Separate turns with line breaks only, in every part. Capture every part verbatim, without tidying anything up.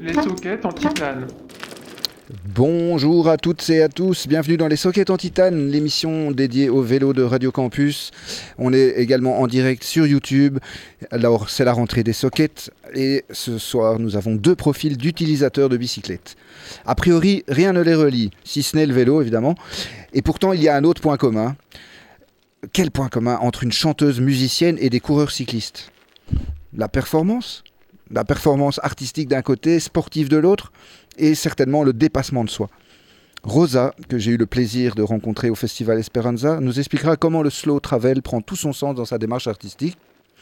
Les sockets en titane.
Bonjour à toutes et à tous, bienvenue dans les Sockets en Titane, l'émission dédiée au vélo de Radio Campus. On est également en direct sur YouTube. Alors c'est la rentrée des Sockets et ce soir nous avons deux profils d'utilisateurs de bicyclettes. A priori rien ne les relie, si ce n'est le vélo évidemment. Et pourtant il y a un autre point commun. Quel point commun entre une chanteuse musicienne et des coureurs cyclistes ? La performance ? La performance artistique d'un côté, sportive de l'autre, et certainement le dépassement de soi. Rosa, que j'ai eu le plaisir de rencontrer au Festival Esperanza, nous expliquera comment le slow travel prend tout son sens dans sa démarche artistique.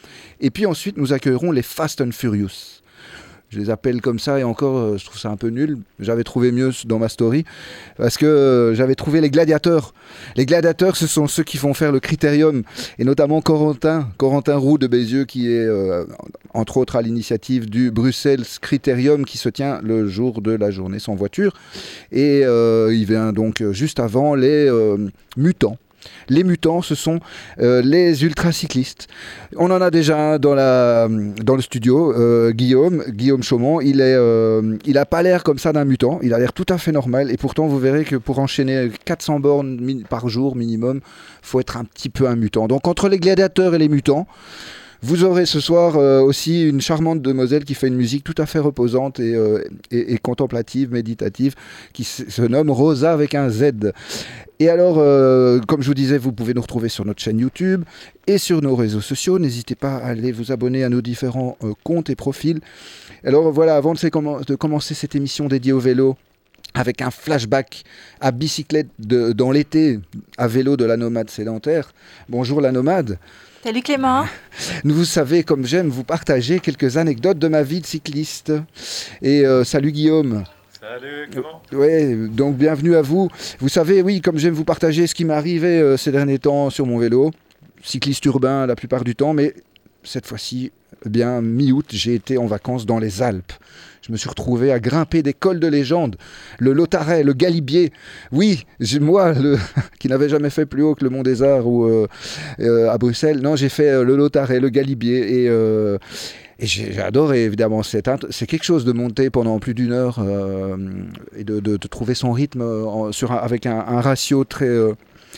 Et puis ensuite, nous accueillerons les Fast and Furious. Je les appelle comme ça et encore, je trouve ça un peu nul. J'avais trouvé mieux dans ma story parce que j'avais trouvé les gladiateurs. Les gladiateurs, ce sont ceux qui font faire le critérium et notamment Corentin, Corentin Roux de Bézieux qui est euh, entre autres à l'initiative du Bruxelles Critérium qui se tient le jour de la journée sans voiture. Et euh, il vient donc juste avant les euh, mutants. Les mutants, ce sont euh, les ultracyclistes. On en a déjà un dans, la, dans le studio, euh, Guillaume, Guillaume Chaumont. Il est, euh, il a pas l'air comme ça d'un mutant, il a l'air tout à fait normal. Et pourtant, vous verrez que pour enchaîner quatre cents bornes mi- par jour minimum, il faut être un petit peu un mutant. Donc entre les gladiateurs et les mutants, vous aurez ce soir euh, aussi une charmante demoiselle qui fait une musique tout à fait reposante et, euh, et, et contemplative, méditative, qui se, se nomme Rosa avec un Z. Et alors, euh, comme je vous disais, vous pouvez nous retrouver sur notre chaîne YouTube et sur nos réseaux sociaux. N'hésitez pas à aller vous abonner à nos différents euh, comptes et profils. Alors voilà, avant de, comm- de commencer cette émission dédiée au vélo, avec un flashback à bicyclette de, dans l'été, à vélo de la nomade sédentaire. Bonjour la nomade.
Salut Clément.
Vous savez, comme j'aime vous partager quelques anecdotes de ma vie de cycliste. Et euh, salut Guillaume.
Salut, comment ?
Oui, donc bienvenue à vous. Vous savez, oui, comme j'aime vous partager ce qui m'est arrivé euh, ces derniers temps sur mon vélo, cycliste urbain la plupart du temps, mais cette fois-ci, eh bien mi-août, j'ai été en vacances dans les Alpes. Je me suis retrouvé à grimper des cols de légende, le Lautaret, le Galibier. Oui, j'ai, moi, le, qui n'avais jamais fait plus haut que le Mont des Arts ou euh, euh, à Bruxelles, non, j'ai fait euh, le Lautaret, le Galibier et... Euh, Et j'ai, j'ai adoré, évidemment. C'est, un, c'est quelque chose de monter pendant plus d'une heure euh, et de, de, de trouver son rythme en, sur un, avec un, un ratio très, euh,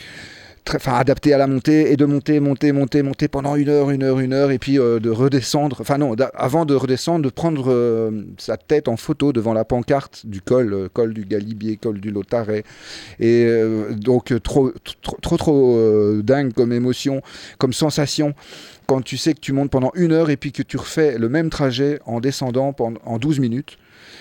très enfin, adapté à la montée et de monter, monter, monter, monter pendant une heure, une heure, une heure et puis euh, de redescendre. Enfin non, avant de redescendre, de prendre euh, sa tête en photo devant la pancarte du col, euh, col du Galibier, col du Lautaret. Et euh, donc trop, trop, trop, trop euh, dingue comme émotion, comme sensation. Quand tu sais que tu montes pendant une heure et puis que tu refais le même trajet en descendant pendant, en douze minutes.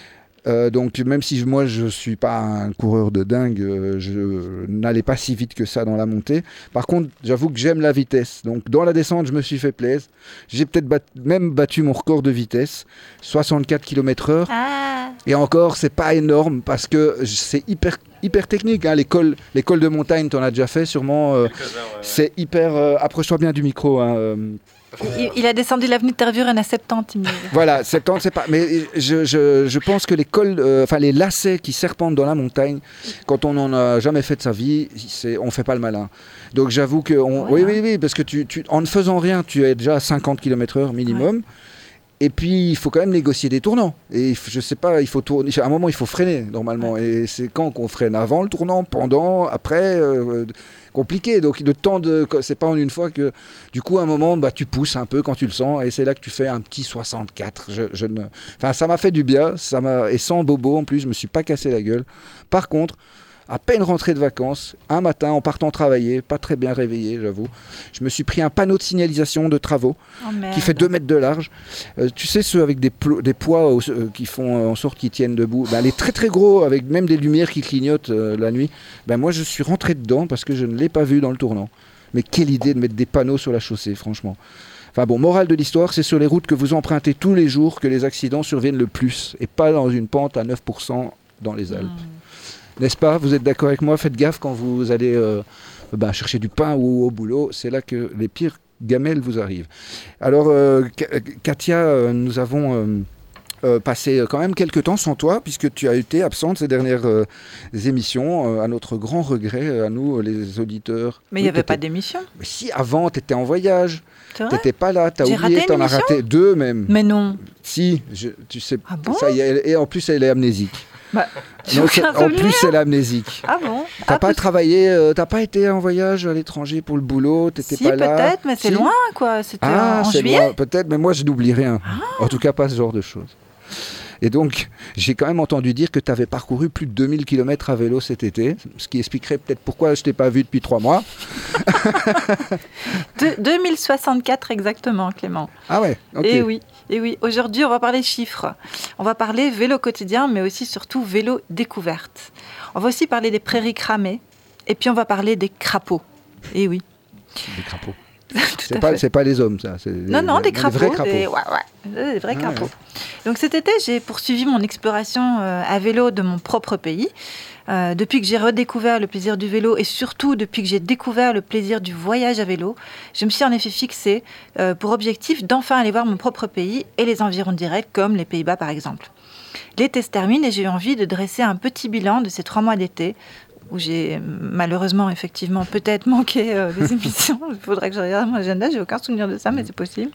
Euh, donc même si moi je ne suis pas un coureur de dingue, euh, je n'allais pas si vite que ça dans la montée. Par contre, j'avoue que j'aime la vitesse. Donc dans la descente, je me suis fait plaisir. J'ai peut-être bat- même battu mon record de vitesse, soixante-quatre kilomètres heure.
Ah.
Et encore, c'est pas énorme parce que c'est hyper, hyper technique. Hein. L'école, l'école de montagne, tu en as déjà fait sûrement. Euh,
ouais,
c'est
ouais.
hyper... Euh, approche-toi bien du micro. Hein, euh,
Il, il a descendu l'avenue de Tervuren à soixante-dix mille.
Voilà, soixante-dix, c'est pas. Mais je, je, je pense que les cols, euh, enfin les lacets qui serpentent dans la montagne, quand on n'en a jamais fait de sa vie, c'est, on fait pas le malin. Donc j'avoue que, on,
Ouais,
oui,
hein.
oui, oui, parce que tu, tu, en ne faisant rien, tu es déjà à cinquante kilomètres heure minimum. Ouais. Et puis il faut quand même négocier des tournants. Et je sais pas, il faut tourner. À un moment, il faut freiner normalement. Ouais. Et c'est quand qu'on freine, avant le tournant, pendant, après. Euh, compliqué, donc le temps de, c'est pas en une fois que du coup à un moment bah, tu pousses un peu quand tu le sens et c'est là que tu fais un petit soixante-quatre. Je, je ne... enfin ça m'a fait du bien, ça m'a... et sans bobo en plus, je me suis pas cassé la gueule. Par contre, à peine rentré de vacances, un matin en partant travailler, pas très bien réveillé j'avoue, je me suis pris un panneau de signalisation de travaux
oh,
qui fait deux mètres de large. Euh, tu sais ceux avec des, plo- des poids euh, qui font en sorte qu'ils tiennent debout, ben, les très très gros avec même des lumières qui clignotent euh, la nuit, ben, moi je suis rentré dedans parce que je ne l'ai pas vu dans le tournant. Mais quelle idée de mettre des panneaux sur la chaussée franchement. Enfin bon, morale de l'histoire, c'est sur les routes que vous empruntez tous les jours que les accidents surviennent le plus et pas dans une pente à neuf pour cent dans les Alpes. Mmh. N'est-ce pas ? Vous êtes d'accord avec moi ? Faites gaffe quand vous allez euh, bah, chercher du pain ou au boulot. C'est là que les pires gamelles vous arrivent. Alors, euh, Katia, euh, nous avons euh, euh, passé quand même quelques temps sans toi, puisque tu as été absente ces dernières euh, émissions, euh, à notre grand regret, à nous, les auditeurs.
Mais il
oui,
n'y avait pas d'émission.
Mais si, avant, tu étais en voyage.
Tu
n'étais pas là, tu as oublié, tu en as raté deux même.
Mais non.
Si, je, tu sais,
Ah bon
ça y est, et en plus elle est amnésique.
Bah, j'ai
Non,
aucun
c'est- en
souvenir.
plus elle est amnésique.
Ah bon
T'as
ah,
pas
peut-
travaillé, euh, t'as pas été en voyage à l'étranger pour le boulot, t'étais
Si,
pas là.
peut-être, mais c'est
Si
loin, quoi. C'était
Ah,
en, en
c'est
juillet.
loin, peut-être, mais moi je n'oublie rien. En tout cas, pas ce genre de choses. Et donc, j'ai quand même entendu dire que tu avais parcouru plus de deux mille kilomètres à vélo cet été, ce qui expliquerait peut-être pourquoi je t'ai pas vu depuis trois mois.
De- deux mille soixante-quatre exactement, Clément.
Ah ouais, ok.
Et oui, et oui. Aujourd'hui, on va parler chiffres. On va parler vélo quotidien, mais aussi surtout vélo découverte. On va aussi parler des prairies cramées. Et puis, on va parler des crapauds. Et oui.
Des crapauds.
Tout
C'est
à
pas,
fait.
c'est pas les hommes, ça. C'est
Non, non, des crapauds.
vrais crapauds.
Des, ouais, ouais, des vrais
Ah,
crapauds.
ouais.
Donc cet été, j'ai poursuivi mon exploration euh, à vélo de mon propre pays. Euh, depuis que j'ai redécouvert le plaisir du vélo et surtout depuis que j'ai découvert le plaisir du voyage à vélo, je me suis en effet fixé euh, pour objectif d'enfin aller voir mon propre pays et les environs directs comme les Pays-Bas par exemple. L'été se termine et j'ai eu envie de dresser un petit bilan de ces trois mois d'été où j'ai malheureusement, effectivement, peut-être manqué euh, des émissions. Il faudrait que je regarde mon agenda, j'ai aucun souvenir de ça, mais c'est possible.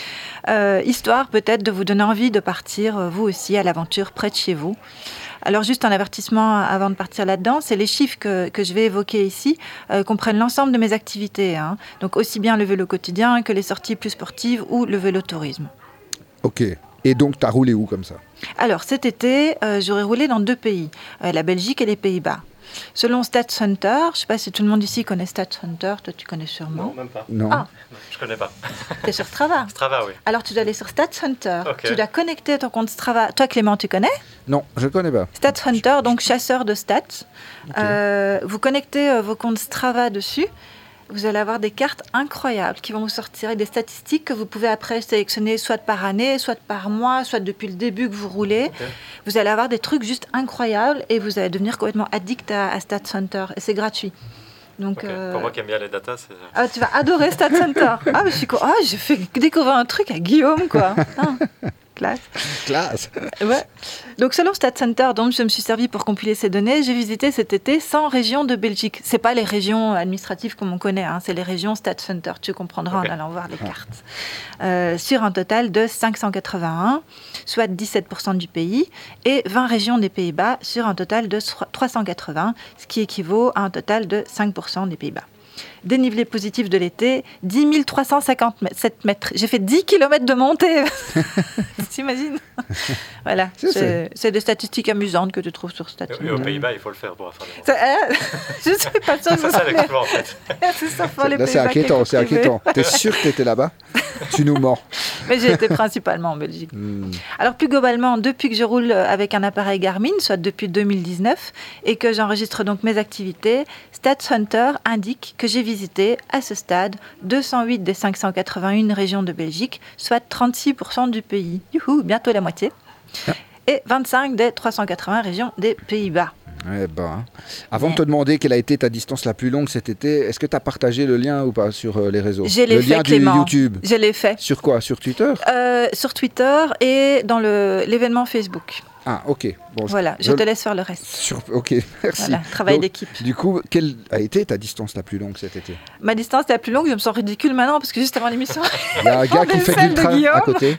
Euh, histoire peut-être de vous donner envie de partir, euh, vous aussi, à l'aventure près de chez vous. Alors juste un avertissement avant de partir là-dedans, c'est les chiffres que, que je vais évoquer ici euh, comprennent l'ensemble de mes activités. Hein. Donc aussi bien le vélo quotidien que les sorties plus sportives ou le vélo-tourisme.
Ok. Et donc, tu as roulé où comme ça?
Alors cet été, euh, j'aurais roulé dans deux pays, euh, la Belgique et les Pays-Bas. Selon StatsHunter, je ne sais pas si tout le monde ici connaît StatsHunter, toi tu connais sûrement.
Non, même pas.
Non.
Ah.
Je connais pas.
Tu es sur Strava.
Strava, oui.
Alors tu dois aller sur StatsHunter,
Ok.
tu dois connecter ton compte Strava. Toi Clément, tu connais
Non, je connais pas.
StatsHunter, donc chasseur de stats.
Ok.
Euh, vous connectez euh, vos comptes Strava dessus. Vous allez avoir des cartes incroyables qui vont vous sortir et des statistiques que vous pouvez après sélectionner soit par année, soit par mois, soit depuis le début que vous roulez.
Ok.
Vous allez avoir des trucs juste incroyables et vous allez devenir complètement addict à, à StatsHunter. Et c'est gratuit. Donc,
Ok.
euh,
Pour moi qui aime bien les datas, c'est...
ah, tu vas adorer StatsHunter. Ah, mais je suis co- ah, j'ai fait découvrir un truc à Guillaume, quoi. Ah, classe.
Classe.
Ouais. Donc, selon StatsHunter, dont je me suis servi pour compiler ces données, j'ai visité cet été cent régions de Belgique. C'est pas les régions administratives comme on connaît, hein, c'est les régions StatsHunter. Tu comprendras
Ok.
en allant voir les cartes. Euh, sur un total de cinq cent quatre-vingt-un, soit dix-sept pour cent du pays, et vingt régions des Pays-Bas sur un total de trois cent quatre-vingts, ce qui équivaut à un total de cinq pour cent des Pays-Bas. Dénivelé positif de l'été, dix mille trois cent cinquante-sept mètres. J'ai fait dix kilomètres de montée. T'imagines? Voilà,
C'est-
c'est c'est des statistiques amusantes que tu trouves sur StatsHunter.
Et aux Pays-Bas, il faut le faire pour faire des
Ça, euh, je ne suis pas sûre que
C'est
ça
ça l'exploit, en fait.
c'est ça pour les
Là, c'est
Pays-Bas
inquiétant,
quelque
c'est
privé.
inquiétant. T'es sûr que t'étais là-bas? Tu nous mens.
Mais j'ai été principalement en Belgique.
Hmm.
Alors plus globalement, depuis que je roule avec un appareil Garmin, soit depuis deux mille dix-neuf, et que j'enregistre donc mes activités, StatsHunter indique que j'ai visité à ce stade deux cent huit des cinq cent quatre-vingt-un régions de Belgique, soit trente-six pour cent du pays. Youhou, bientôt la moitié. Et vingt-cinq des trois cent quatre-vingts régions des Pays-Bas.
Eh ben, hein. Avant de te demander quelle a été ta distance la plus longue cet été, est-ce que tu as partagé le lien ou pas sur euh, les réseaux?
Je l'ai
Le
fait,
lien du
Clément.
YouTube.
Je l'ai fait.
Sur quoi? Sur Twitter?
Euh, sur Twitter et dans le- l'événement Facebook.
Ah, ok. Bon, je-
Voilà, je
je-
te laisse faire le reste.
sur- Ok, merci.
Voilà, travail
Donc,
d'équipe.
Du coup, quelle a été ta distance la plus longue cet été?
Ma distance la plus longue, je me sens ridicule maintenant parce que juste avant l'émission,
Il y a un gars qui
des
fait
selles
du
de
train à
Guillaume.
côté.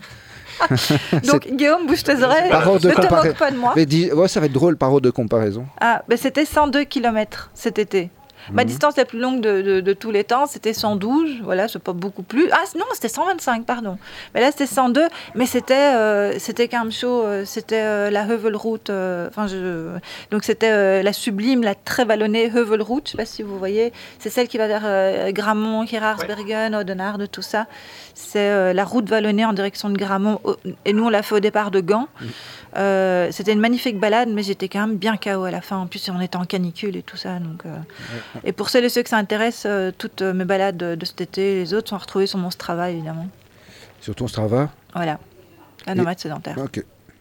donc Guillaume, bouge tes oreilles,
Par ordre de
ne te
comparaison.
moque pas de moi.
Mais dis, ouais, ça va être drôle par ordre de comparaison.
Ah, ben c'était cent deux kilomètres cet été. Ma
Mhm.
distance la plus longue de, de- de tous les temps, c'était cent douze. Voilà, c'est pas beaucoup plus. Ah non, c'était cent vingt-cinq, pardon. Mais là, c'était cent deux. Mais c'était, euh, c'était quand même chaud. euh, C'était euh, la Heuvelroute. euh, Enfin, je... donc c'était euh, la sublime, la très vallonnée Heuvelroute. Je sais pas si vous voyez. C'est celle qui va vers euh, Grammont, Geraardsbergen, Oudenaarde, tout ça. C'est euh, la route vallonnée en direction de Grammont. Au- Et nous, on l'a fait au départ de Gand. Euh, c'était une magnifique balade, mais j'étais quand même bien K O à la fin. En plus, on était en canicule et tout ça. Donc, euh, Et pour celles et ceux que ça intéresse, euh, toutes euh, mes balades de, de cet été, les autres sont retrouvées sur mon Strava, évidemment.
Sur ton Strava?
Voilà. La
Et-
nomade sédentaire.
Ok.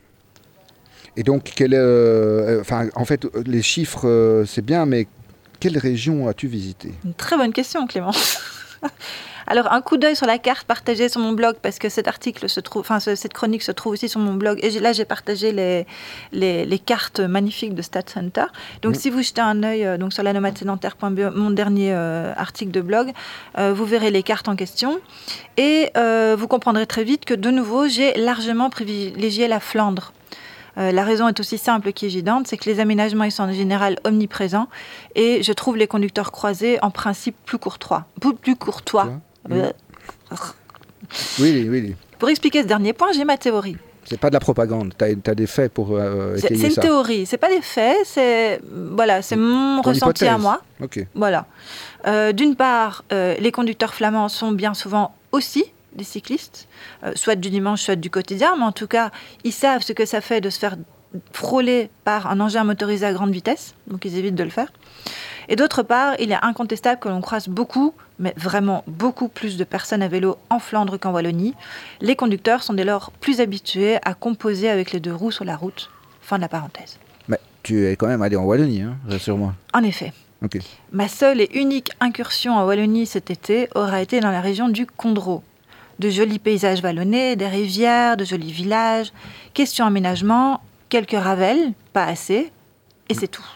Et donc, quel est, euh, enfin, en fait, les chiffres, euh, c'est bien, mais quelle région as-tu visité?
Une très bonne question, Clément. Alors, un coup d'œil sur la carte partagée sur mon blog, parce que cet article se trouve, enfin, cette chronique se trouve aussi sur mon blog. Et là, j'ai partagé les, les, les cartes magnifiques de StatCenter. Donc, mmh. si vous jetez un œil euh, donc, sur la nomade sédentaire point b e, mon dernier euh, article de blog, euh, vous verrez les cartes en question. Et euh, vous comprendrez très vite que, de nouveau, j'ai largement privilégié la Flandre. Euh, la raison est aussi simple qu'évidente, c'est que les aménagements ils sont en général omniprésents et je trouve les conducteurs croisés en principe plus courtois. Plus, plus courtois.
Mmh. Oui, oui, oui.
Pour expliquer ce dernier point, j'ai ma théorie.
C'est pas de la propagande, tu as des faits pour euh, étayer
c'est, c'est une
ça.
théorie, c'est pas des faits, c'est, voilà, c'est mon
Ton
ressenti
hypothèse.
à moi.
Okay.
Voilà. Euh, d'une part, euh, les conducteurs flamands sont bien souvent aussi des cyclistes, euh, soit du dimanche, soit du quotidien, mais en tout cas, ils savent ce que ça fait de se faire frôler par un engin motorisé à grande vitesse, donc ils évitent de le faire. Et d'autre part, il est incontestable que l'on croise beaucoup, mais vraiment beaucoup plus de personnes à vélo en Flandre qu'en Wallonie. Les conducteurs sont dès lors plus habitués à composer avec les deux roues sur la route. Fin de la parenthèse.
Mais tu es quand même allé en Wallonie, hein, rassure-moi.
En effet.
Okay.
Ma seule et unique incursion en Wallonie cet été aura été dans la région du Condro. De jolis paysages vallonnés, des rivières, de jolis villages. Question aménagement, quelques ravels, pas assez, et c'est tout.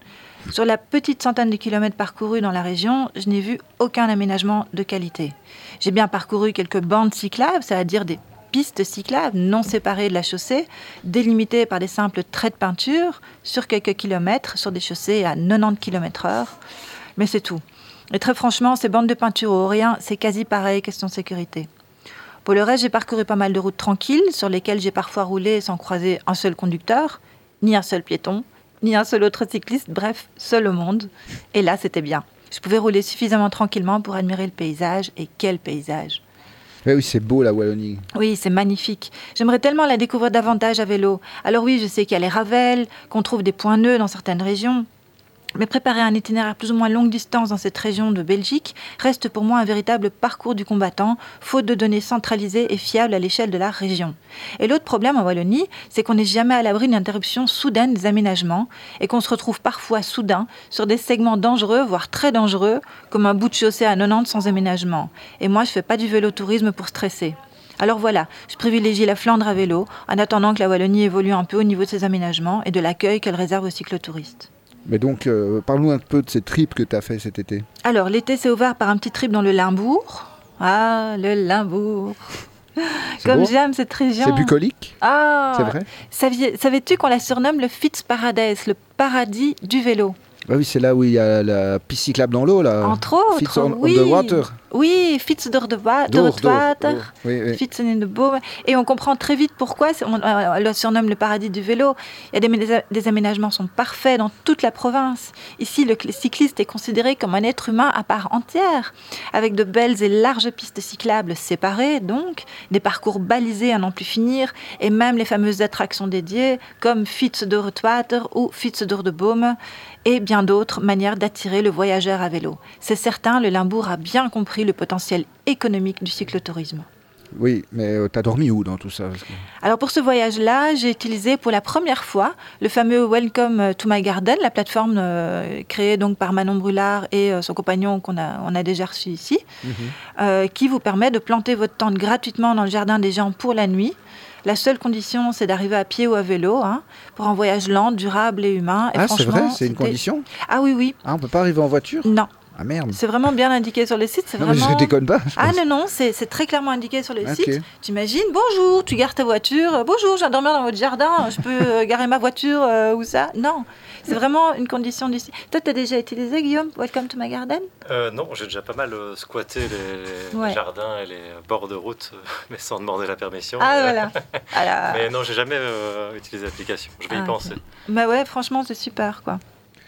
Sur la petite centaine de kilomètres parcourus dans la région, je n'ai vu aucun aménagement de qualité. J'ai bien parcouru quelques bandes cyclables, c'est-à-dire des pistes cyclables non séparées de la chaussée, délimitées par des simples traits de peinture, sur quelques kilomètres, sur des chaussées à quatre-vingt-dix kilomètres heure. Mais c'est tout. Et très franchement, ces bandes de peinture au rien, c'est quasi pareil, question sécurité. Pour le reste, j'ai parcouru pas mal de routes tranquilles, sur lesquelles j'ai parfois roulé sans croiser un seul conducteur, ni un seul piéton, ni un seul autre cycliste, bref, seul au monde. Et là, c'était bien. Je pouvais rouler suffisamment tranquillement pour admirer le paysage. Et quel paysage!
Oui, oui, c'est beau la Wallonie.
Oui, c'est magnifique. J'aimerais tellement la découvrir davantage à vélo. Alors oui, je sais qu'il y a les ravels, qu'on trouve des points nœuds dans certaines régions. Mais préparer un itinéraire plus ou moins longue distance dans cette région de Belgique reste pour moi un véritable parcours du combattant, faute de données centralisées et fiables à l'échelle de la région. Et l'autre problème en Wallonie, c'est qu'on n'est jamais à l'abri d'une interruption soudaine des aménagements et qu'on se retrouve parfois soudain sur des segments dangereux, voire très dangereux, comme un bout de chaussée à quatre-vingt-dix sans aménagement. Et moi, je ne fais pas du vélotourisme pour stresser. Alors voilà, je privilégie la Flandre à vélo, en attendant que la Wallonie évolue un peu au niveau de ses aménagements et de l'accueil qu'elle réserve aux cyclotouristes.
Mais donc, euh, parle-nous un peu de ces trips que tu as fait cet été.
Alors, l'été s'est ouvert par un petit trip dans le Limbourg. Ah, le Limbourg. C'est Comme beau. J'aime cette région.
C'est bucolique.
Ah,
c'est vrai.
Savais, savais-tu qu'on la surnomme le Fietsparadijs, le paradis du vélo?
Ah oui, c'est là où il y a la piste cyclable dans l'eau, là.
Entre autres,
Fiets on,
oui.
on the water.
Oui, Fiets door the wa- door het water,
oui, oui.
Fietsen in de boom. Et on comprend très vite pourquoi on, on le surnomme le paradis du vélo. Il y a des, des aménagements sont parfaits dans toute la province. Ici, le cycliste est considéré comme un être humain à part entière, avec de belles et larges pistes cyclables séparées, donc, des parcours balisés à n'en plus finir, et même les fameuses attractions dédiées, comme Fiets door het water ou Fiets door de boom, et bien d'autres manières d'attirer le voyageur à vélo. C'est certain, le Limbourg a bien compris le potentiel économique du cyclotourisme.
Oui, mais euh, t'as dormi où dans tout ça? Parce que...
Alors pour ce voyage-là, j'ai utilisé pour la première fois le fameux Welcome to my garden, la plateforme euh, créée donc par Manon Brulard et euh, son compagnon qu'on a, on a déjà reçu ici, mm-hmm. euh, qui vous permet de planter votre tente gratuitement dans le jardin des gens pour la nuit. La seule condition, c'est d'arriver à pied ou à vélo, hein, pour un voyage lent, durable et humain. Et
ah, c'est vrai, c'est une
c'était...
condition?
Ah oui, oui.
Ah, on ne peut pas arriver en voiture?
Non.
Ah merde.
C'est vraiment bien indiqué sur le site. C'est
non,
vraiment...
mais je déconne pas. Je
ah
pense.
non, non, c'est, c'est très clairement indiqué sur le
okay.
site. Tu imagines, bonjour, tu gares ta voiture. Bonjour, je viens dormir dans votre jardin. Je peux euh, garer ma voiture euh, où ça? Non. C'est vraiment une condition du site. Toi, tu as déjà utilisé, Guillaume, Welcome to my garden?
euh, Non, j'ai déjà pas mal euh, squatté les,
ouais.
les jardins et les bords de route, euh, mais sans demander la permission.
Ah,
mais,
voilà.
Alors... mais non, j'ai jamais euh, utilisé l'application. Je vais ah, y penser.
Okay. Bah ouais, franchement, c'est super, quoi.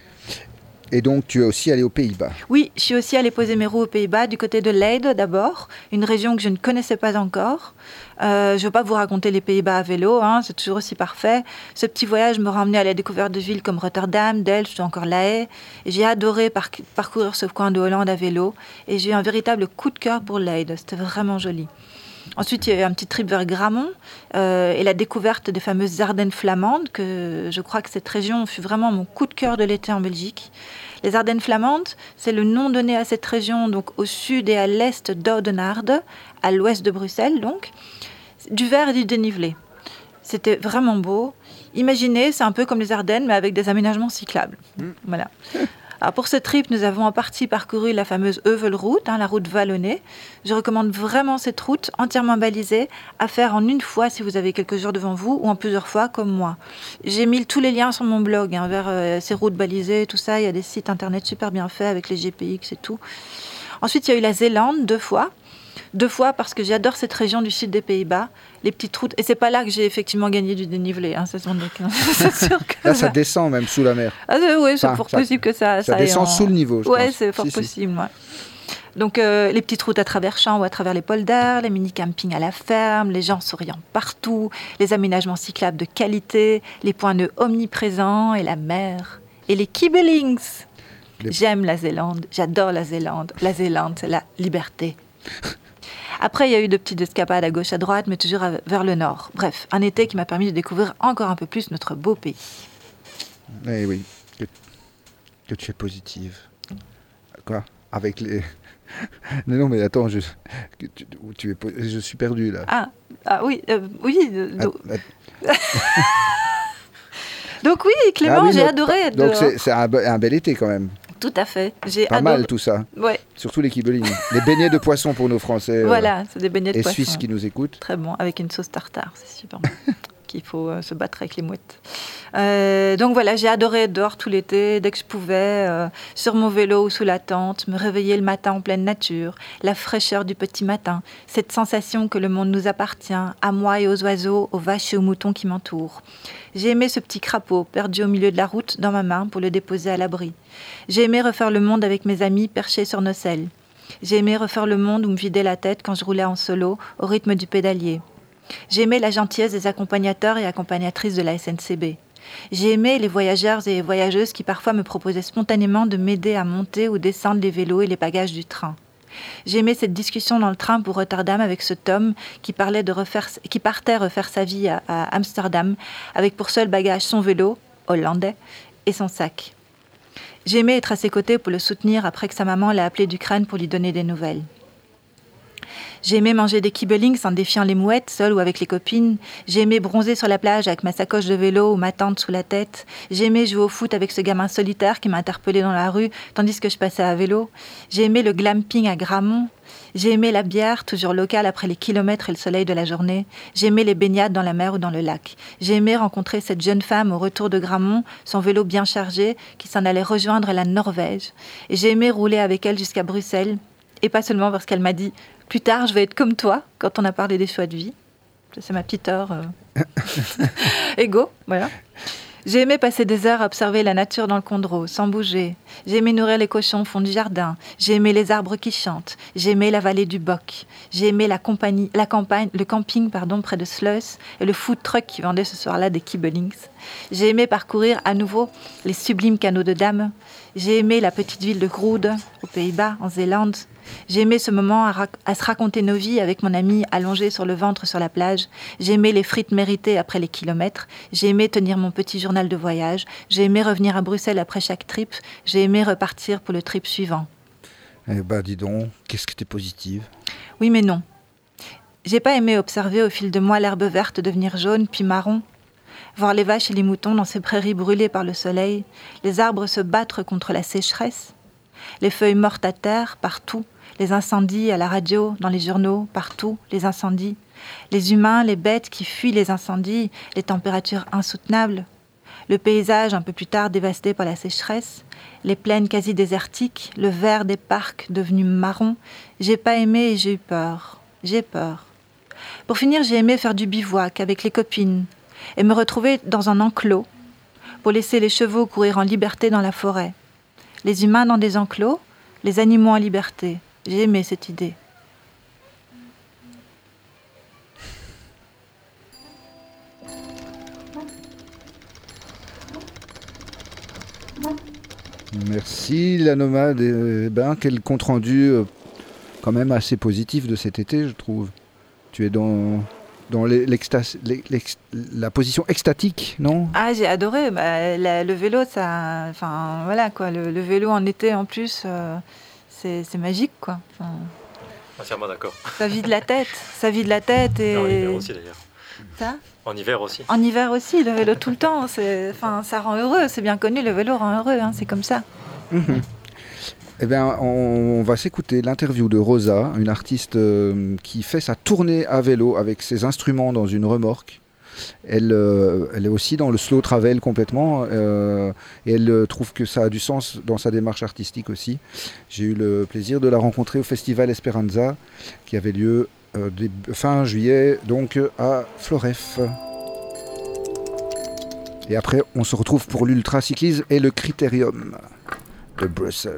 Et donc, tu es aussi allé aux Pays-Bas?
Oui, je suis aussi allée poser mes roues aux Pays-Bas, du côté de Leyde d'abord, une région que je ne connaissais pas encore. Euh, je ne veux pas vous raconter les Pays-Bas à vélo, hein, c'est toujours aussi parfait. Ce petit voyage me ramenait à la découverte de villes comme Rotterdam, Delft ou encore La Haye. Et j'ai adoré par- parcourir ce coin de Hollande à vélo et j'ai eu un véritable coup de cœur pour Leyde, c'était vraiment joli. Ensuite, il y a eu un petit trip vers Grammont euh, et la découverte des fameuses Ardennes flamandes, que je crois que cette région fut vraiment mon coup de cœur de l'été en Belgique. Les Ardennes flamandes, c'est le nom donné à cette région, donc au sud et à l'est d'Oudenaarde, à l'ouest de Bruxelles, donc, du vert et du dénivelé. C'était vraiment beau. Imaginez, c'est un peu comme les Ardennes, mais avec des aménagements cyclables. Mmh. Voilà. Alors pour ce trip, nous avons en partie parcouru la fameuse Heuvelroute, hein, la route vallonnée. Je recommande vraiment cette route entièrement balisée à faire en une fois si vous avez quelques jours devant vous ou en plusieurs fois comme moi. J'ai mis tous les liens sur mon blog hein, vers euh, ces routes balisées, tout ça. Il y a des sites internet super bien faits avec les G P X et tout. Ensuite, il y a eu la Zélande deux fois. Deux fois parce que j'adore cette région du sud des Pays-Bas, les petites routes. Et c'est pas là que j'ai effectivement gagné du dénivelé. Hein, c'est sûr que
là, ça descend même sous la mer.
Ah, oui, c'est enfin, fort ça, possible que ça...
Ça, ça descend en... sous le niveau, je
ouais,
pense.
Oui, c'est fort
si,
possible.
Si.
Ouais. Donc, euh, les petites routes à travers champs ou à travers les polders, les mini-campings à la ferme, les gens souriant partout, les aménagements cyclables de qualité, les points nœuds omniprésents et la mer. Et les Kibbelings. Les... J'aime la Zélande, j'adore la Zélande. La Zélande, c'est la liberté. Après, il y a eu de petites escapades à gauche, à droite, mais toujours vers le nord. Bref, un été qui m'a permis de découvrir encore un peu plus notre beau pays.
Eh oui, que, que tu es positive. Quoi ? Avec les... Non, non, mais attends, je, tu, tu es, je suis perdu, là.
Ah, ah oui, euh, oui. Euh, donc... Ah, ah... donc oui, Clément, ah oui, j'ai donc, adoré être
Donc
dehors.
c'est, c'est un, un bel été, quand même.
Tout à fait. J'ai
pas
adoré...
mal tout ça.
Ouais.
Surtout les Kibbelings. Les beignets de poisson pour nos Français.
Voilà,
euh,
c'est des beignets de
et
poisson.
Suisses qui nous écoutent.
Très bon, avec une sauce tartare, c'est super bon. Qu'il faut euh, se battre avec les mouettes. Euh, donc voilà, j'ai adoré être dehors tout l'été, dès que je pouvais, euh, sur mon vélo ou sous la tente, me réveiller le matin en pleine nature, la fraîcheur du petit matin, cette sensation que le monde nous appartient, à moi et aux oiseaux, aux vaches et aux moutons qui m'entourent. J'ai aimé ce petit crapaud perdu au milieu de la route dans ma main pour le déposer à l'abri. J'ai aimé refaire le monde avec mes amis perchés sur nos selles. J'ai aimé refaire le monde ou me vider la tête quand je roulais en solo au rythme du pédalier. J'ai aimé la gentillesse des accompagnateurs et accompagnatrices de la S N C B. J'ai aimé les voyageurs et les voyageuses qui parfois me proposaient spontanément de m'aider à monter ou descendre les vélos et les bagages du train. J'ai aimé cette discussion dans le train pour Rotterdam avec ce Tom qui, parlait de refaire, qui partait refaire sa vie à, à Amsterdam avec pour seul bagage son vélo, hollandais, et son sac. J'ai aimé être à ses côtés pour le soutenir après que sa maman l'a appelé d'Ukraine pour lui donner des nouvelles. J'ai aimé manger des Kibbelings en défiant les mouettes, seule ou avec les copines. J'ai aimé bronzer sur la plage avec ma sacoche de vélo ou ma tente sous la tête. J'ai aimé jouer au foot avec ce gamin solitaire qui m'a interpellée dans la rue tandis que je passais à vélo. J'ai aimé le glamping à Grammont. J'ai aimé la bière, toujours locale après les kilomètres et le soleil de la journée. J'ai aimé les baignades dans la mer ou dans le lac. J'ai aimé rencontrer cette jeune femme au retour de Grammont, son vélo bien chargé, qui s'en allait rejoindre la Norvège. Et j'ai aimé rouler avec elle jusqu'à Bruxelles. Et pas seulement parce qu'elle m'a dit « Plus tard, je vais être comme toi » quand on a parlé des choix de vie. C'est ma petite heure euh... égo, voilà. J'ai aimé passer des heures à observer la nature dans le Condro, sans bouger. J'ai aimé nourrir les cochons au fond du jardin. J'ai aimé les arbres qui chantent. J'ai aimé la vallée du Boc. J'ai aimé la, compagnie, la campagne, le camping pardon, près de Sluis et le food truck qui vendait ce soir-là des Kibbelings. J'ai aimé parcourir à nouveau les sublimes canaux de Dam. J'ai aimé la petite ville de Groede, aux Pays-Bas, en Zélande. J'ai aimé ce moment à, ra- à se raconter nos vies avec mon ami allongé sur le ventre sur la plage. J'ai aimé les frites méritées après les kilomètres. J'ai aimé tenir mon petit journal de voyage. J'ai aimé revenir à Bruxelles après chaque trip. J'ai aimé repartir pour le trip suivant.
Eh ben, dis donc, qu'est-ce que t'es positive ?
Oui, mais non. J'ai pas aimé observer au fil de mois l'herbe verte devenir jaune puis marron. Voir les vaches et les moutons dans ces prairies brûlées par le soleil. Les arbres se battre contre la sécheresse. Les feuilles mortes à terre, partout. Les incendies à la radio, dans les journaux, partout, les incendies. Les humains, les bêtes qui fuient les incendies, les températures insoutenables. Le paysage un peu plus tard dévasté par la sécheresse. Les plaines quasi désertiques, le vert des parcs devenu marron. J'ai pas aimé et j'ai eu peur. J'ai peur. Pour finir, j'ai aimé faire du bivouac avec les copines et me retrouver dans un enclos pour laisser les chevaux courir en liberté dans la forêt. Les humains dans des enclos, les animaux en liberté. J'ai aimé cette idée.
Merci la nomade. Eh ben, quel compte rendu euh, quand même assez positif de cet été, je trouve. Tu es dans, dans l'extase, l'ex, la position extatique, non?
Ah, j'ai adoré. Bah, la, le vélo, ça, enfin voilà quoi. Le, le vélo en été en plus, euh, c'est, c'est magique quoi. Enfin,
Entièrement d'accord.
ça vide la tête, ça vide la tête et.
En hiver aussi d'ailleurs.
Ça
En hiver aussi.
En hiver aussi, le vélo tout le temps. C'est, enfin, ça rend heureux. C'est bien connu, le vélo rend heureux. Hein, c'est comme ça.
Mmh. Eh bien, on, on va s'écouter l'interview de Rosa, une artiste euh, qui fait sa tournée à vélo avec ses instruments dans une remorque. Elle, euh, elle est aussi dans le slow travel complètement euh, et elle euh, trouve que ça a du sens dans sa démarche artistique aussi. J'ai eu le plaisir de la rencontrer au festival Esperanza qui avait lieu euh, début, fin juillet, donc à Floref. Et après, on se retrouve pour l'ultracyclisme et le critérium de Bruxelles.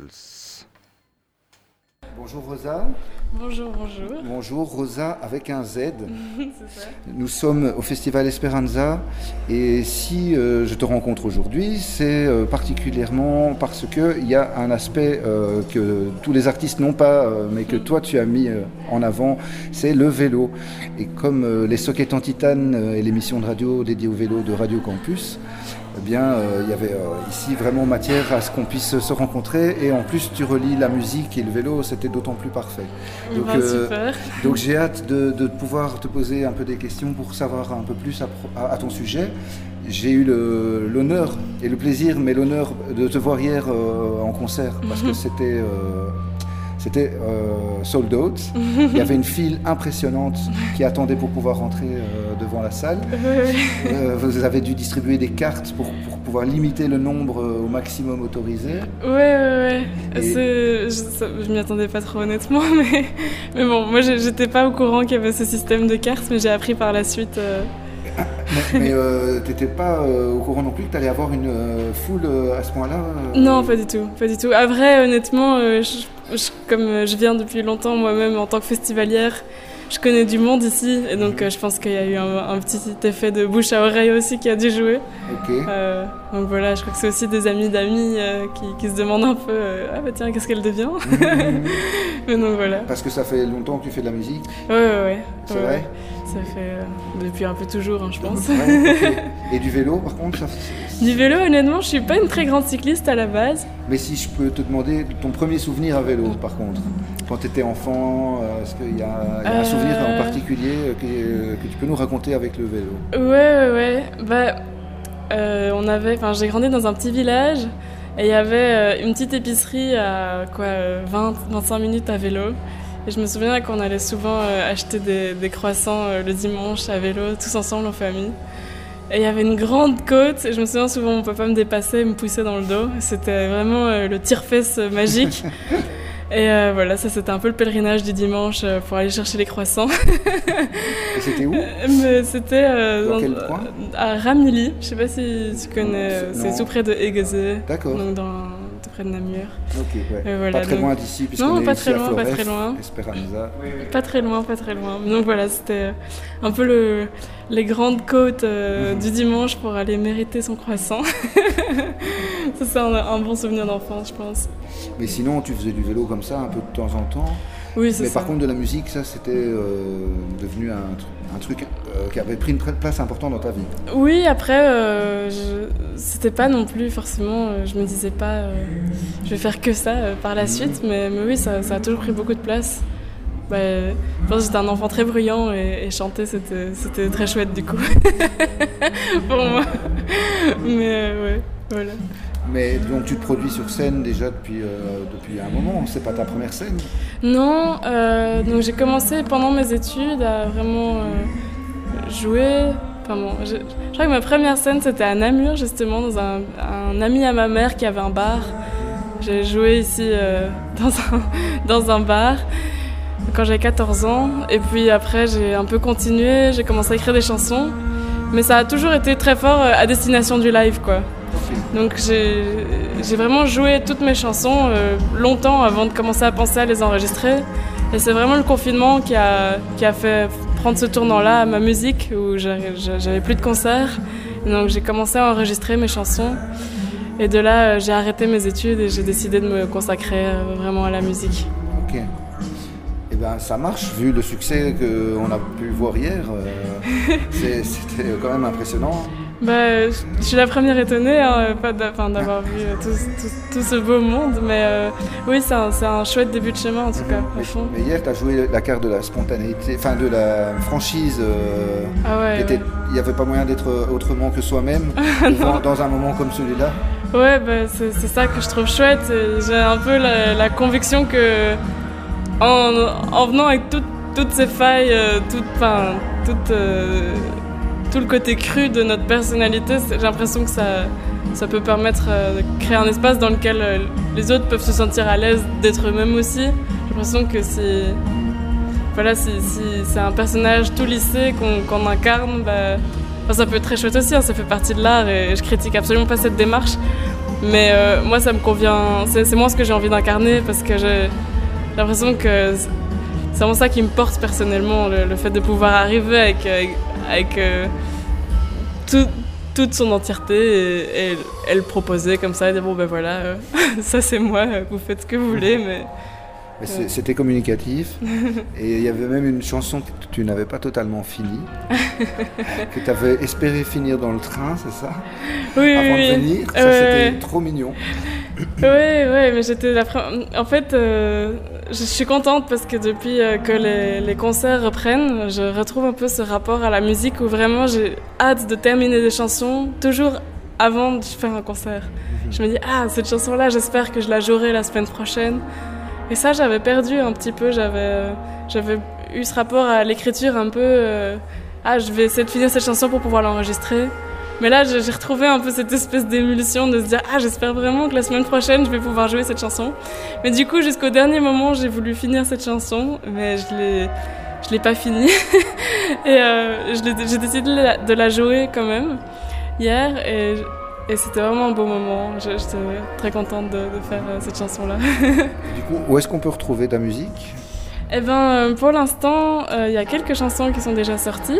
Bonjour Rosa.
Bonjour, bonjour.
Bonjour Rosa avec un Z.
C'est ça.
Nous sommes au Festival Esperanza et si euh, je te rencontre aujourd'hui, c'est euh, particulièrement parce qu'il y a un aspect euh, que tous les artistes n'ont pas, euh, mais que toi tu as mis euh, en avant, c'est le vélo. Et comme euh, les sockets en titane euh, et l'émission de radio dédiée au vélo de Radio Campus, eh bien, euh, il y avait euh, ici vraiment matière à ce qu'on puisse se rencontrer et en plus tu relis la musique et le vélo, c'était d'autant plus parfait.
Donc, ben, euh, super.
donc j'ai hâte de, de pouvoir te poser un peu des questions pour savoir un peu plus à, à, à ton sujet. J'ai eu le, l'honneur et le plaisir, mais l'honneur de te voir hier euh, en concert parce mm-hmm. que c'était... Euh, C'était euh, sold out. Il y avait une file impressionnante qui attendait pour pouvoir rentrer euh, devant la salle. Euh, vous avez dû distribuer des cartes pour, pour pouvoir limiter le nombre euh, au maximum autorisé.
Ouais, ouais, ouais. C'est, je, je m'y attendais pas trop honnêtement, mais, mais bon, moi j'étais pas au courant qu'il y avait ce système de cartes, mais j'ai appris par la suite. Euh...
mais mais euh, t'étais pas euh, au courant non plus que t'allais avoir une euh, foule euh, à ce point-là euh...
Non, pas du tout, pas du tout. À vrai, honnêtement, euh, je, je, comme je viens depuis longtemps moi-même en tant que festivalière, je connais du monde ici, et donc euh, je pense qu'il y a eu un, un petit effet de bouche à oreille aussi qui a dû jouer.
Ok.
Euh, donc voilà, je crois que c'est aussi des amis d'amis euh, qui, qui se demandent un peu euh, ah bah tiens, qu'est-ce qu'elle devient. Mais donc voilà.
Parce que ça fait longtemps que tu fais de la musique.
Ouais, ouais, ouais.
C'est
ouais,
vrai.
Ouais. Ça fait euh, depuis un peu toujours, hein, je pense.
Ouais, okay. Et du vélo, par contre ça...
Du vélo, honnêtement, je suis pas une très grande cycliste à la base.
Mais si je peux te demander ton premier souvenir à vélo, par contre, quand tu étais enfant, euh, est-ce qu'il y a, il y a un souvenir euh... en particulier que, que tu peux nous raconter avec le vélo?
Ouais, ouais, ouais. Bah, euh, on avait, enfin, j'ai grandi dans un petit village et il y avait euh, une petite épicerie à quoi, vingt à vingt-cinq minutes à vélo. Et je me souviens qu'on allait souvent euh, acheter des, des croissants euh, le dimanche à vélo, tous ensemble en famille. Et il y avait une grande côte, et je me souviens souvent mon papa me dépassait, me poussait dans le dos. C'était vraiment euh, le tire-fesse magique. Et euh, voilà, ça c'était un peu le pèlerinage du dimanche euh, pour aller chercher les croissants.
Et c'était où?
Mais c'était euh,
dans
dans,
quel coin?
À Ramilly, je sais pas si tu connais, non, c'est, c'est tout près de Égezé.
D'accord.
Donc dans, tout près de Namur.
Ok, ouais.
Et voilà,
pas très
donc...
loin d'ici, puisqu'on
non,
est
pas
ici
très
à
loin,
Floref,
pas très loin.
Esperanza.
Pas très loin, pas très loin. Donc voilà, c'était un peu le, les grandes côtes euh, mm-hmm. du dimanche pour aller mériter son croissant. Ça, c'est un, un bon souvenir d'enfance, je pense.
Mais sinon, tu faisais du vélo comme ça, un peu de temps en temps.
Oui, c'est
Mais
ça.
par contre, de la musique, ça, c'était euh, devenu un, un truc euh, qui avait pris une place importante dans ta vie.
Oui, après, euh, je, c'était pas non plus forcément, euh, je me disais pas, euh, je vais faire que ça euh, par la mmh. suite, mais, mais oui, ça, ça a toujours pris beaucoup de place. Bah, je pense que j'étais un enfant très bruyant et, et chanter, c'était, c'était très chouette du coup, pour moi. Mais euh, ouais, voilà.
Mais donc tu te produis sur scène déjà depuis, euh, depuis un moment, c'est pas ta première scène?
Non, euh, donc j'ai commencé pendant mes études à vraiment euh, jouer. Enfin bon, je, je crois que ma première scène c'était à Namur justement, dans un, un ami à ma mère qui avait un bar. J'ai joué ici euh, dans, un, dans un bar quand j'avais quatorze ans et puis après j'ai un peu continué, j'ai commencé à écrire des chansons. Mais ça a toujours été très fort à destination du live, quoi. Donc j'ai, j'ai vraiment joué toutes mes chansons euh, longtemps avant de commencer à penser à les enregistrer. Et c'est vraiment le confinement qui a, qui a fait prendre ce tournant-là à ma musique, où j'avais, j'avais plus de concerts. Et donc j'ai commencé à enregistrer mes chansons. Et de là, j'ai arrêté mes études et j'ai décidé de me consacrer vraiment à la musique.
Ok. Eh ben, ça marche, vu le succès qu'on a pu voir hier. Euh, c'est, c'était quand même impressionnant.
Bah, je suis la première étonnée hein, pas d'a- d'avoir vu tout, tout, tout ce beau monde, mais euh, oui, c'est un, c'est un chouette début de chemin en tout cas,
mais,
à fond.
mais hier, tu as joué la carte de la spontanéité, enfin de la franchise. Euh,
Ah ouais,
était-
ouais.
Il n'y avait pas moyen d'être autrement que soi-même dans, dans un moment comme celui-là.
Ouais, bah, c'est, c'est ça que je trouve chouette. Et j'ai un peu la, la conviction que en, en venant avec tout- toutes ces failles, euh, tout, enfin, tout, euh, tout le côté cru de notre personnalité, c'est- j'ai l'impression que ça, ça peut permettre euh, de créer un espace dans lequel euh, les autres peuvent se sentir à l'aise d'être eux-mêmes aussi. J'ai l'impression que si, voilà, si, si c'est un personnage tout lissé qu'on, qu'on incarne, bah, enfin, ça peut être très chouette aussi, hein, ça fait partie de l'art et je critique absolument pas cette démarche. Mais euh, moi, ça me convient, c'est, c'est moi ce que j'ai envie d'incarner parce que j'ai l'impression que c'est c'est vraiment ça qui me porte personnellement, le, le fait de pouvoir arriver avec, avec, avec euh, tout- toute son entièreté et, et, et le proposer comme ça et dire bon ben voilà, euh, ça c'est moi, vous faites ce que vous voulez, mais
Mais c'est- c'était communicatif. Et il y avait même une chanson que tu n'avais pas totalement finie, que tu avais espéré finir dans le train, c'est ça?
oui,
Avant
oui,
de
oui.
venir, ça
Ouais,
c'était
ouais.
trop mignon.
Oui, ouais, mais j'étais la pre- En fait, euh, je suis contente parce que depuis euh, que les, les concerts reprennent, je retrouve un peu ce rapport à la musique où vraiment j'ai hâte de terminer des chansons toujours avant de faire un concert. Je me dis, ah, cette chanson-là, j'espère que je la jouerai la semaine prochaine. Et ça, j'avais perdu un petit peu. J'avais, euh, j'avais eu ce rapport à l'écriture un peu. euh, ah, je vais essayer de finir cette chanson pour pouvoir l'enregistrer. Mais là, j'ai j'ai retrouvé un peu cette espèce d'émulsion de se dire ah, j'espère vraiment que la semaine prochaine, je vais pouvoir jouer cette chanson. Mais du coup, jusqu'au dernier moment, j'ai voulu finir cette chanson, mais je l'ai, je l'ai pas finie. Et euh, je l'ai- j'ai décidé de la, de la jouer quand même hier, et, et c'était vraiment un beau moment. Je- J'étais très contente de, de faire euh, cette chanson-là.
Du coup, où est-ce qu'on peut retrouver ta musique?
Eh ben, euh, pour l'instant, il y a quelques chansons qui sont déjà sorties.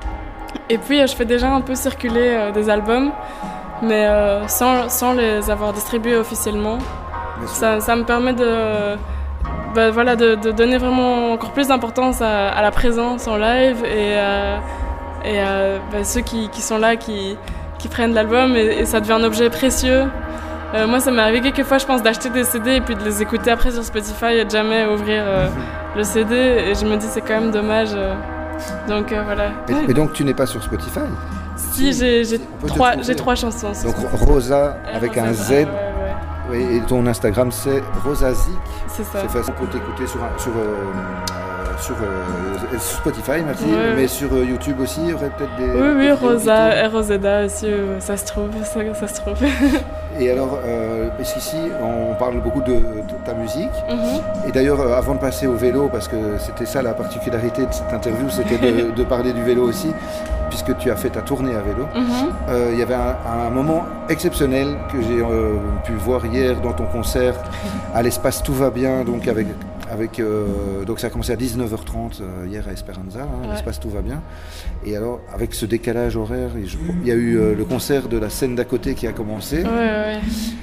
Et puis, euh, je fais déjà un peu circuler euh, des albums, mais euh, sans, sans les avoir distribués officiellement.
Bien sûr.
Ça, ça me permet de, bah, voilà, de, de donner vraiment encore plus d'importance à, à la présence en live et à, et à bah, ceux qui, qui sont là, qui, qui prennent l'album, et, et ça devient un objet précieux. Euh, moi, ça m'est arrivé quelques fois, je pense, d'acheter des C D et puis de les écouter après sur Spotify et de jamais ouvrir euh, le C D. Et je me dis, c'est quand même dommage. euh, donc euh, voilà.
Et, et donc tu n'es pas sur Spotify?
Si, j'ai, j'ai,
On peut te
trois,
trouver.
j'ai trois chansons. sur
Donc
Spotify.
Rosa avec un Z.
Ouais, ouais, ouais.
Oui, et ton Instagram c'est Rosazik.
C'est ça.
C'est facile, on peut t'écouter sur, un- sur, euh, euh, sur, euh, sur Spotify, merci,
Ouais.
mais sur euh, YouTube aussi, il y aurait peut-être des...
Oui, oui,
des vidéos
Rosa,
qui
R O Z A aussi, euh, ça se trouve, ça, ça se trouve.
tournent. Et alors, euh, parce qu'ici, on parle beaucoup de, de ta musique,
Mhm.
et d'ailleurs, euh, avant de passer au vélo, parce que c'était ça la particularité de cette interview, c'était de, de parler du vélo aussi, puisque tu as fait ta tournée à vélo.
Mhm.
Euh, Il y avait un, un moment exceptionnel que j'ai euh, pu voir hier dans ton concert à l'espace Tout va bien, donc avec, avec euh, donc ça a commencé à dix-neuf heures trente euh, hier à Esperanza, hein,
Ouais.
l'espace Tout va bien. Et alors avec ce décalage horaire, et je- il y a eu euh, le concert de la scène d'à côté qui a commencé
Ouais, ouais,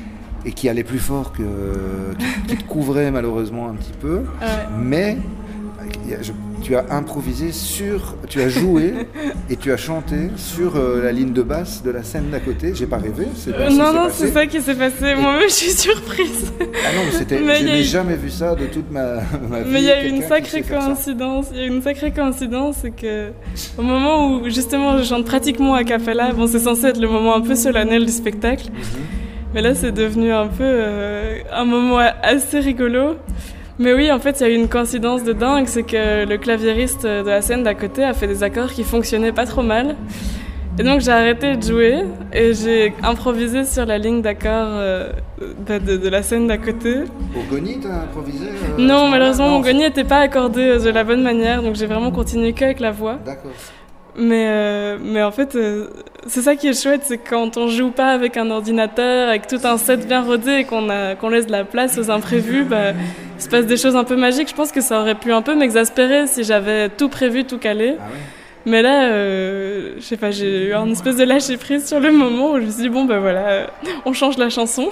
et qui allait plus fort que qui, qui te couvrait malheureusement un petit peu,
ouais.
mais il y a- je- tu as improvisé sur, tu as joué et tu as chanté sur euh, la ligne de basse de la scène d'à côté. J'ai pas rêvé, c'est
Euh,
pas ça
non,
s'est
non,
passé.
c'est ça qui s'est passé. Moi-même, je suis surprise.
Ah non, mais c'était,
Mais
je
il y a
n'ai
eu-
jamais vu ça de toute ma, ma vie.
Mais il y a eu
quelqu'un
une
qui
sacrée
sait faire ça.
coïncidence. Il y a eu une sacrée coïncidence, c'est que au moment où justement je chante pratiquement a cappella, bon, c'est censé être le moment un peu solennel du spectacle, mais là c'est devenu un peu euh, un moment assez rigolo. Mais oui, en fait, il y a eu une coïncidence de dingue, c'est que le claviériste de la scène d'à côté a fait des accords qui fonctionnaient pas trop mal. Et donc j'ai arrêté de jouer et j'ai improvisé sur la ligne d'accords euh, de, de- de la scène d'à côté.
Au Goni, t'as improvisé euh, à ce
Non,
moment-là
malheureusement,
Non,
mon goni n'était pas accordé de la bonne manière, donc j'ai vraiment continué qu'avec la voix.
D'accord.
Mais, euh, mais en fait, euh, c'est ça qui est chouette, c'est quand on joue pas avec un ordinateur, avec tout un set bien rodé et qu'on a, qu'on laisse de la place aux imprévus, bah, il se passe des choses un peu magiques. Je pense que ça aurait pu un peu m'exaspérer si j'avais tout prévu, tout calé.
Ah ouais.
Mais là, euh, je sais pas, j'ai eu un espèce de lâcher prise sur le moment où je me suis dit, bon, ben voilà, euh, on change la chanson.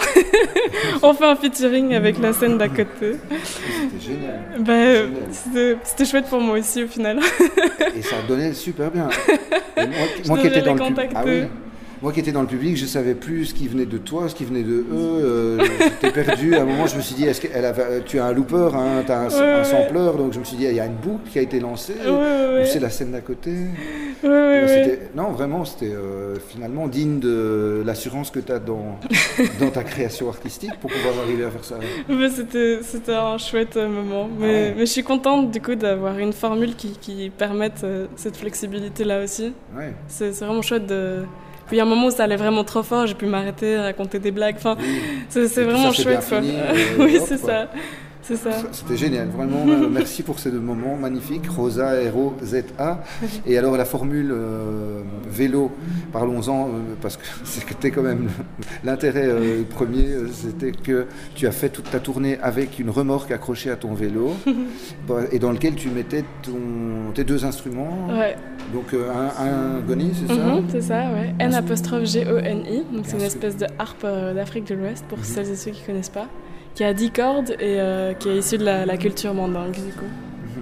On fait un featuring avec la scène d'à côté.
C'était génial.
Bah, euh, c'était, c'était chouette pour moi aussi, au final.
Et ça donnait super bien. Et moi,
je
moi qui étais dans le
contacter.
pub... ah, oui. Moi qui étais dans le public, je ne savais plus ce qui venait de toi, ce qui venait de eux. Euh, j'étais perdu. À un moment, je me suis dit, est-ce qu'elle avait, tu as un looper, hein, tu as un,
ouais,
un
ouais.
sampleur, donc je me suis dit, il y a une boucle qui a été lancée,
Ouais, ouais.
ou c'est la scène d'à côté.
Ouais, ouais,
c'était,
ouais.
Non, vraiment, c'était euh, finalement digne de l'assurance que tu as dans, dans ta création artistique pour pouvoir arriver à faire ça.
Ouais, c'était, c'était un chouette moment. Mais,
ouais.
mais je suis contente du coup d'avoir une formule qui, qui permette euh, cette flexibilité-là aussi.
Ouais.
C'est, c'est vraiment chouette de... Puis il y a un moment où ça allait vraiment trop fort, j'ai pu m'arrêter, raconter des blagues. Enfin,
oui.
c'est, c'est vraiment
ça,
chouette.
c'est
Quoi.
Fini, euh,
oui,
hop,
c'est
quoi.
ça. C'est ça.
C'était génial, vraiment. euh, merci pour ces deux moments magnifiques, Rosa et R O Z A. Et alors la formule euh, vélo, parlons-en, euh, parce que c'était quand même l'intérêt euh, premier, euh, c'était que tu as fait toute ta tournée avec une remorque accrochée à ton vélo et dans lequel tu mettais ton, tes deux instruments.
Ouais.
Donc euh, un, un goni, c'est ça
Mm-hmm, c'est ça, ouais. N apostrophe G O N I. Donc c'est une
Instru-
espèce de harpe euh, d'Afrique de l'Ouest pour
Mhm.
celles et ceux qui connaissent pas, qui a dix cordes et euh, qui est issue de la, la culture mandingue du coup.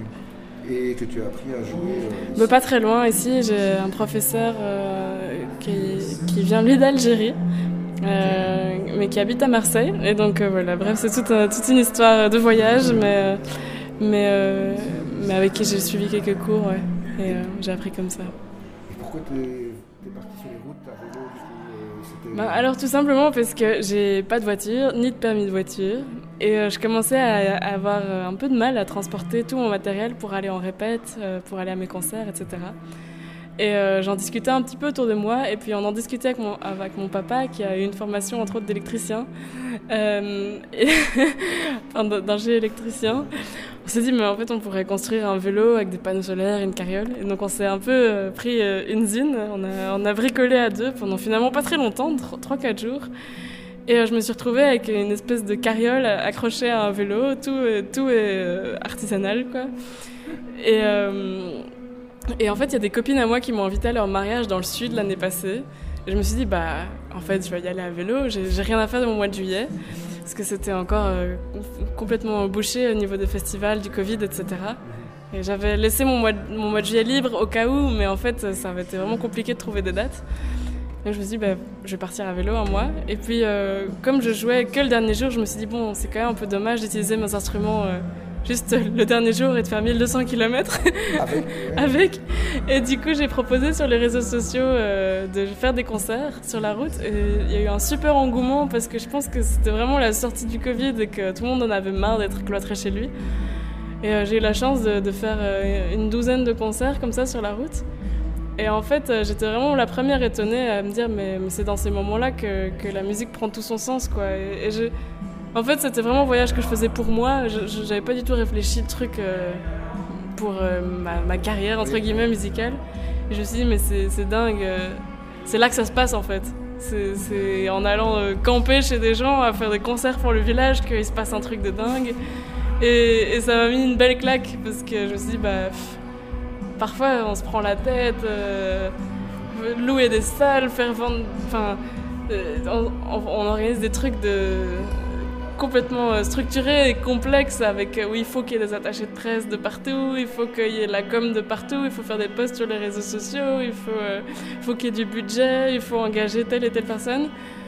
Et que tu as appris à jouer. euh,
Mais pas très loin ici, j'ai un professeur euh, qui, qui vient lui d'Algérie. Euh, mais qui habite à Marseille et donc euh, voilà, bref, c'est toute, euh, toute une histoire de voyage, mais, euh, mais, euh, mais avec qui j'ai suivi quelques cours, ouais, et euh, j'ai appris comme ça.
Et pourquoi tu es parti sur les routes à vélo du coup, euh, c'était...
Bah, alors tout simplement parce que j'ai pas de voiture, ni de permis de voiture, et euh, je commençais à, à avoir euh, un peu de mal à transporter tout mon matériel pour aller en répète, euh, pour aller à mes concerts, et cetera. Et euh, j'en discutais un petit peu autour de moi, et puis on en discutait avec mon, avec mon papa qui a eu une formation entre autres d'électricien, euh, et enfin d'ingé électricien. On s'est dit mais en fait on pourrait construire un vélo avec des panneaux solaires et une carriole. Et donc on s'est un peu euh, pris euh, une zine, on a, on a bricolé à deux pendant finalement pas très longtemps, trois quatre jours. Et euh, je me suis retrouvée avec une espèce de carriole accrochée à un vélo, tout, euh, tout est euh, artisanal quoi. Et... Euh, Et en fait, il y a des copines à moi qui m'ont invitée à leur mariage dans le sud l'année passée. Et je me suis dit, bah, en fait, je vais y aller à vélo. J'ai, j'ai rien à faire de mon mois de juillet. Parce que c'était encore euh, complètement bouché au niveau des festivals, du Covid, et cetera. Et j'avais laissé mon mois, de, mon mois de juillet libre au cas où, mais en fait, ça avait été vraiment compliqué de trouver des dates. Donc je me suis dit, bah, je vais partir à vélo un mois. Et puis, euh, comme je jouais que le dernier jour, je me suis dit, bon, c'est quand même un peu dommage d'utiliser mes instruments euh, juste le dernier jour et de faire mille deux cents kilomètres
Avec, ouais.
avec. Et du coup, j'ai proposé sur les réseaux sociaux euh, de faire des concerts sur la route. Et il y a eu un super engouement parce que je pense que c'était vraiment la sortie du Covid et que tout le monde en avait marre d'être cloîtré chez lui. Et euh, j'ai eu la chance de, de faire euh, une douzaine de concerts comme ça sur la route. Et en fait, euh, j'étais vraiment la première étonnée à me dire mais, mais c'est dans ces moments-là que, que la musique prend tout son sens, quoi. Et, et je... En fait, c'était vraiment un voyage que je faisais pour moi. Je, je, j'avais pas du tout réfléchi le truc euh, pour euh, ma, ma carrière, entre guillemets, musicale. Et je me suis dit, mais c'est, c'est dingue. Euh, c'est là que ça se passe, en fait. C'est, c'est en allant euh, camper chez des gens, à faire des concerts pour le village, qu'il se passe un truc de dingue. Et, et ça m'a mis une belle claque, parce que je me suis dit, bah, pff, parfois, on se prend la tête, euh, louer des salles, faire vendre... Enfin, euh, on, on, on organise des trucs de... complètement structuré et complexe avec où il faut qu'il y ait des attachés de presse de partout, il faut qu'il y ait la com de partout, il faut faire des posts sur les réseaux sociaux, il faut, euh, faut qu'il y ait du budget, il faut engager telle et telle personne.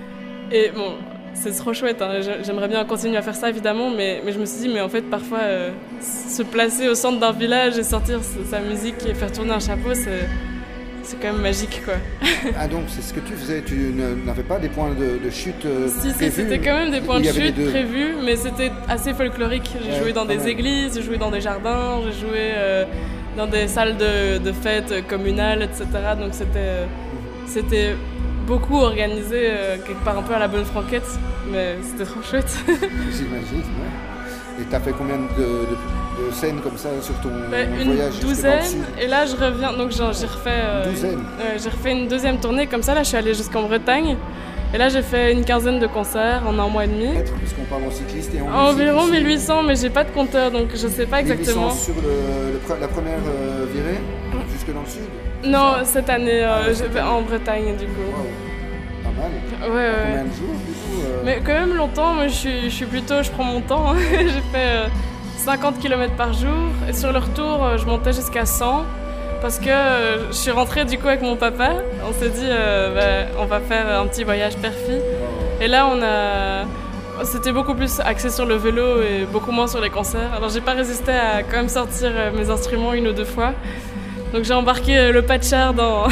Et bon, c'est trop chouette, hein. J'aimerais bien continuer à faire ça évidemment, mais, mais je me suis dit, mais en fait parfois euh, se placer au centre d'un village et sortir sa musique et faire tourner un chapeau, c'est... C'est quand même magique, quoi.
Ah donc c'est ce que tu faisais, tu n'avais pas des points de, de chute euh,
Si, si,
prévus.
c'était quand même des points
Il
de
y avait
chute
les deux.
prévus, mais c'était assez folklorique. J'ai
Ouais,
joué dans
quand
des
même.
églises, j'ai joué dans des jardins, j'ai joué euh, dans des salles de, de fêtes communales, et cetera. Donc c'était, euh, c'était beaucoup organisé, euh, quelque part un peu à la bonne franquette, mais c'était trop chouette.
J'imagine, ouais. Et t'as fait combien de, de, de scènes comme ça sur ton
Bah, une
voyage jusque dans le
douzaine,
sud?
et là je reviens, donc j'ai, j'ai refait euh,
Une douzaine.
euh, j'ai refait une deuxième tournée comme ça. Là je suis allée jusqu'en Bretagne, et là j'ai fait une quinzaine de concerts en un mois et demi.
Parce qu'on parle en cycliste et en
Environ
musique,
mille huit cents, mais j'ai pas de compteur, donc je sais pas exactement.
mille huit cents sur le, le pre- la première euh, virée, jusque dans le sud.
Non, cette année, euh, ah, je vais en Bretagne du coup.
Wow. Pas mal.
Ouais, ouais.
Combien de jours du coup euh...
Mais quand même longtemps, moi je suis, je suis plutôt, je prends mon temps. J'ai fait euh, cinquante kilomètres par jour et sur le retour, euh, je montais jusqu'à cent parce que euh, je suis rentrée du coup avec mon papa. On s'est dit, euh, bah, on va faire un petit voyage père-fille. Et là, on a... C'était beaucoup plus axé sur le vélo et beaucoup moins sur les concerts. Alors j'ai pas résisté à quand même sortir mes instruments une ou deux fois. Donc j'ai embarqué le patchard dans,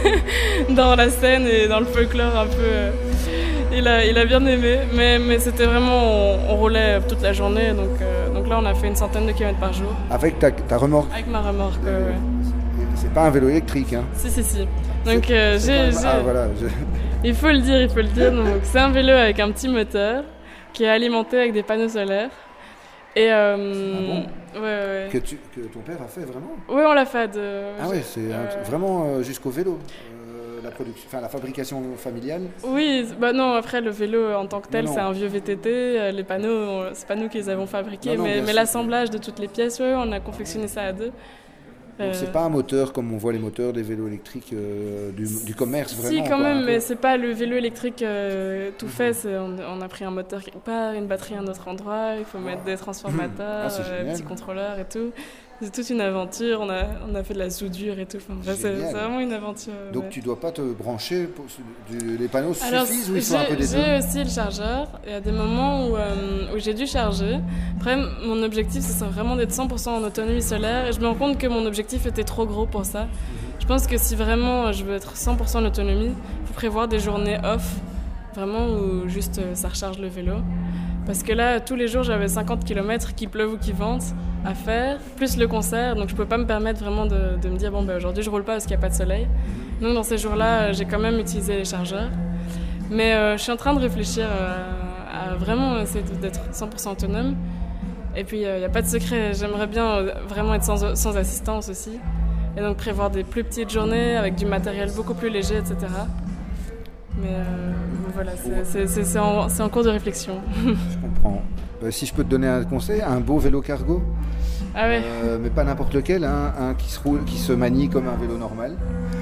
dans la scène et dans le folklore un peu. Il a, il a bien aimé, mais, mais c'était vraiment, on, on roulait toute la journée. Donc, euh, donc là on a fait une centaine de kilomètres par jour.
Avec ta, ta remorque?
Avec ma remorque, euh, ouais.
C'est pas un vélo électrique, hein?
Si, si, si. Donc euh, j'ai...
Même... Ah, voilà, je...
Il faut le dire, il faut le dire. Donc, c'est un vélo avec un petit moteur qui est alimenté avec des panneaux solaires. Et euh,
ah bon
ouais, ouais.
Que, tu, que ton père a fait vraiment?
Oui, on l'a fait. De,
ah ouais, c'est
euh,
un, vraiment euh, jusqu'au vélo, euh, la production, enfin la fabrication familiale.
Oui, bah non. Après le vélo en tant que tel,
non, non.
c'est un vieux V T T. Les panneaux, c'est pas nous qui les avons fabriqués, non, non, mais, mais l'assemblage de toutes les pièces, ouais, on a confectionné ça à deux.
Donc euh... c'est pas un moteur comme on voit les moteurs des vélos électriques euh, du, du commerce, vraiment.
Si, quand
quoi,
même, mais c'est pas le vélo électrique euh, tout fait. C'est, on, on a pris un moteur quelque part, une batterie à un autre endroit, il faut mettre des transformateurs,
ah,
euh, petits contrôleurs et tout. C'est toute une aventure, on a, on a fait de la soudure et tout. Enfin, c'est, c'est vraiment une aventure.
Donc
ouais.
Tu dois pas te brancher, pour, du, les panneaux
Alors,
suffisent ou ils sont un peu des deux?
J'ai aussi le chargeur, il y a des moments où, euh, où j'ai dû charger. Après, mon objectif, c'est vraiment d'être cent pour cent en autonomie solaire et je me rends compte que mon objectif était trop gros pour ça. Je pense que si vraiment je veux être cent pour cent en autonomie, il faut prévoir des journées off, vraiment où juste euh, ça recharge le vélo. Parce que là, tous les jours, j'avais cinquante kilomètres, qu'il pleuve ou qu'il vente, à faire, plus le concert. Donc je ne peux pas me permettre vraiment de, de me dire, bon, ben, aujourd'hui, je ne roule pas parce qu'il n'y a pas de soleil. Donc dans ces jours-là, j'ai quand même utilisé les chargeurs. Mais euh, je suis en train de réfléchir à, à vraiment essayer d'être cent pour cent autonome. Et puis, il euh, n'y a pas de secret. J'aimerais bien vraiment être sans, sans assistance aussi. Et donc prévoir des plus petites journées avec du matériel beaucoup plus léger, et cetera. Mais euh, voilà, c'est, c'est, c'est, c'est, en, c'est en cours de réflexion.
Je comprends. Euh, si je peux te donner un conseil, un beau vélo cargo.
Ah ouais.
Euh, mais pas n'importe lequel, hein, un qui se roule, qui se manie comme un vélo normal.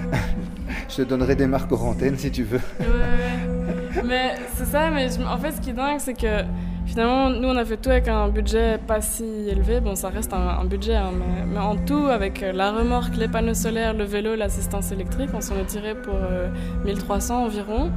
Je te donnerai des marques hors antenne si tu veux.
Ouais, ouais. Mais c'est ça, mais je, en fait ce qui est dingue, c'est que finalement, nous on a fait tout avec un budget pas si élevé. Bon, ça reste un, un budget, hein, mais, mais en tout, avec la remorque, les panneaux solaires, le vélo, l'assistance électrique, on s'en est tiré pour euh, mille trois cents environ.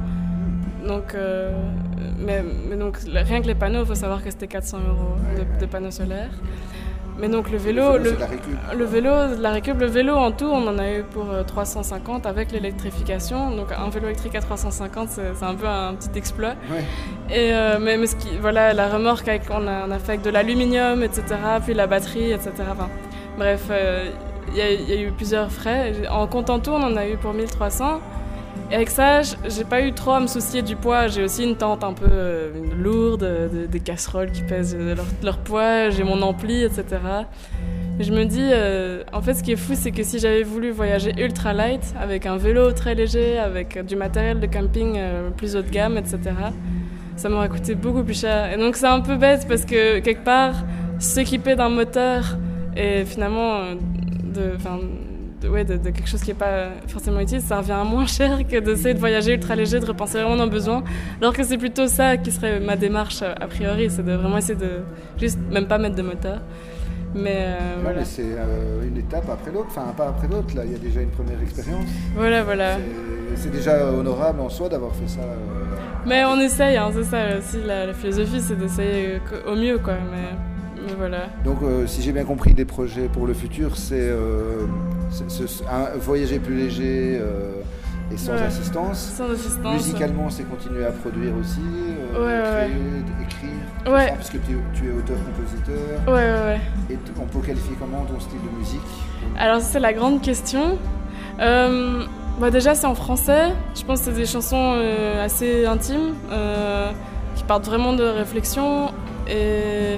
Donc, euh, mais, mais donc, rien que les panneaux, il faut savoir que c'était quatre cents euros de, de panneaux solaires. Mais donc le vélo,
le, vélo,
le, le vélo, la récup, le vélo en tout, on en a eu pour trois cent cinquante avec l'électrification. Donc un vélo électrique à trois cent cinquante, c'est, c'est un peu un petit exploit.
Ouais.
Et euh, mais, mais ce qui, voilà, la remorque, avec, on, a, on a fait avec de l'aluminium, et cetera. Puis la batterie, et cetera. Enfin, bref, il euh, y, y a eu plusieurs frais. En comptant tout, on en a eu pour mille trois cents. Et avec ça, j'ai pas eu trop à me soucier du poids. J'ai aussi une tente un peu euh, lourde, de, des casseroles qui pèsent leur, leur poids, j'ai mon ampli, et cetera. Mais je me dis, euh, en fait, ce qui est fou, c'est que si j'avais voulu voyager ultra light, avec un vélo très léger, avec du matériel de camping euh, plus haut de gamme, et cetera, ça m'aurait coûté beaucoup plus cher. Et donc c'est un peu bête parce que, quelque part, s'équiper d'un moteur et finalement, euh, de... De, ouais, de, de quelque chose qui n'est pas forcément utile, ça revient à moins cher que d'essayer de voyager ultra léger, de repenser vraiment nos besoins. Alors que c'est plutôt ça qui serait ma démarche a priori, c'est de vraiment essayer de juste même pas mettre de moteur. Mais, euh,
non,
voilà.
mais c'est euh, une étape après l'autre, enfin pas après l'autre, là il y a déjà une première expérience.
Voilà, voilà.
C'est, c'est déjà honorable en soi d'avoir fait ça. Euh,
mais on essaye, hein, c'est ça aussi, la, la philosophie, c'est d'essayer au mieux, quoi. Mais... Mais voilà.
Donc, euh, si j'ai bien compris, des projets pour le futur, c'est, euh, c'est, c'est un, voyager plus léger euh, et sans,
ouais.
assistance.
Sans assistance.
Musicalement, c'est continuer à produire aussi, euh,
ouais,
créer,
ouais.
écrire,
ouais.
ça, parce que tu, tu es auteur-compositeur.
Ouais, ouais, ouais.
Et t- on peut qualifier comment ton style de musique?
Alors, c'est la grande question. Euh, bah déjà, c'est en français. Je pense que c'est des chansons euh, assez intimes, euh, qui partent vraiment de réflexion et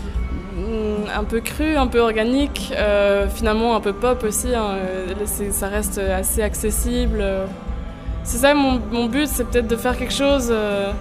un peu cru, un peu organique, euh, finalement un peu pop aussi, hein, c'est, ça reste assez accessible. C'est ça mon, mon but, c'est peut-être de faire quelque chose euh,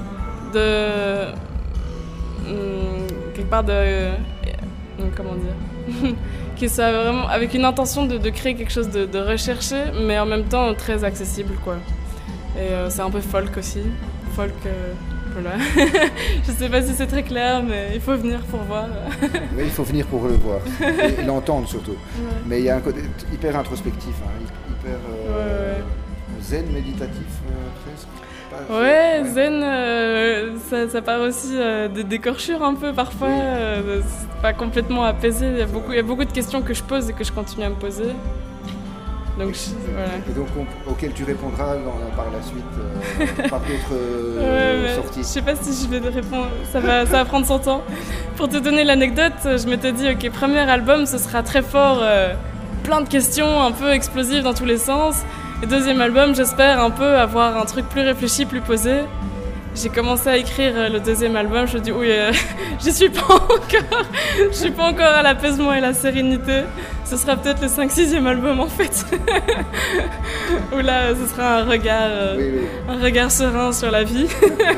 de... Hum, quelque part de... Euh, comment dire qui soit vraiment avec une intention de, de créer quelque chose de, de recherché, mais en même temps très accessible, quoi. Et euh, c'est un peu folk aussi. Folk, euh, voilà. Je sais pas si c'est très clair, mais il faut venir pour voir.
Oui, il faut venir pour le voir et l'entendre surtout. Ouais. Mais il y a un côté hyper introspectif, hein, hyper euh, ouais, ouais. zen, méditatif euh, presque.
Ouais, ouais, zen, euh, ça, ça part aussi euh, des d'écorchures un peu parfois. Oui. Euh, c'est pas complètement apaisé. Il y a beaucoup, il y a beaucoup de questions que je pose et que je continue à me poser. Donc, je, voilà.
Et donc on, auquel tu répondras dans, par la suite euh, par d'autres euh,
ouais,
sorties.
Je sais pas si je vais répondre, ça va, ça va prendre son temps. Pour te donner l'anecdote, je m'étais dit ok, premier album ce sera très fort, euh, plein de questions un peu explosives dans tous les sens. Et deuxième album, j'espère un peu avoir un truc plus réfléchi, plus posé. J'ai commencé à écrire le deuxième album, je me dis oui, euh, je suis pas encore, je suis pas encore à l'apaisement et la sérénité. Ce sera peut-être le cinq sixième album en fait. Où là, ce sera un regard, euh, oui, oui. un regard serein sur la vie.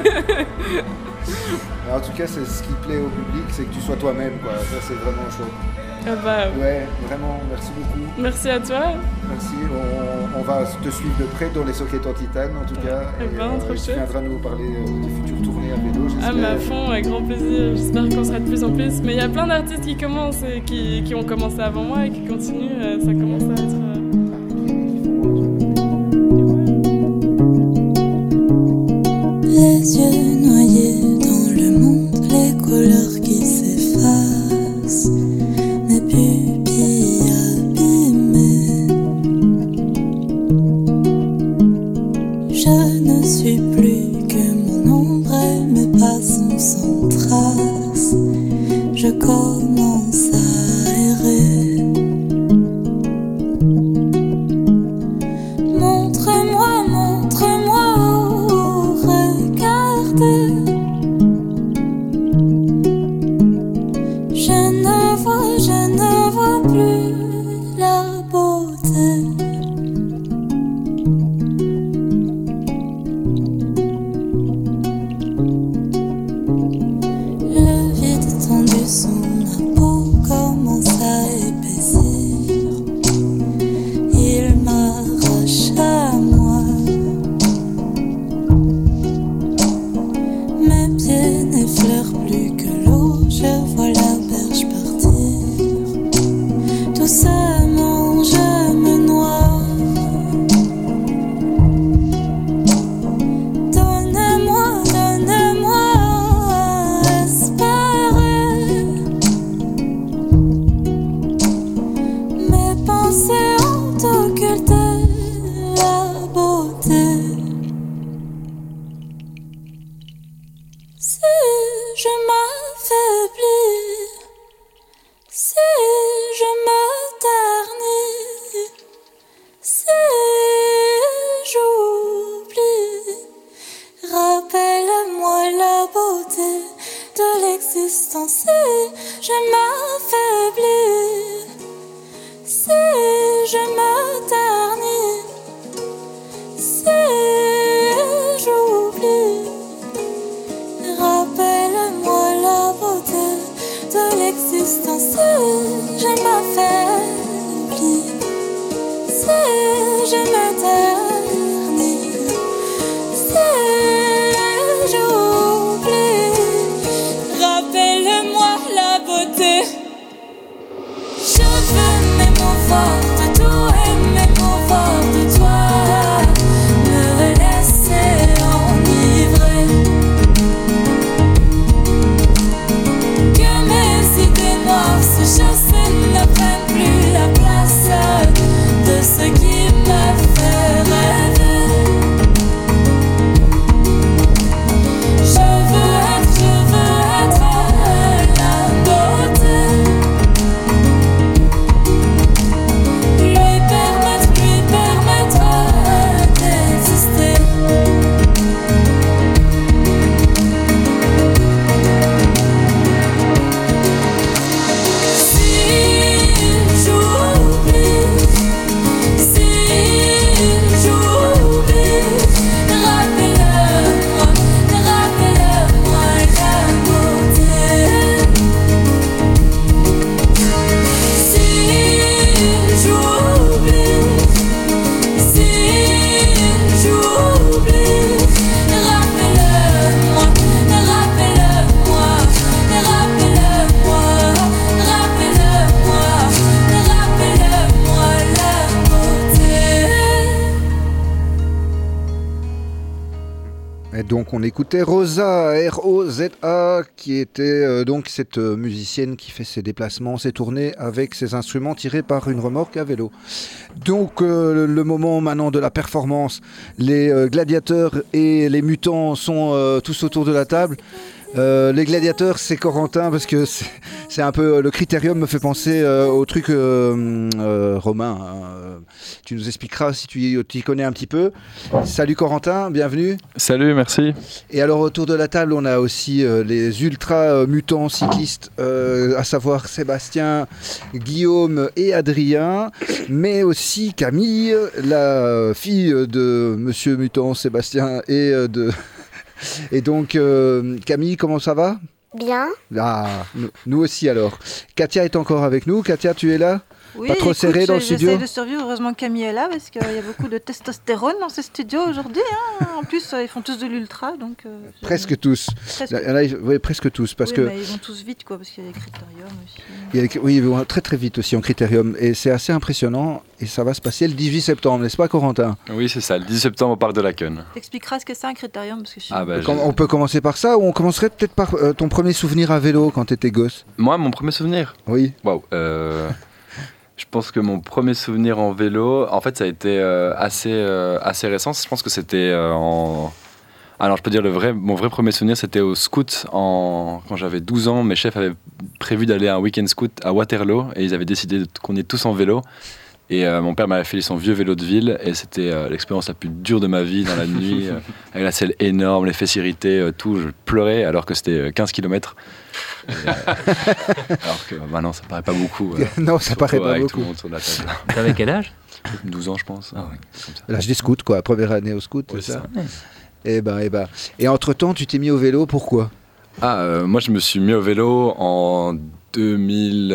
En tout cas, c'est ce qui plaît au public, c'est que tu sois toi-même, quoi. Ça, c'est vraiment chouette.
Ah bah,
ouais, vraiment, merci beaucoup.
Merci à toi.
Merci, on, on va te suivre de près dans les sockets en titane en tout cas.
Eh ben,
et,
trop
euh,
chouette.
Tu viendras nous parler euh, des futures tournées à vélo, j'espère.
Ah mais à fond, avec grand plaisir, j'espère qu'on sera de plus en plus. Mais il y a plein d'artistes qui commencent et qui, qui ont commencé avant moi et qui continuent, euh, ça commence à être... Euh...
Les yeux noyés dans le monde, les couleurs qui s'effacent, mes pupilles abîmées. Je ne suis plus que mon ombre et mes pas sont sans trace. Je commence à errer. Montre-moi, montre-moi où regarder. Je ne vois, je ne vois plus la beauté. Le vide tendu sous ma peau commence à épaissir. Il m'arrache à moi. Mes pieds n'effleurent plus que l'eau. Je vois la berge partir. Doucement je me noie. Donne-moi, donne-moi à espérer. Mes pensées ont occulté la beauté. Si je m'affaiblis, si je me ternis, si j'oublie, rappelle-moi la beauté de l'existence. Si je m'affaiblis, si je me ternis, si j'oublie, rappelle-moi la beauté de l'existence. Si je m'affaiblis, si je m'éternis, si j'oublie, rappelle-moi la beauté
Et donc on écoutait Rosa, R O Z A, qui était euh, donc cette euh, musicienne qui fait ses déplacements, ses tournées avec ses instruments tirés par une remorque à vélo. Donc euh, le moment maintenant de la performance, les euh, gladiateurs et les mutants sont euh, tous autour de la table. Euh, les gladiateurs, c'est Corentin parce que c'est, c'est un peu le critérium me fait penser euh, au truc euh, euh, romain. Hein. Tu nous expliqueras si tu y connais un petit peu. Salut Corentin, bienvenue.
Salut, merci.
Et alors autour de la table, on a aussi euh, les ultra euh, mutants cyclistes, euh, à savoir Sébastien, Guillaume et Adrien, mais aussi Camille, la fille de Monsieur Mutant Sébastien et euh, de Et donc, euh, Camille, comment ça va ?
Bien.
Ah, nous, nous aussi alors. Katia est encore avec nous. Katia, tu es là ?
Oui,
Pas trop
écoute,
serré dans le studio ?
J'essaie de survivre. Heureusement que Camille est là parce qu'il y a beaucoup de testostérone dans ce studio aujourd'hui. Hein. En plus, euh, ils font tous de l'ultra. donc. Euh,
presque tous.
Presque.
Là, là, oui, presque tous. Parce
oui,
que
mais ils vont tous vite, quoi, parce qu'il y a des critériums aussi.
il y a, oui, ils vont très très vite aussi en critérium. Et c'est assez impressionnant. Et ça va se passer le dix-huit septembre, n'est-ce pas, Corentin ?
Oui, c'est ça, le dix septembre au parc de Laken.
T'expliqueras ce que c'est un critérium parce que je suis...
Ah bah,
Quand- On peut commencer par ça ou on commencerait peut-être par euh, ton premier souvenir à vélo quand tu étais gosse ?
Moi, mon premier souvenir.
Oui.
Waouh. euh, Je pense que mon premier souvenir en vélo, en fait, ça a été euh, assez, euh, assez récent. Je pense que c'était euh, en. Alors, je peux dire, le vrai, mon vrai premier souvenir, c'était au scout. En... Quand j'avais douze ans, mes chefs avaient prévu d'aller à un week-end scout à Waterloo et ils avaient décidé de- qu'on y ait tous en vélo. Et euh, mon père m'avait filé son vieux vélo de ville et c'était euh, l'expérience la plus dure de ma vie dans la nuit, euh, avec la selle énorme, les fesses irritées, euh, tout. Je pleurais alors que c'était euh, quinze kilomètres. Et, euh, alors que bah non, ça paraît pas beaucoup. euh,
Non, ça paraît
surtout
pas
avec
beaucoup.
tout le monde sur la table.
T'avais quel âge ?
douze ans, je pense.
Ah ouais.
Comme ça.
L'âge des scouts, quoi. Première année au scout,
Oui,
c'est ça
c'est ça.
Eh ben, eh ben. Et entre-temps, tu t'es mis au vélo, pourquoi ?
Ah, euh, moi, je me suis mis au vélo en deux mille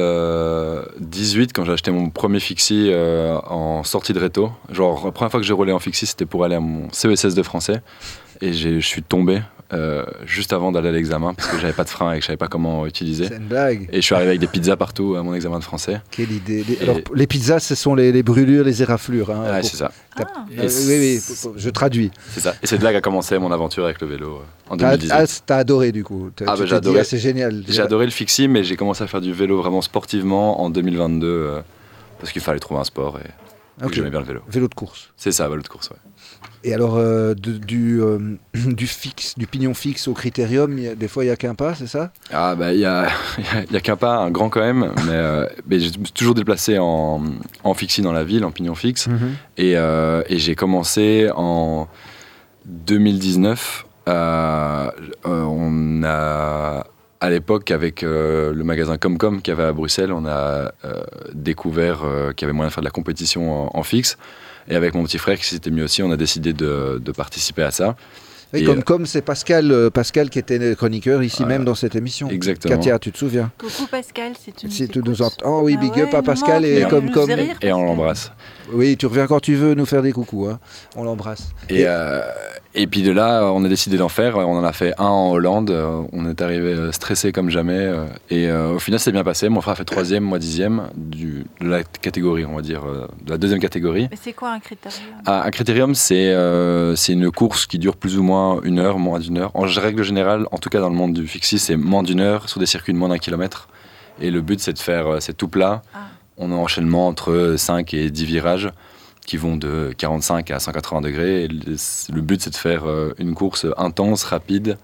dix-huit quand j'ai acheté mon premier fixie euh, en sortie de réto. Genre, la première fois que j'ai roulé en fixie, c'était pour aller à mon C E S S de français. Et j'ai- je suis tombé euh, juste avant d'aller à l'examen parce que j'avais pas de frein et que je savais pas comment utiliser.
C'est une blague.
Et je suis arrivé avec des pizzas partout à mon examen de français.
Quelle idée. Les,
Et-
alors, les pizzas, ce sont les, les brûlures, les éraflures. Hein,
Ouais,
pour-
c'est ça.
T'as-
Ah.
Euh, oui, oui, pour- pour- je traduis.
C'est ça. Et c'est de là qu'a commencé mon aventure avec le vélo euh, en
T'as,
deux mille dix-huit.
ah, t'as adoré du coup. T'as-
Ah,
tu
bah,
t'es
j'ai
dit,
adoré.
ah, c'est génial.
J'ai adoré le fixie, mais j'ai commencé à faire du vélo vraiment sportivement en deux mille vingt-deux euh, parce qu'il fallait trouver un sport et
Ok.
que j'aimais bien le vélo.
Vélo de course.
C'est ça, vélo de course, ouais.
Et alors, euh, de- du, euh, du fixe, du pignon fixe au critérium, il y a- des fois, il n'y a qu'un pas, c'est ça ?
Ah bah il y a, y a qu'un pas, un grand quand même, mais, euh, mais je me suis toujours déplacé en, en fixie dans la ville, en pignon fixe, et, euh, et j'ai commencé en deux mille dix-neuf. euh, euh, on a à l'époque avec euh, le magasin Comcom qu'il y avait à Bruxelles, on a euh, découvert euh, qu'il y avait moyen de faire de la compétition en, en fixe, et avec mon petit frère qui s'était mis aussi, on a décidé de, de participer à ça.
Oui,
Et,
comme,
euh,
comme c'est Pascal, euh, Pascal qui était chroniqueur ici
Voilà.
même dans cette émission.
Exactement.
Katia, tu te souviens ?
Coucou Pascal, si tu nous
Si tu
écoutes.
nous entends. Oh oui,
Ah
big
ouais,
up à
il
Pascal
manque,
et
il
comme
nous
comme.
faisait rire,
Et on
Pascal.
l'embrasse.
Oui, tu reviens quand tu veux nous faire des coucous. Hein. On l'embrasse.
Et, euh, et puis de là, on a décidé d'en faire. On en a fait un en Hollande. Euh, On est arrivé euh, stressé comme jamais. euh, Et euh, au final, c'est bien passé. Mon frère a fait troisième, moi dixième du, de la catégorie, on va dire, euh, de la deuxième catégorie.
Mais c'est quoi un critérium ?
Ah, un critérium, c'est euh, c'est une course qui dure plus ou moins une heure, moins d'une heure. En règle générale, en tout cas dans le monde du fixie, c'est moins d'une heure sur des circuits de moins d'un kilomètre. Et le but, c'est de faire, euh, c'est tout plat.
Ah.
On a un enchaînement entre cinq et dix virages qui vont de quarante-cinq à cent quatre-vingts degrés. Et le, le but, c'est de faire euh, une course intense, rapide,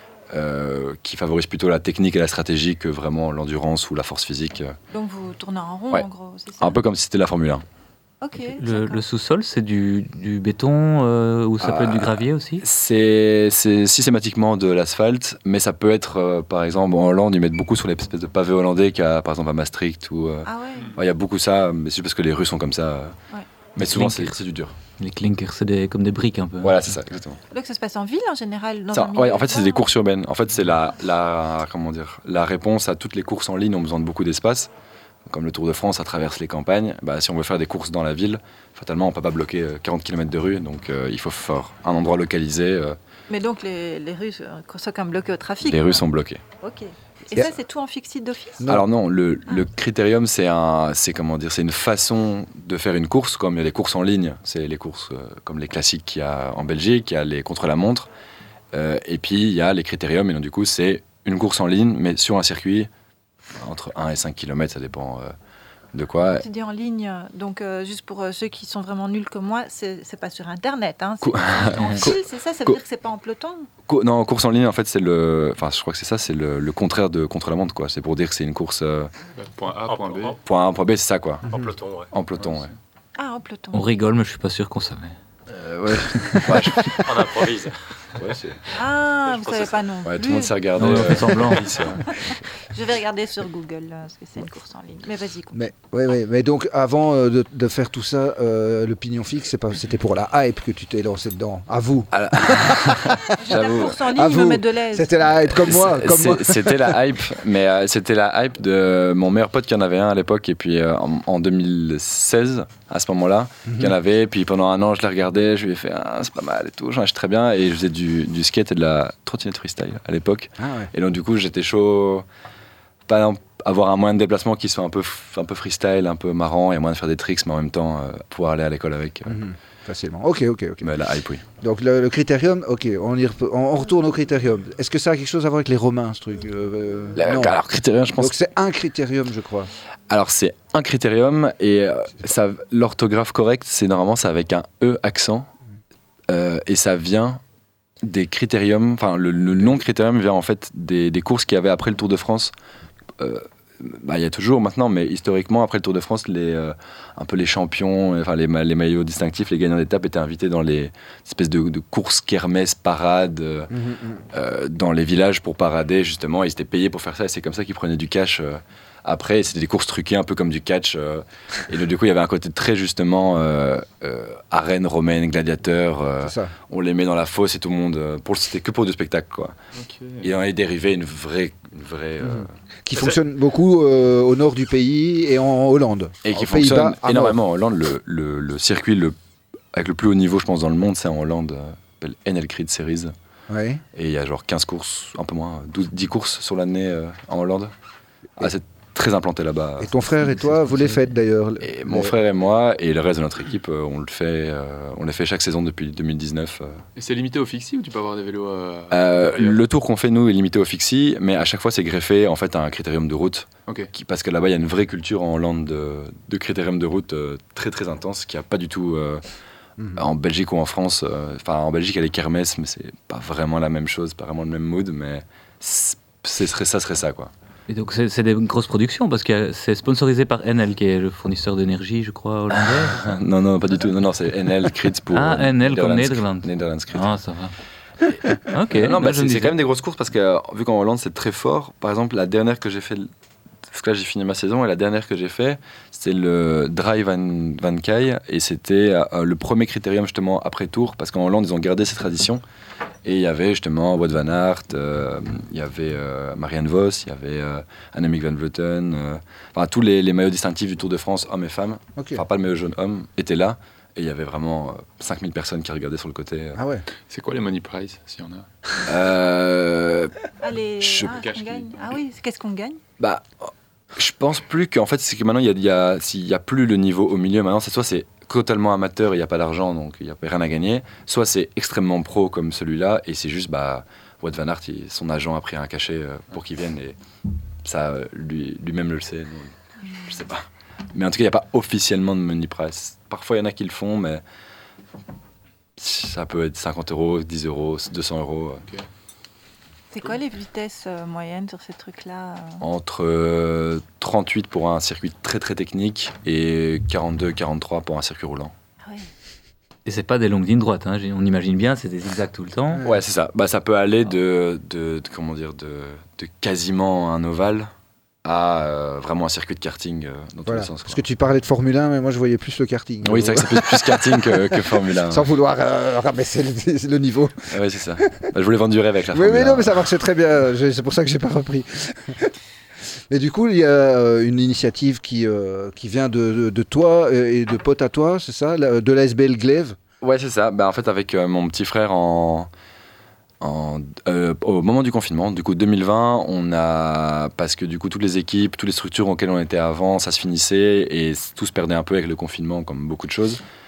euh, qui favorise plutôt la technique et la stratégie que vraiment l'endurance ou la force physique. euh.
Donc vous tournez en rond
Ouais.
en gros, c'est ça ?
Un peu comme si c'était la Formule un.
Ok.
Le,
d'accord.
le sous-sol, c'est du, du béton euh, ou ça peut être du
Ah.
gravier aussi ?
C'est c'est systématiquement de l'asphalte, mais ça peut être, euh, par exemple, en Hollande, ils mettent beaucoup sur les espèces de pavés hollandais qu'il y a, par exemple, à Maastricht. Ou, euh,
Ah ouais.
ouais, il y a beaucoup ça, mais c'est juste parce que les Russes sont comme ça. euh.
Ouais.
Mais souvent, c'est
Clinkers.
c'est du dur.
Les clinkers, c'est des- comme des briques un peu.
Voilà, c'est ça, exactement.
Donc ça se passe en ville en général dans
Ça,
un milieu
ouais, en fait, c'est des
urbain.
courses urbaines. En fait, c'est la, la, comment dire, la réponse à toutes les courses en ligne ont besoin de beaucoup d'espace. Comme le Tour de France, ça traverse les campagnes. Bah, si on veut faire des courses dans la ville, fatalement, on ne peut pas bloquer euh, quarante kilomètres de rue. Donc, euh, il faut faire un endroit localisé. euh,
Mais donc les, les rues euh, sont comme bloquées au trafic.
les
quoi.
rues sont bloquées.
Ok. Et
Et-
ça, c'est tout en fixie d'office ?
Non.
Alors non, le,
Ah.
le critérium, c'est un, c'est comment dire, c'est une façon de faire une course, comme il y a les courses en ligne, c'est les courses euh, comme les classiques qu'il y a en Belgique, il y a les contre-la-montre. Euh, et puis il y a les critériums, et donc du coup c'est une course en ligne, mais sur un circuit entre un et cinq kilomètres, ça dépend euh, de quoi.
Tu dis en ligne, donc euh, juste pour euh, ceux qui sont vraiment nuls comme moi, c'est, c'est pas sur Internet, hein, c'est
Co-
en fil, c'est ça, ça veut
Co-
dire que c'est pas en peloton.
Co- non, course en ligne, en fait, c'est le, enfin, je crois que c'est ça, c'est le, le contraire de contre-la-montre, quoi. C'est pour dire que c'est une course euh,
Point A, point B.
En,
point A, point B, c'est ça, quoi.
en peloton, ouais.
En peloton, ouais.
Ah, en peloton.
On rigole, mais je suis pas sûr qu'on savait.
Euh, ouais. ouais, je-
On improvise.
ouais, c'est-
Ah,
Je
vous
pense
savez
que
pas non
ouais,
plus.
tout le monde s'est regardé.
Non, on fait semblant.
oui, c'est-
Je vais regarder sur Google, là, parce que c'est une course en ligne. Mais vas-y, continue.
Mais, ouais, ouais, mais donc, avant euh, de, de faire tout ça, euh, le pignon fixe, c'est pas, c'était pour la hype que tu t'es lancé dedans. À vous.
La
J'avoue.
course en
À
ligne me
vous.
met de l'aise.
C'était la hype comme moi.
C'est-
Comme moi.
c'est- C'était la hype, mais euh, c'était la hype de mon meilleur pote qui en avait un à l'époque, et puis euh, en, en deux mille seize, à ce moment-là,
Mhm.
qui en avait, puis pendant un an, je l'ai regardé, je lui ai fait ah, c'est pas mal et tout, j'en très bien, et je faisais du, du skate et de la trottinette freestyle à l'époque,
Ah ouais.
et donc du coup, j'étais chaud, pas en- avoir un moyen de déplacement qui soit un peu, f- un peu freestyle, un peu marrant, et moyen de faire des tricks, mais en même temps, euh, pouvoir aller à l'école avec. euh,
Mhm. Facilement. Ok, ok, ok.
Mais la hype, oui.
Donc le, le critérium, ok, on, y rep- on, on retourne au critérium. Est-ce que ça a quelque chose à voir avec les Romains, ce truc euh,
La-
non.
alors, critérium, je pense.
Donc c'est un critérium, je crois.
Alors c'est un critérium, et euh, ça, l'orthographe correcte, c'est normalement c'est avec un E accent, euh, et ça vient des critériums, enfin le, le nom critérium vient en fait des, des courses qu'il y avait après le Tour de France. Euh, bah, il y a toujours maintenant, mais historiquement après le Tour de France, les, euh, un peu les champions, enfin les, ma- les maillots distinctifs, les gagnants d'étape étaient invités dans les espèces de, de courses kermesse, parades, euh, euh, dans les villages pour parader justement, et ils étaient payés pour faire ça, et c'est comme ça qu'ils prenaient du cash. euh, Après, c'était des courses truquées, un peu comme du catch. euh, et donc, du coup, il y avait un côté très, justement, euh, euh, arène romaine, gladiateur. euh,
C'est ça.
on les met dans la fosse et tout le monde. euh, pour, c'était que pour du spectacle, quoi. Et on est dérivé une vraie. Une vraie euh,
Mhm. Qui
C'est-
fonctionne beaucoup euh, au nord du pays et en Hollande.
et qui
En Pays-Bas,
fonctionne
à mort.
énormément en Hollande. Le, le, le circuit le, avec le plus haut niveau, je pense, dans le monde, c'est en Hollande. euh, s'appelle N L Creed Series.
Ouais.
Et il y a genre quinze courses, un peu moins, douze, dix courses sur l'année euh, en Hollande. Ah, c'est très implanté là-bas.
Et ton frère et toi, vous les faites d'ailleurs.
Et mon
Mais-
frère et moi, et le reste de notre équipe, euh, on le fait, euh, on les fait chaque saison depuis deux mille dix-neuf. euh.
Et c'est limité au fixie ou tu peux avoir des vélos euh,
Euh,
ailleurs
le tour qu'on fait, nous, est limité au fixie, mais à chaque fois, c'est greffé en fait à un critérium de route.
Ok.
Qui, parce que là-bas, il y a une vraie culture en Hollande de, de critérium de route euh, très très intense, qui n'y a pas du tout euh,
Mhm.
en Belgique ou en France. euh, Enfin, en Belgique, il y a les kermesses, mais c'est pas vraiment la même chose, pas vraiment le même mood, mais c'est- ce serait, ça serait ça, quoi.
Et donc c'est c'est des grosses productions parce que c'est sponsorisé par N L qui est le fournisseur d'énergie, je crois, hollandais.
non, non, pas du tout. Non, non, c'est N L, Crits pour.
Ah,
euh,
N L comme
Nederlands-
Nederland.
Nederlands Crits.
Ah, ça va. Ok.
non, bah,
je
c'est
me
c'est
disais.
quand même des grosses courses parce que, euh, vu qu'en Hollande c'est très fort, par exemple, la dernière que j'ai fait, parce que là j'ai fini ma saison, et la dernière que j'ai fait, c'était le Drive Van, Van Kai, et c'était euh, le premier critérium justement après tour, parce qu'en Hollande ils ont gardé ces traditions, et il y avait justement Wout van Aert, euh, il y avait euh, Marianne Vos, il y avait euh, Annemiek van Vleuten, euh, enfin tous les, les maillots distinctifs du Tour de France, hommes et femmes,
Ok.
enfin pas le maillot jaune homme, étaient là. Et il y avait vraiment euh, cinq mille personnes qui regardaient sur le côté. euh.
Ah ouais.
C'est quoi les money prize, s'il y en a
Euh,
Allez,
Je-
ah, ce qu'on
Cache qui-
gagne. Ah oui, qu'est-ce qu'on gagne?
Bah, je pense plus qu'en fait, c'est que maintenant, il y a, il y a, s'il y a plus le niveau au milieu, maintenant, c'est soit c'est totalement amateur, il n'y a pas d'argent, donc il n'y a rien à gagner, soit c'est extrêmement pro comme celui-là, et c'est juste, bah, Wout van Aert, il- son agent a pris un cachet euh, pour qu'il vienne, et ça, euh, lui, lui-même le sait, donc, je sais pas. Mais en tout cas, il n'y a pas officiellement de money prize. Parfois, il y en a qui le font, mais ça peut être cinquante euros, dix euros, deux cents euros. euh.
C'est quoi les vitesses euh, moyennes sur ces trucs-là euh
Entre euh, trente-huit pour un circuit très très technique et quarante-deux quarante-trois pour un circuit roulant.
Ah ouais.
Et c'est pas des longues lignes droites, hein. j'ai- on imagine bien, c'est des zigzags tout le temps.
Ouais, c'est ça. Bah, ça peut aller de, de, de- comment dire, de, de quasiment un ovale à euh, vraiment un circuit de karting euh, dans tous
Voilà.
les sens.
Parce
quoi.
que tu parlais de Formule un, mais moi je voyais plus le karting.
Oui, c'est vrai que c'est plus, plus karting que, que Formule un.
Sans vouloir euh, rabaisser le, le niveau.
Ah ouais, c'est ça. Bah, je voulais vendre du rêve avec la
Oui,
Formule
mais non,
un.
mais ça marchait très bien. J'ai- C'est pour ça que j'ai pas repris. Mais du coup, il y a euh, une initiative qui, euh, qui vient de, de, de toi euh, et de potes à toi, c'est ça, la- de l'A S B L Glaive.
Ouais, c'est ça. Bah, en fait, avec euh, mon petit frère, en, en, euh, au moment du confinement, du coup deux mille vingt, on a, parce que du coup toutes les équipes, toutes les structures auxquelles on était avant, ça se finissait et tout se perdait un peu avec le confinement, comme beaucoup de choses.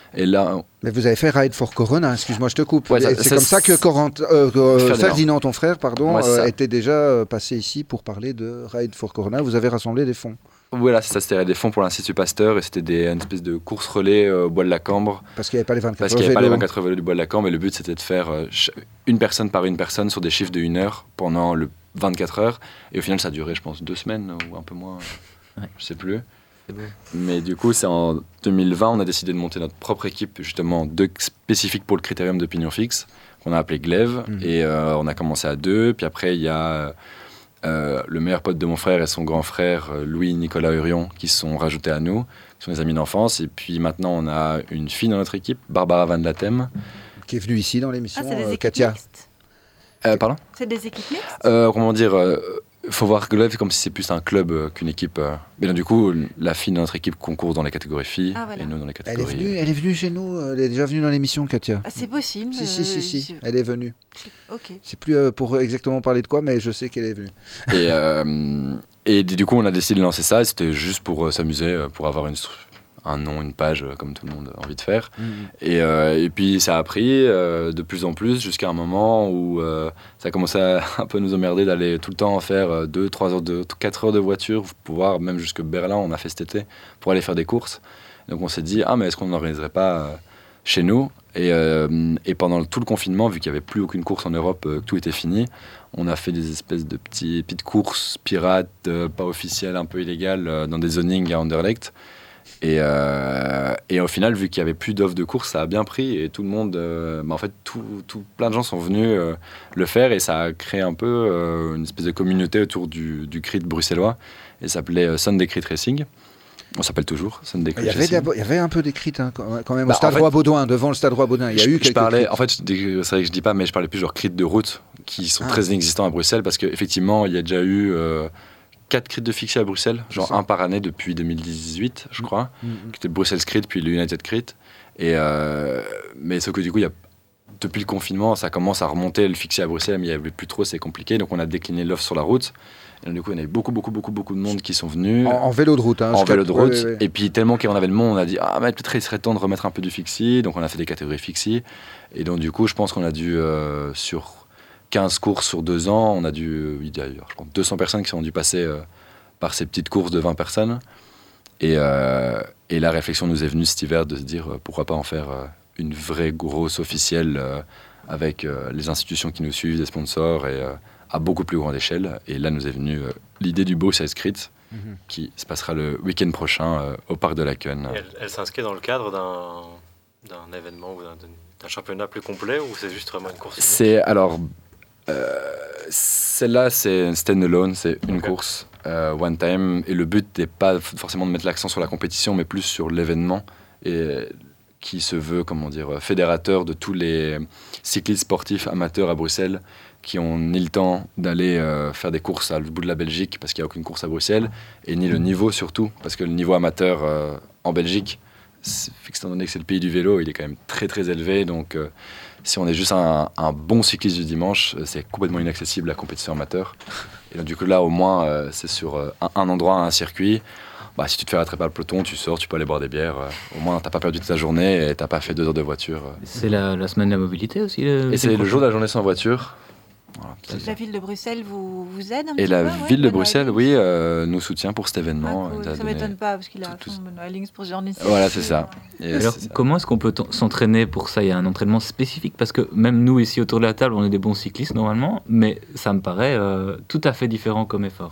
Et là,
Mais vous avez fait Ride for Corona, excuse-moi, je te coupe.
Ouais, ça-
Et c'est
ça-
comme ça que Corant- euh, euh,
Ferdinand.
Ferdinand, ton frère, pardon,
Ouais, c'est
euh,
ça.
était déjà euh, passé ici pour parler de Ride for Corona. Vous avez rassemblé des fonds.
voilà, c'est ça, c'était des fonds pour l'Institut Pasteur et c'était des, une espèce de course relais euh, au Bois de la Cambre.
Parce qu'il n'y avait pas les vingt-quatre
Parce
heures
qu'il n'y avait pas les
vélo.
vingt-quatre heures vélos du Bois de la Cambre et le but c'était de faire euh, ch- une personne par une personne sur des chiffres de une heure pendant le vingt-quatre heures. Et au final, ça a duré, je pense, deux semaines ou un peu moins.
Ouais.
Je sais plus.
C'est beau.
Mais du coup, c'est en deux mille vingt, on a décidé de monter notre propre équipe, justement, deux spécifiques pour le critérium de pignon fixe, qu'on a appelé Glaive.
Mhm.
Et euh, on a commencé à deux. Puis après, il y a euh, le meilleur pote de mon frère et son grand frère, euh, Louis-Nicolas Hurion, qui se sont rajoutés à nous, qui sont des amis d'enfance. Et puis maintenant, on a une fille dans notre équipe, Barbara Van Latem.
Qui est venue ici dans l'émission,
Ah, c'est des
euh,
équipes
Katia.
mixtes.
Euh, pardon
C'est des équipes mixtes
Euh, comment dire, il faut voir Glaive comme si c'est plus un club euh, qu'une équipe. euh. Mais donc, du coup, la fille de notre équipe concourt dans les catégories filles
Ah, voilà.
et nous dans les
Elle est,
catégories.
venue, elle est venue chez nous, elle est déjà venue dans l'émission, Katia.
Ah, c'est possible.
Si, si, si,
euh,
si,
je-
elle est venue.
Ok.
Je sais plus euh, pour exactement parler de quoi, mais je sais qu'elle est venue.
Et, euh, et du coup, on a décidé de lancer ça. Et c'était juste pour euh, s'amuser, euh, pour avoir une, stru- un nom, une page, euh, comme tout le monde a envie de faire. Et, euh, et puis, ça a pris euh, de plus en plus jusqu'à un moment où euh, ça a commencé à un peu nous emmerder d'aller tout le temps faire deux, trois heures, de, quatre heures de voiture, pour pouvoir, même jusque Berlin, on a fait cet été, pour aller faire des courses. Donc, on s'est dit, ah, mais est-ce qu'on n'organiserait pas euh, chez nous et, euh, et pendant tout le confinement, vu qu'il n'y avait plus aucune course en Europe, euh, que tout était fini, on a fait des espèces de petits, petites courses pirates, euh, pas officielles, un peu illégales, euh, dans des zonings à Anderlecht. Et, euh, et au final, vu qu'il n'y avait plus d'offres de course, ça a bien pris et tout le monde, euh, bah en fait, tout, tout, plein de gens sont venus euh, le faire et ça a créé un peu euh, une espèce de communauté autour du, du crit bruxellois et ça s'appelait euh, Sunday Crit Racing. On s'appelle toujours Sunday
Il
Crit
y, avait
Racing.
d'abord- il y avait un peu d'écrites hein, quand quand même
Bah,
au Stade
en fait-
Roi-Baudouin, devant le Stade Roi-Baudouin. Il y a
je,
eu
je
quelques
parlais,
crites.
en fait, je dis- c'est vrai que je dis pas, mais je parlais plus genre crit de route qui sont
Ah.
très inexistants à Bruxelles parce qu'effectivement, il y a déjà eu euh, quatre crits de fixés à Bruxelles, genre
C'est ça.
un par année depuis deux mille dix-huit, je crois,
Mhm.
qui était le Bruxelles Crit puis le United Crit. Et euh, mais sauf que du coup, il y a depuis le confinement, ça commence à remonter le fixé à Bruxelles, mais il n'y avait plus trop, c'est compliqué, donc on a décliné l'offre sur la route. Et donc, du coup, il y avait beaucoup, beaucoup, beaucoup, beaucoup de monde qui sont venus.
En, en vélo de route. Hein,
En
jusqu'à-
vélo de route.
ouais, ouais, ouais.
Et puis tellement qu'on avait le monde, on a dit ah mais peut-être il serait temps de remettre un peu du fixie. Donc on a fait des catégories fixie. Et donc du coup je pense qu'on a dû euh, sur quinze courses sur deux ans, on a dû il y a je pense deux cents personnes qui sont dû passer euh, par ces petites courses de vingt personnes. Et, euh, et la réflexion nous est venue cet hiver de se dire euh, pourquoi pas en faire euh, une vraie grosse officielle euh, avec euh, les institutions qui nous suivent, des sponsors et euh, à beaucoup plus grande échelle. Et là nous est venue euh, l'idée du Bruxelles Crit
Mhm.
qui se passera le week-end prochain euh, au parc de la Cun.
Et Elle, elle s'inscrit dans le cadre d'un d'un événement ou d'un d'un championnat plus complet ou c'est juste vraiment une course unique
C'est alors euh, celle-là c'est stand-alone, c'est une
Ok.
course euh, one time et le but n'est pas f- forcément de mettre l'accent sur la compétition mais plus sur l'événement et qui se veut comment dire fédérateur de tous les cyclistes sportifs amateurs à Bruxelles qui ont ni le temps d'aller euh, faire des courses à l'autre bout de la Belgique parce qu'il n'y a aucune course à Bruxelles et ni le niveau surtout parce que le niveau amateur euh, en Belgique c'est- étant donné que c'est le pays du vélo il est quand même très très élevé donc euh, si on est juste un, un bon cycliste du dimanche, euh, c'est complètement inaccessible la compétition amateur. Et donc, du coup, là, au moins, euh, c'est sur euh, un, un endroit, un circuit. Bah, si tu te fais rattraper par le peloton, tu sors, tu peux aller boire des bières. euh, au moins, t'as pas perdu toute ta journée et t'as pas fait deux heures de voiture. euh.
C'est la, la semaine de la mobilité aussi. Le,
Et c'est le jour de la journée sans voiture. Voilà, c'est ça.
La ville de Bruxelles vous, vous aide un
Et
petit
la
peu, ouais,
ville de
Benoît
Bruxelles,
Hellings
oui, euh, nous soutient pour cet
Ah,
événement.
cool.
Il a
Ça
donné-
m'étonne pas parce qu'il a
tout-
à fond Benoît Hellings pour ce genre d'initiative.
Voilà, c'est ça. Et
Alors,
c'est ça.
comment est-ce qu'on peut t- s'entraîner pour ça? Il y a un entraînement spécifique parce que même nous ici autour de la table, on est des bons cyclistes normalement, mais ça me paraît euh, tout à fait différent comme effort.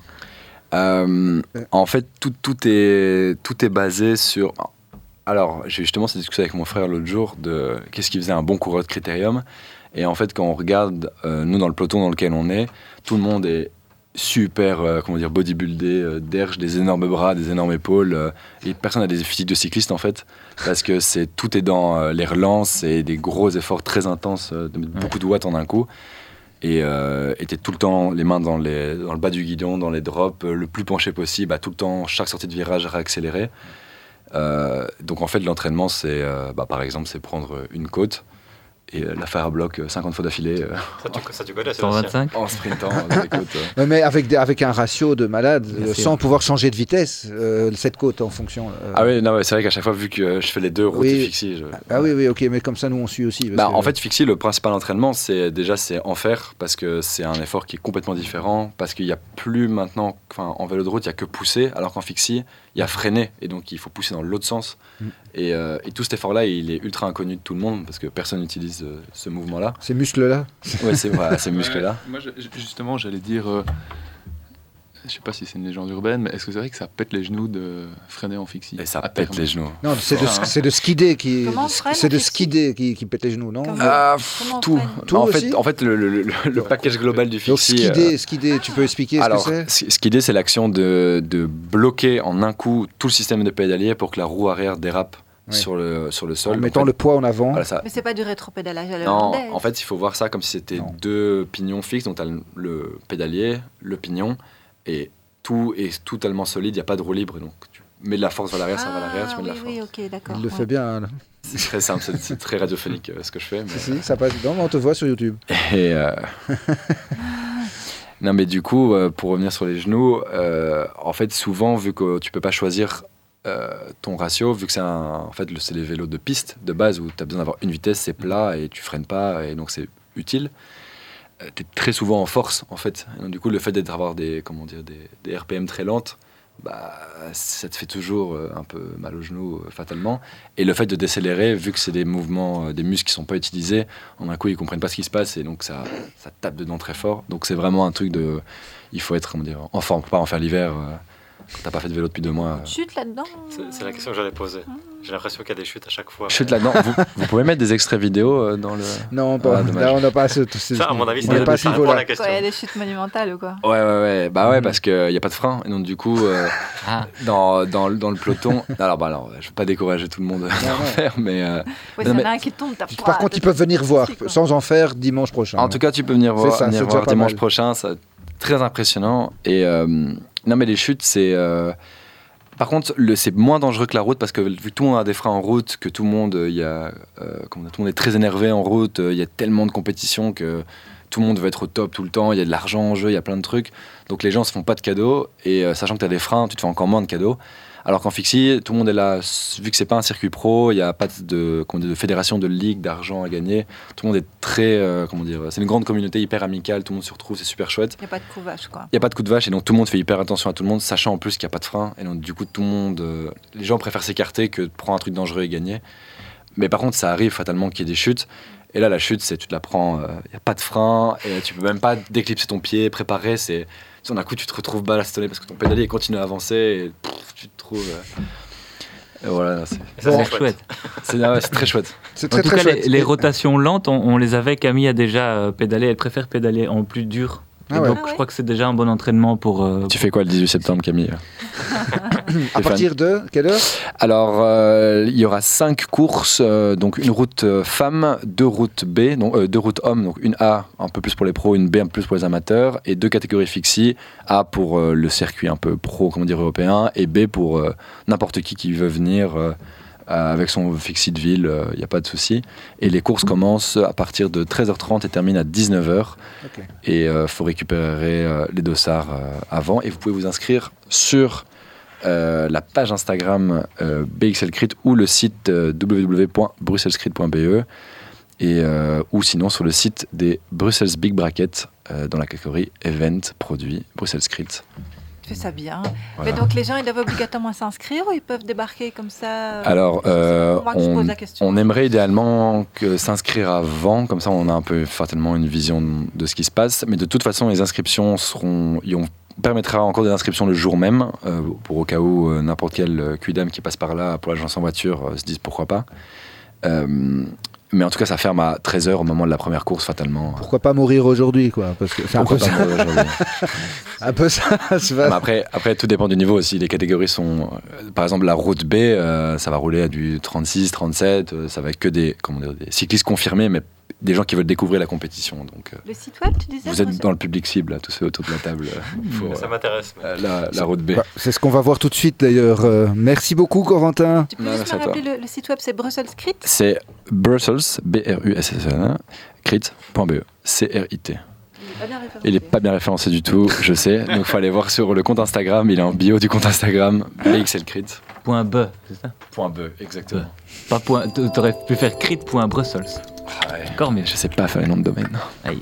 Euh, en fait, tout, tout, est, tout est basé sur... Alors, j'ai justement cette discussion avec mon frère l'autre jour de qu'est-ce qui faisait un bon coureur de critérium. Et en fait, quand on regarde, euh, nous, dans le peloton dans lequel on est, tout le monde est super, euh, comment dire, bodybuildé, euh, derge, des énormes bras, des énormes épaules. euh, et personne n'a des physiques de cycliste, en fait. Parce que c'est, tout est dans euh, les relances et des gros efforts très intenses, euh, de mettre
Ouais.
beaucoup de watts en un coup. Et euh, était tout le temps les mains dans, les, dans le bas du guidon, dans les drops, euh, le plus penché possible, à tout le temps, chaque sortie de virage, réaccélérer. Euh, donc en fait, l'entraînement, c'est, euh, bah, par exemple, c'est prendre une côte et euh, la faire à bloc euh, cinquante fois d'affilée euh,
Ça, tu, ça, tu connais,
cent vingt-cinq.
en sprintant dans les côtes. euh.
Ouais, mais avec, des- avec un ratio de malade,
Bien
euh,
sûr.
sans pouvoir changer de vitesse, euh, cette côte en fonction. euh,
Ah oui, non, ouais, c'est vrai qu'à chaque fois, vu que euh, je fais les deux routes
Oui.
et Fixie, je...
Ah oui, oui, ok, mais comme ça, nous, on suit aussi. parce
Bah,
que-
en fait, Fixie, le principal entraînement, c'est déjà c'est en faire parce que c'est un effort qui est complètement différent. Parce qu'il n'y a plus maintenant, enfin, en vélo de route, il n'y a que pousser, alors qu'en Fixie, il y a freiner et donc il faut pousser dans l'autre sens.
Mm.
Et, euh, et tout cet effort-là, il est ultra inconnu de tout le monde parce que personne n'utilise euh, ce mouvement-là.
Ces muscles-là.
Ouais, c'est vrai, ces muscles-là.
Ouais, moi, je- je- justement, j'allais dire. euh, je sais pas si c'est une légende urbaine, mais est-ce que c'est vrai que ça pète les genoux de freiner en fixie
Et ça
à
pète
terme
les genoux.
Non, c'est de,
Ah.
c'est de skider qui.
Comment on freine
C'est de
en fixie
skider qui, qui pète les genoux, non
Comment-
Ah,
Comment on
tout.
freine
Tout
en,
aussi
fait, en fait, le, le, le, le package global du
Donc
Fixie.
skider, skider, tu peux expliquer ce
Alors,
que c'est
sk- skider, c'est l'action de, de bloquer en un coup tout le système de pédalier pour que la roue arrière dérape
Ouais.
sur, le, sur le sol.
En
En
mettant
fait,
le poids en avant.
voilà, ça.
Mais c'est pas du rétropédalage à la
Non,
hollandaise.
en fait, il faut voir ça comme si c'était
Non.
deux pignons fixes. Donc, tu as le, le pédalier, le pignon, et tout est totalement solide. Il n'y a pas de roue libre. Donc, tu mets de la force vers l'arrière, ça va à l'arrière, tu mets de la
Ah,
force.
oui, oui, ok, d'accord.
Il le
ouais.
fait bien. Là.
C'est très simple, c'est, c'est très radiophonique euh, ce que je fais. Mais...
Si, si, ça passe. Non, mais on te voit sur YouTube.
Et euh, non, mais du coup, euh, pour revenir sur les genoux, euh, en fait, souvent, vu que tu peux pas choisir euh, ton ratio, vu que c'est un, en fait, le- c'est les vélos de piste de base où tu as besoin d'avoir une vitesse, c'est plat et tu freines pas, et donc c'est utile. Tu es très souvent en force, en fait. Et donc, du coup, le fait d'avoir des, comment dire, des, des R P M très lentes, bah, ça te fait toujours euh, un peu mal aux genoux, euh, fatalement. Et le fait de décélérer, vu que c'est des mouvements, euh, des muscles qui sont pas utilisés, en un coup, ils comprennent pas ce qui se passe et donc ça, ça tape dedans très fort. Donc c'est vraiment un truc de... Il faut être, comment dire, en forme, faut pas en faire l'hiver. Euh, quand t'as pas fait de vélo depuis deux mois. euh.
Chute là-dedans.
C'est c'est la question que j'allais poser. J'ai l'impression qu'il y a des chutes à chaque fois.
Chute
mais-
là-dedans. vous, vous pouvez mettre des extraits vidéo euh, dans le...
Non, pas,
Ah, dommage.
là, on n'a pas ce. ce-
Ça, à mon avis,
on
c'est
n'est pas à ce
ça répond à
niveau-là.
la question.
Quand il y a des chutes monumentales ou quoi.
Ouais, ouais, ouais. Bah ouais,
Mhm.
parce qu'il n'y a pas de frein. Et donc du coup, euh,
Ah.
dans, dans, le- dans le peloton... Alors, bah alors, je veux pas décourager tout le monde
non.
d'en faire, mais... euh,
Ouais,
Non,
s'il y
mais-
en a un qui tombe, t'as
Par contre, ils peuvent venir voir,
quoi.
sans en faire, dimanche prochain.
En tout cas, tu peux venir voir,
C'est ça,
venir
c'est déjà
voir
pas
dimanche
mal.
prochain, ça très impressionnant. Et euh, non, mais les chutes, c'est. euh, Par contre, le, c'est moins dangereux que la route parce que vu que tout le monde a des freins en route, que tout le monde, il y a, euh, comment dire, tout le monde est très énervé en route, euh, il y a tellement de compétition que tout le monde veut être au top tout le temps, il y a de l'argent en jeu, il y a plein de trucs. Donc les gens se font pas de cadeaux et euh, sachant que tu as des freins, tu te fais encore moins de cadeaux. Alors qu'en fixie, tout le monde est là, s- vu que c'est pas un circuit pro, il n'y a pas de, comment dire, de fédération, de ligue, d'argent à gagner. Tout le monde est très, euh, comment dire, c'est une grande communauté hyper amicale, tout le monde se retrouve, c'est super chouette.
Il n'y a pas de couvage, quoi.
Il n'y a pas de coup de vache et donc tout le monde fait hyper attention à tout le monde, sachant en plus qu'il n'y a pas de frein. Et donc du coup, tout le monde, euh, les gens préfèrent s'écarter que de prendre un truc dangereux et gagner. Mais par contre, ça arrive fatalement qu'il y ait des chutes. Et là, la chute, c'est tu te la prends, il n'y a pas de frein, et tu peux même pas déclipser ton pied, préparer. C'est, d'un coup, tu te retrouves bastonné parce que ton pédalier continue à avancer et pff, tu te trouves. euh, et voilà, c'est,
Et ça,
Bon.
c'est
C'est
chouette.
chouette.
c'est, ouais, c'est très chouette.
C'est
En
très
tout
très
cas,
chouette.
les, les
Et-
rotations lentes, on, on les avait. Camille a déjà euh, pédalé. Elle préfère pédaler en plus dur.
Ah
Et
ouais.
donc,
Ah
je
ouais.
crois que c'est déjà un bon entraînement pour. euh,
Tu fais quoi le dix-huit septembre, Camille?
À partir de quelle heure
Alors, euh, il y aura cinq courses, euh, donc une route euh, femme, deux routes B, donc, euh, deux routes hommes, donc une A un peu plus pour les pros, une B un peu plus pour les amateurs, et deux catégories fixie, A pour euh, le circuit un peu pro, comment dire, européen, et B pour euh, n'importe qui qui veut venir euh, euh, avec son fixie de ville, il n'y a pas de souci. Et les courses commencent à partir de treize heures trente et terminent à dix-neuf heures,
Ok.
et il faut récupérer euh, les dossards euh, avant, et vous pouvez vous inscrire sur euh, la page Instagram euh, B X L Crit ou le site euh, w w w point bruxellescrit point b e et, euh, ou sinon sur le site des Brussels Big Bracket euh, dans la catégorie Event Produits Bruxelles Crit.
Tu fais ça bien.
Voilà.
Mais donc, les gens, ils doivent obligatoirement s'inscrire ou ils peuvent débarquer comme ça?
Alors,
C'est
euh,
pour moi que je
on,
pose la question.
on aimerait idéalement que s'inscrire avant, comme ça on a un peu certainement une vision de ce qui se passe, mais de toute façon les inscriptions seront, y ont- permettra encore des inscriptions le jour même, euh, pour au cas où euh, n'importe quel euh, quidam qui passe par là pour l'agence en voiture euh, se dise pourquoi pas. Euh, mais en tout cas ça ferme à treize heures au moment de la première course fatalement.
Pourquoi pas mourir aujourd'hui, quoi? Parce que c'est un peu
Pourquoi
ça.
pas mourir aujourd'hui.
Un peu ça. c'est
Mais
pas-
après, après, tout dépend du niveau aussi. Les catégories sont. euh, par exemple, la route B, euh, ça va rouler à du trente-six, trente-sept. euh, ça va être que des, comment dire, des cyclistes confirmés, mais des gens qui veulent découvrir la compétition. Donc, euh,
Le site web, tu disais?
vous êtes
Bruxelles
dans le public cible, là, tous ceux autour de la table. euh, pour,
Ça m'intéresse. mais-
euh, la, la route B.
Bah, c'est ce qu'on va voir tout de suite d'ailleurs. Euh, merci beaucoup, Corentin.
Tu peux
Non,
juste
merci
me
à toi.
rappeler le, le site web, c'est Brussels Crit?
C'est Brussels, Brussels, B R U S S L, crit point B E, C R I T. Il n'est pas bien référencé du tout, je sais. Donc il faut aller voir sur le compte Instagram. Il est en bio du compte Instagram. B X L Crit.
Point B, c'est ça?
Point B, exactement.
Ouais. Pas point. T'aurais pu faire crit point Brussels.
Ah ouais.
Encore mieux.
Je sais pas faire les noms de domaine.
Aïe.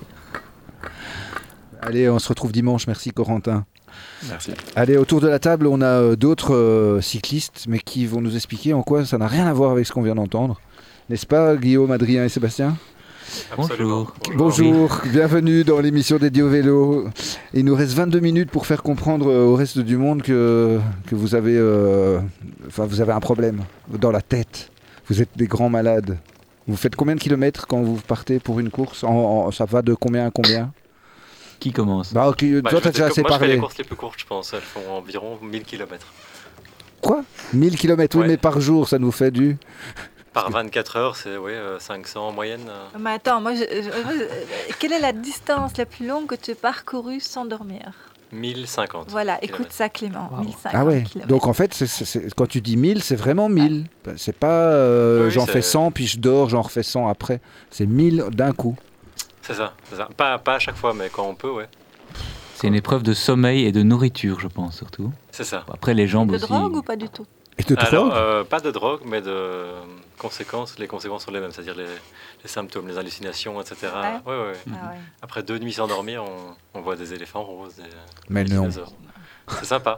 Allez, on se retrouve dimanche. Merci Corentin.
Merci.
Allez, autour de la table, on a euh, d'autres euh, cyclistes, mais qui vont nous expliquer en quoi ça n'a rien à voir avec ce qu'on vient d'entendre. N'est-ce pas, Guillaume, Adrien et Sébastien?
Bonjour.
Bonjour, bienvenue dans l'émission dédiée au vélo. Il nous reste vingt-deux minutes pour faire comprendre euh, au reste du monde que, que vous, avez, euh, enfin, vous avez un problème dans la tête. Vous êtes des grands malades. Vous faites combien de kilomètres quand vous partez pour une course? en, en, Ça va de combien à combien?
Qui commence?
Bah, okay,
bah,
toi, t'as déjà assez
moi,
parlé.
je fais les courses les plus courtes, je pense. Elles font environ mille kilomètres.
Quoi? mille kilomètres, oui,
Ouais.
mais par jour, ça nous fait du...
Par vingt-quatre heures, c'est ouais, euh, cinq cents en moyenne. euh.
Mais attends, moi, je- je- moi, je- quelle est la distance la plus longue que tu as parcourue sans dormir?
mille cinquante.
Voilà,
kilomètres.
écoute ça, Clément.
Wow.
mille cinquante
Ah ouais,
kilomètres.
donc en fait, c'est, c'est, c'est- quand tu dis mille, c'est vraiment mille. C'est pas euh,
Oui,
j'en
c'est-
fais cent, puis je dors, j'en refais cent après. C'est mille d'un coup.
C'est ça, c'est ça. Pas, pas à chaque fois, mais quand on peut, ouais.
C'est une épreuve de sommeil et de nourriture, je pense, surtout.
C'est ça.
Après, les jambes
De
aussi.
drogue ou pas du tout?
Et de
Alors,
drogue
euh, pas de drogue, mais de conséquences. Les conséquences sont les mêmes, c'est-à-dire les, les symptômes, les hallucinations, et cetera.
Ouais.
Ouais, ouais, ouais.
Ah ouais.
Après deux nuits sans dormir, on, on voit des éléphants roses, des,
Mais
des
non.
dinosaures. C'est sympa.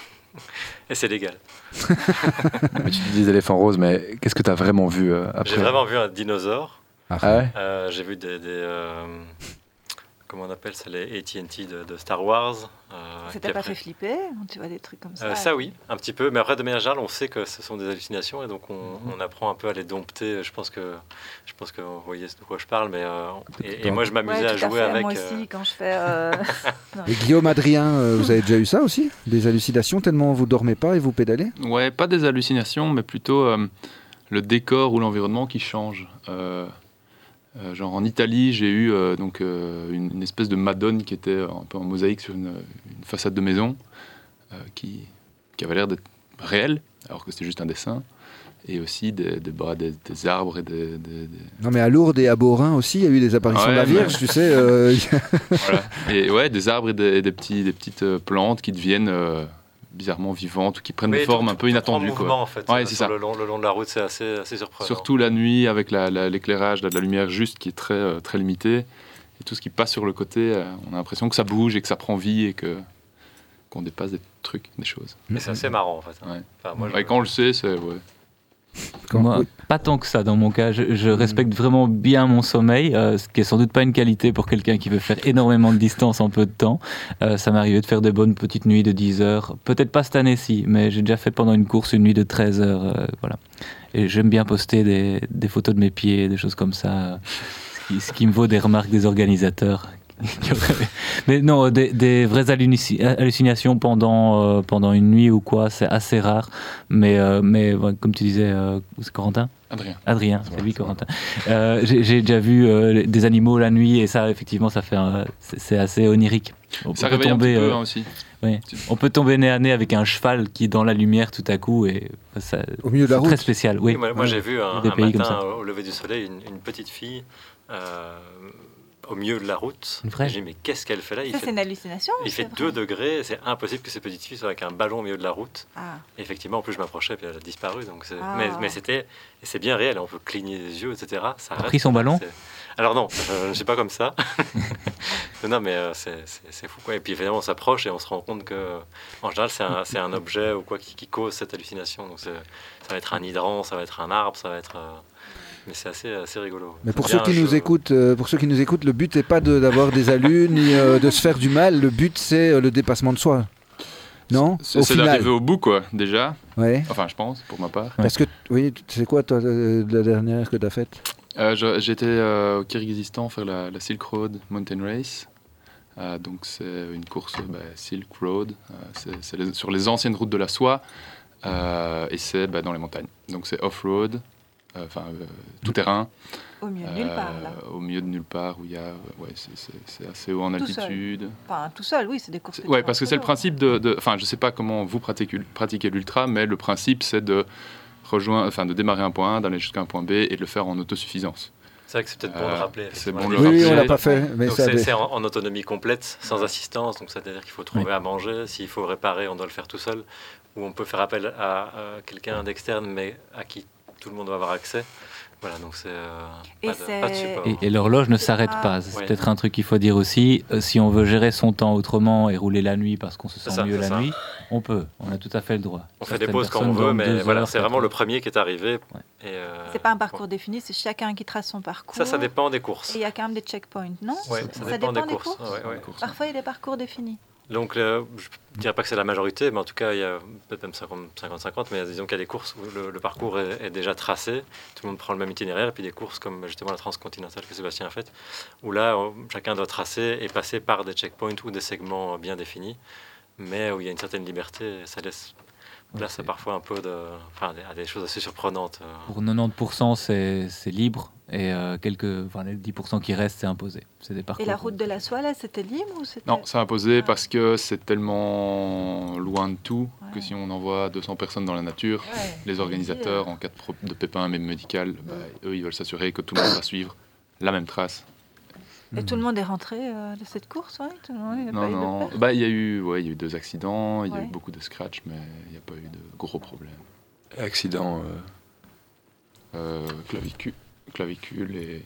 Et c'est légal.
Mais tu dis éléphant rose, mais qu'est-ce que tu as vraiment vu euh, après?
J'ai vraiment vu un dinosaure.
Ah,
Ah ouais?
Euh, j'ai vu des... des, euh, comment on appelle ça, les A T and T de, de Star Wars. Euh,
Ça
puis
t'a pas
après-
fait flipper? Tu vois des trucs comme ça?
Euh, ça oui, un petit peu, mais après de manière générale, on sait que ce sont des hallucinations et donc on, on apprend un peu à les dompter. Je pense que, je pense que vous voyez de quoi je parle, mais euh, et, et moi je m'amusais
Ouais,
à
tout à
jouer
fait.
avec.
Moi
euh,
aussi, quand je fais... euh,
Et Guillaume, Adrien, euh, vous avez déjà eu ça aussi? Des hallucinations tellement vous dormez pas et vous pédalez?
Ouais, pas des hallucinations, mais plutôt euh, le décor ou l'environnement qui change. Euh, euh, genre en Italie, j'ai eu euh, donc, euh, une, une espèce de Madone qui était un peu en mosaïque sur une, une façade de maison euh, qui, qui avait l'air d'être réelle, alors que c'était juste un dessin. Et aussi des, des, bah, des, des arbres et des... des- des-
Non, mais à Lourdes et à Beaurain aussi, il y a eu des apparitions
Ouais,
de la
mais-
Vierge, tu sais. euh,
voilà. Et ouais, des arbres et des, et des, petits, des petites euh, plantes qui deviennent euh, bizarrement vivantes ou qui prennent
oui,
une forme
tout-
un peu
tout prend
inattendue.
mouvement,
Quoi.
en fait.
Ouais,
euh,
c'est
sur
ça.
Le long, le long de la route, c'est assez, assez surprenant.
Surtout la nuit avec la- la- l'éclairage, la, la lumière juste qui est très, euh, très limitée. Et tout ce qui passe sur le côté, euh, on a l'impression que ça bouge et que ça prend vie et que, qu'on dépasse des trucs, des choses.
Mais c'est assez marrant en fait. hein.
Ouais.
Enfin, moi, je-
Ouais, quand on le sait, c'est... Ouais.
quand-
Moi,
oui.
pas tant que ça dans mon cas. Je, je respecte vraiment bien mon sommeil, euh, ce qui est sans doute pas une qualité pour quelqu'un qui veut faire énormément de distance en peu de temps. Euh, ça m'est arrivé de faire des bonnes petites nuits de dix heures. Peut-être pas cette année-ci, mais j'ai déjà fait pendant une course une nuit de treize heures. euh, voilà. Et j'aime bien poster des, des photos de mes pieds, des choses comme ça, euh, ce, qui, ce qui me vaut des remarques des organisateurs. Mais non, des, des vraies halluci- hallucinations pendant, euh, pendant une nuit ou quoi, c'est assez rare. Mais, euh, mais ouais, comme tu disais, euh, c'est Corentin
Adrien.
Adrien, c'est lui Corentin. Euh, j'ai, j'ai déjà vu euh, des animaux la nuit et ça, effectivement, ça fait un- c'est, c'est assez onirique. On
Ça
peut
réveille un
tomber,
petit peu
euh,
hein, aussi.
oui. On peut tomber nez à nez avec un cheval qui est dans la lumière tout à coup et ça,
Au milieu de la
c'est
route.
très spécial. Oui.
Oui, moi, moi,
Ouais.
j'ai vu un,
Des
un
pays comme
matin
ça.
au lever du soleil une, une petite fille euh, au milieu de la route.
Une vraie.
Et j'ai dit mais qu'est-ce qu'elle fait là? Il
Ça, c'est
fait,
une hallucination? ou
il
c'est
fait
vrai?
deux degrés, c'est impossible que ces petites filles soient avec un ballon au milieu de la route.
Ah.
Et effectivement, en plus je m'approchais puis elle a disparu. Donc c'est-
Ah.
mais, mais c'était, et c'est bien réel, on peut cligner les yeux, et cetera. Ça
T'as
reste-
pris son ballon?
c'est- Alors non, euh, je ne suis pas comme ça. non, mais euh, c'est, c'est, c'est fou. Quoi. Et puis évidemment, on s'approche et on se rend compte que, en général, c'est un, c'est un objet ou quoi qui, qui cause cette hallucination. Donc c'est- ça va être un hydrant, ça va être un arbre, ça va être. euh, Mais c'est assez, assez rigolo.
Mais pour
Bien,
ceux qui nous
je-
écoutent, euh, pour ceux qui nous écoutent, le but n'est pas de- d'avoir des allus ni euh, de se faire du mal. Le but c'est euh, le dépassement de soi. Non.
C'est,
Au
c'est
final.
d'arriver au bout, quoi, déjà.
Ouais.
Enfin, je pense, pour ma part.
Parce que oui, c'est quoi toi euh, la dernière que tu as faite?
Euh, je- j'étais euh, au Kyrgyzstan faire la, la Silk Road Mountain Race. Euh, donc c'est une course bah, Silk Road. Euh, c'est c'est les- sur les anciennes routes de la soie. Euh, et c'est bah, dans les montagnes. Donc c'est off-road, euh, enfin euh, tout terrain.
Au milieu de nulle part, là.
Euh, au milieu de nulle part où il y a, ouais, c'est, c'est- c'est assez haut en
Tout seul.
altitude.
Enfin, tout seul, oui, c'est des courses.
C'est- Ouais, parce que c'est le principe de, de- enfin, je sais pas comment vous pratiquez, pratiquez l'ultra, mais le principe c'est de rejoindre, enfin, de démarrer un point A, d'aller jusqu'à un point B et de le faire en autosuffisance.
C'est vrai que c'est peut-être bon
Euh,
de rappeler.
c'est
effectivement,
bon
la
de le
Oui, oui,
différence.
on
rappeler.
l'a pas fait. Mais
Donc
ça
c'est,
avait-
c'est en, en autonomie complète, sans assistance, donc c'est-à-dire qu'il faut trouver
Oui.
à manger. S'il faut réparer, on doit le faire tout seul. Ou on peut faire appel à, à quelqu'un d'externe, mais à qui tout le monde doit avoir accès. Voilà, donc c'est euh,
Et
pas, de,
c'est-
pas de support.
Et, et l'horloge ne
C'est
s'arrête
pas-
pas. C'est
Ouais.
peut-être un truc qu'il faut dire aussi. Euh, si on veut gérer son temps autrement et rouler la nuit parce qu'on se
C'est
sent
ça,
mieux
c'est
la
ça.
nuit, on peut. On a tout à fait le droit.
On fait des
Certaines
pauses quand on
personnes
veut,
dorment
mais
deux
voilà,
heures,
c'est
quatre
vraiment le
heures.
premier qui est arrivé.
Ouais.
Et, euh,
C'est pas un parcours
bon.
défini, c'est chacun qui trace son parcours.
Ça, ça dépend des courses.
Et il y a quand même des checkpoints, non?
Ouais,
Ça
ça dépend,
dépend
des
des
courses.
courses
Ouais, ouais.
Parfois, il y a des parcours définis.
Donc, euh, je ne dirais pas que c'est la majorité, mais en tout cas, il y a peut-être même cinquante cinquante, mais disons qu'il y a des courses où le, le parcours est, est déjà tracé, tout le monde prend le même itinéraire, et puis des courses comme justement la transcontinentale que Sébastien a faite, où là, on- chacun doit tracer et passer par des checkpoints ou des segments bien définis, mais où il y a une certaine liberté, et ça laisse place à parfois un peu de, enfin, à des choses assez surprenantes. euh.
Pour quatre-vingt-dix pour cent, c'est c'est libre. Et euh, quelques, enfin, les dix pour cent qui restent, c'est imposé. C'est des parcours.
Et la route de la soie, là, c'était libre ou c'était...
Non, c'est imposé
Ah.
parce que c'est tellement loin de tout que
Ouais.
si on envoie deux cents personnes dans la nature,
Ouais.
les organisateurs, en cas de, pro- de pépin même médical, bah, eux, ils veulent s'assurer que tout le monde va suivre la même trace.
Et tout le monde est rentré euh, de cette course, ouais? Tout le monde, il y a pas
Non,
eu de
non.
perte
Bah, il y a eu, ouais, il y a eu deux accidents, il y a
Ouais.
eu beaucoup de scratch, mais il n'y a pas eu de gros problèmes.
Accident. euh,
Euh, clavicule, clavicule et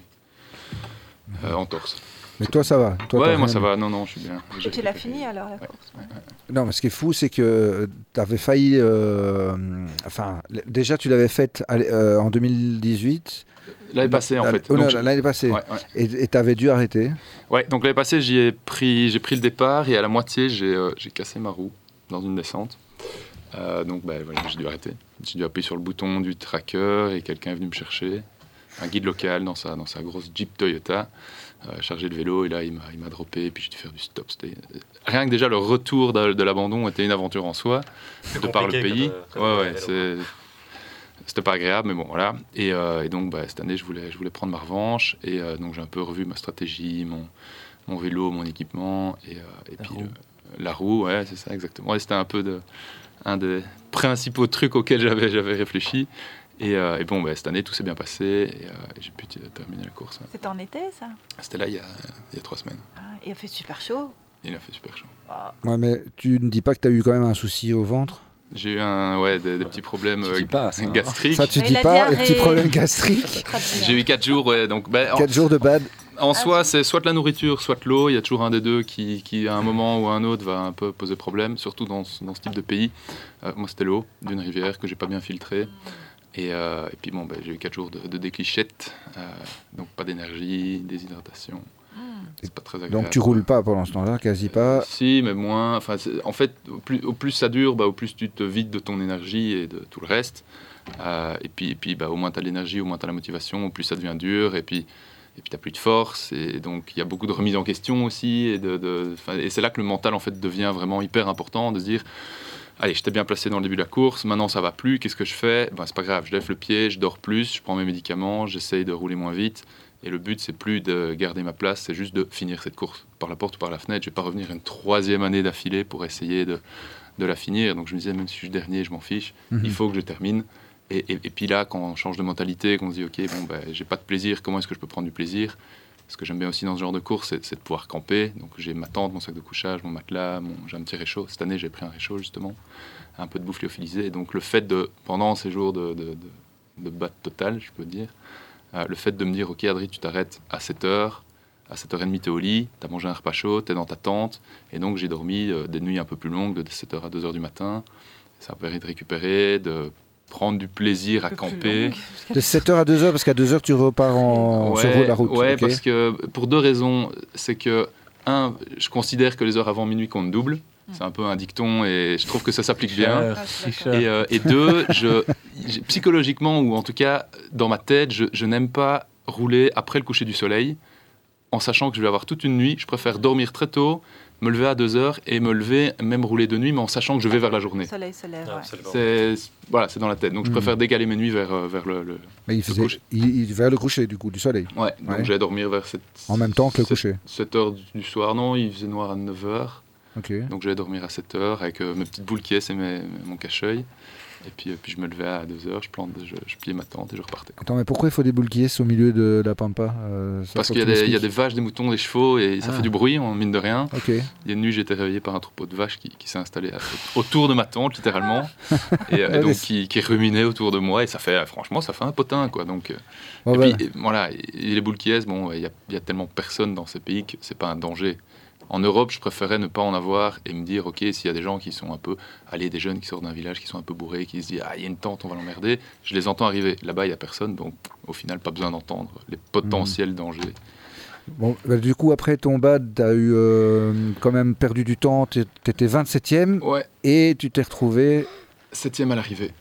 euh, entorse.
Mais toi, ça va. Toi,
Ouais,
t'as
moi
rien
ça
eu.
va. Non, non, je suis bien.
Et tu l'as fini alors, la course? Ouais.
Non, mais ce qui est fou, c'est que tu avais failli. euh, Enfin, l- déjà, tu l'avais faite à l- euh, en deux mille dix-huit.
L'année passée, en
Ah,
fait.
oh non,
Donc, j'ai-
l'année passée.
ouais, ouais.
Et tu avais dû arrêter.
Ouais, donc l'année passée, j'y ai pris, j'ai pris le départ et à la moitié, j'ai euh, j'ai cassé ma roue dans une descente. Euh, donc bah, voilà, j'ai dû arrêter. J'ai dû appuyer sur le bouton du tracker et quelqu'un est venu me chercher, un guide local dans sa, dans sa grosse Jeep Toyota, euh, chargé de vélo. Et là, il m'a il m'a droppé et puis j'ai dû faire du stop. C'était- Rien que déjà le retour de, de l'abandon était une aventure en soi,
Plus
de par le
compliqué que
pays.
de- que de
ouais,
rouler
ouais,
à vélo,
c'est... C'était pas agréable, mais bon, voilà. Et, euh, et donc, bah, cette année, je voulais, je voulais prendre ma revanche. Et euh, donc, j'ai un peu revu ma stratégie, mon, mon vélo, mon équipement. Et, euh, et
La
puis,
roue.
le- la roue, ouais, c'est ça, exactement. Ouais, c'était un peu de, un des principaux trucs auxquels j'avais, j'avais réfléchi. Et, euh, et bon, bah, cette année, tout s'est bien passé. Et, euh, et j'ai pu t- terminer la course. Ouais.
C'était en été, ça?
C'était là, il y a, il y a trois semaines.
Ah, il a fait super chaud.
Il a fait super chaud.
Ouais, mais tu ne dis pas que tu as eu quand même un souci au ventre?
J'ai eu un, ouais, des, des petits problèmes
Tu
euh,
dis pas, ça, hein.
gastriques.
Ça, tu
Mais
dis
la
pas, les
diarrhée.
petits problèmes gastriques.
J'ai eu quatre jours, ouais. Donc, bah, en-
quatre jours de bad.
En
Ah,
soi,
si.
c'est soit la nourriture, soit l'eau. Il y a toujours un des deux qui, qui, à un moment ou à un autre, va un peu poser problème, surtout dans, ce- dans ce type de pays. Euh, moi, c'était l'eau d'une rivière que j'ai pas bien filtrée. Et, euh, et puis, bon, ben, j'ai eu quatre jours de, de déclichette, euh, donc pas d'énergie, déshydratation. C'est pas très agréable.
Donc tu roules pas pendant ce temps-là, quasi pas.
Si, mais moins. Enfin, c'est- en fait, au plus, au plus ça dure, bah, au plus tu te vides de ton énergie et de tout le reste. Euh, et puis, et puis bah, au moins tu as l'énergie, au moins tu as la motivation, au plus ça devient dur. Et puis, et puis tu n'as plus de force. Et donc, il y a beaucoup de remises en question aussi. Et, de, de, enfin, et c'est là que le mental, en fait, devient vraiment hyper important, de se dire, allez, j'étais bien placé dans le début de la course, maintenant ça va plus, qu'est-ce que je fais? Ben, c'est pas grave, je lève le pied, je dors plus, je prends mes médicaments, j'essaye de rouler moins vite. Et le but, c'est plus de garder ma place, c'est juste de finir cette course. Par la porte ou par la fenêtre, je vais pas revenir une troisième année d'affilée pour essayer de, de la finir. Donc je me disais, même si je suis dernier, je m'en fiche,
Mhm.
il faut que je termine. Et, et, et puis là, quand on change de mentalité, qu'on se dit, ok, bon, ben, j'ai pas de plaisir, comment est-ce que je peux prendre du plaisir? Ce que j'aime bien aussi dans ce genre de course, c'est, c'est de pouvoir camper. Donc j'ai ma tente, mon sac de couchage, mon matelas, mon, j'ai un petit réchaud. Cette année, j'ai pris un réchaud, justement, un peu de bouffe lyophilisée. Et donc le fait de, pendant ces jours de, de, de, de batte totale, je peux dire, euh, le fait de me dire, ok, Adri, tu t'arrêtes à sept heures, à sept heures trente, tu es au lit, tu as mangé un repas chaud, tu es dans ta tente. Et donc j'ai dormi euh, des nuits un peu plus longues, de sept heures à deux heures du matin. Ça m'a permis de récupérer, de prendre du plaisir à camper.
De sept heures à deux heures, parce qu'à deux heures, tu repars en...
Ouais,
sur la route.
ouais,
ok.
parce que pour deux raisons. C'est que, un, je considère que les heures avant minuit comptent double. C'est un peu un dicton et je trouve que ça s'applique bien.
Cher,
Ah, je suis
si
d'accord.
cher.
Et, euh, et deux, je, j'ai- psychologiquement, ou en tout cas dans ma tête, je, je n'aime pas rouler après le coucher du soleil, en sachant que je vais avoir toute une nuit. Je préfère dormir très tôt, me lever à deux heures et me lever, même rouler de nuit, mais en sachant que je vais vers la journée.
Le soleil se lève,
Ah,
ouais.
absolument.
C'est, voilà, c'est dans la tête. Donc je
Mhm.
préfère décaler mes nuits vers, euh, vers le, le-
Mais il faisait
coucher.
il, il- vers le coucher, du coup, du soleil.
Ouais, donc
Ouais.
j'allais dormir vers cette...
En même temps que le
sept-
coucher.
sept heures du soir. Non, il faisait noir à neuf heures.
Ok.
Donc j'allais dormir à sept heures avec euh, mes petites boules qui est et mes- mon cache-œil. Et puis, euh, puis je me levais à deux heures, je, plante, je, je pliais ma tente et je repartais.
Attends, mais pourquoi il faut des boules qui est au milieu de la pampa euh, ça,
Parce
faut
qu'il y a,
que tu
des, il y a
m'expliques.
des vaches, des moutons, des chevaux et ça
Ah.
fait du bruit, en mine de rien.
Ok.
Il y a une nuit, j'ai été réveillé par un troupeau de vaches qui, qui s'est installé à- autour de ma tente, littéralement, et, euh, et
Ouais,
donc
mais-
qui, qui ruminait autour de moi. Et ça fait, franchement, ça fait un potin, quoi. Donc, euh,
Bon,
et
voilà.
puis, et voilà, et les boules qui est, bon, il y a, il y a tellement personne dans ces pays que c'est pas un danger. En Europe, je préférais ne pas en avoir et me dire, ok, s'il y a des gens qui sont un peu, allez, des jeunes qui sortent d'un village, qui sont un peu bourrés, qui se disent, ah, il y a une tente, on va l'emmerder, je les entends arriver. Là-bas, il y a personne, donc au final, pas besoin d'entendre les potentiels dangers.
Bon, bah, du coup, après ton bad, tu as eu euh, quand même perdu du temps. Tu étais vingt-septième
Ouais,
et tu t'es retrouvé
septième à l'arrivée.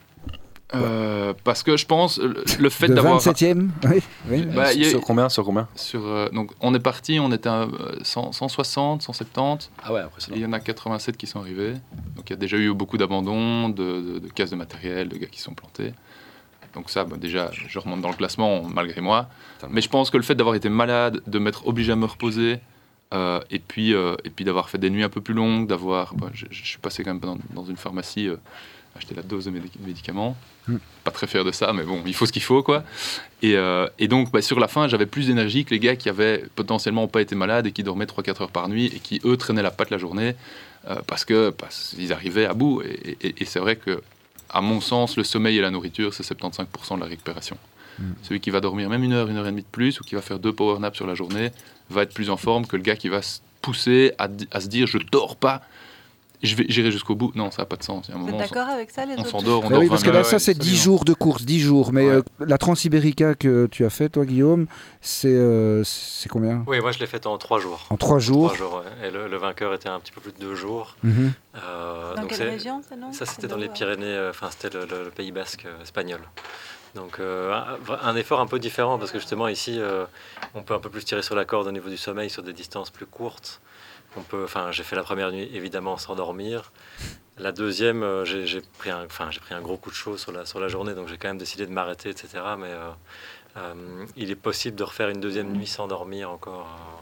Euh, parce que je pense, le, le fait
de
d'avoir...
vingt-septième. Oui, oui.
Bah, il y a-
Sur combien Sur combien
sur, euh, donc, on est parti, on était à euh, cent, cent soixante, cent soixante-dix.
Ah ouais,
Et
impressionnant.
il y en a quatre-vingt-sept qui sont arrivés. Donc il y a déjà eu beaucoup d'abandons, de, de, de casses de matériel, de gars qui sont plantés. Donc ça, bah, déjà, je remonte dans le classement malgré moi. Mais je pense que le fait d'avoir été malade, de m'être obligé à me reposer, euh, et puis, euh, et puis d'avoir fait des nuits un peu plus longues, d'avoir... bah, je, je suis passé quand même dans, dans une pharmacie, euh, acheter la dose de médic- médicaments.
Mm.
Pas très fier de ça, mais bon, il faut ce qu'il faut, quoi. Et, euh, et donc, bah, sur la fin, j'avais plus d'énergie que les gars qui avaient potentiellement pas été malades et qui dormaient trois quatre heures par nuit et qui, eux, traînaient la patte la journée euh, parce que parce qu'ils arrivaient à bout. Et, et- et c'est vrai que, à mon sens, le sommeil et la nourriture, c'est soixante-quinze pour cent de la récupération.
Mm.
Celui qui va dormir même une heure, une heure et demie de plus ou qui va faire deux power naps sur la journée va être plus en forme que le gars qui va se pousser à, di- à se dire je dors pas, je vais, j'irai jusqu'au bout. Non, ça n'a pas de sens. Il y a un
Vous
moment,
êtes d'accord avec ça, les
on
autres
s'endort, on
Ah
dort
oui, parce que
vingt
là,
minutes.
ça, c'est dix
Absolument.
jours de course, dix jours. Mais
Ouais.
euh, la Transibérica que tu as fait, toi, Guillaume, c'est euh, c'est combien
Oui, moi je l'ai fait en trois jours.
En trois jours.
Trois jours, ouais. Et le, le vainqueur était un petit peu plus de deux jours.
Mhm.
Euh,
Dans
donc
quelle
c'est-
région, ça, non
Ça, c'était
C'est
dans les
là-haut,
Pyrénées, euh, enfin, c'était le, le- le Pays Basque euh, espagnol. Donc, euh, un, un effort un peu différent parce que justement, ici, euh, on peut un peu plus tirer sur la corde au niveau du sommeil sur des distances plus courtes. On peut, enfin, j'ai fait la première nuit évidemment sans dormir. La deuxième, euh, j'ai j'ai pris, un- enfin, j'ai pris un gros coup de chaud sur la, sur la journée, donc j'ai quand même décidé de m'arrêter, et cetera. Mais euh, euh, il est possible de refaire une deuxième nuit sans dormir encore.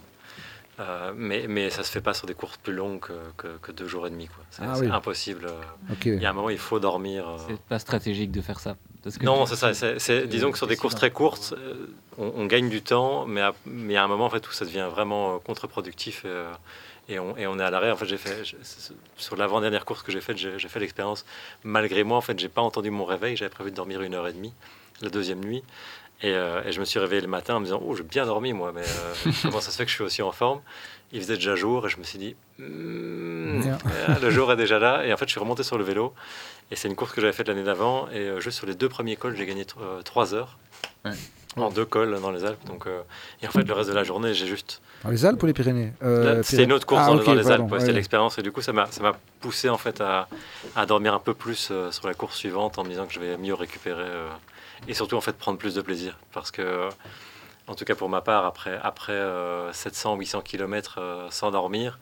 euh, euh, mais, mais ça se fait pas sur des courses plus longues que, que- que deux jours et demi, quoi. C'est
Ah
c'est
oui.
impossible. euh.
Ok.
Il y a un moment, il faut dormir. euh.
C'est pas stratégique de faire ça. Parce que
Non,
tu-
c'est ça. c'est- c'est- disons que sur des courses très courtes, euh, on, on gagne du temps, mais à, mais à un moment en fait, où ça devient vraiment euh, contre-productif et, euh, et, on, et on est à l'arrêt. En fait, j'ai fait je- c'est- sur l'avant-dernière course que j'ai faite, j'ai j'ai fait l'expérience. Malgré moi, en fait, j'ai pas entendu mon réveil. J'avais prévu de dormir une heure et demie la deuxième nuit. Et, euh, et je me suis réveillé le matin en me disant oh, j'ai bien dormi moi, mais euh, comment ça se fait que je suis aussi en forme? Il faisait déjà jour et je me suis dit Hmm,
Merde.
euh, le jour est déjà là. Et en fait, je suis remonté sur le vélo. Et c'est une course que j'avais faite l'année d'avant. Et euh, juste sur les deux premiers cols, j'ai gagné trois heures.
Ouais.
En deux cols dans les Alpes. Donc, euh, et en fait, le reste de la journée, j'ai juste.
Dans les Alpes ou les Pyrénées Euh,
Là, C'était une autre course
Ah,
dans,
ok,
dans les
pardon,
Alpes. ouais,
ouais,
C'était
ouais.
l'expérience. Et du coup, ça m'a ça m'a poussé en fait à, à dormir un peu plus euh, sur la course suivante en me disant que je vais mieux récupérer. euh, et surtout, en fait, prendre plus de plaisir. Parce que, en tout cas pour ma part, après, après euh, sept cents huit cents kilomètres euh, sans dormir,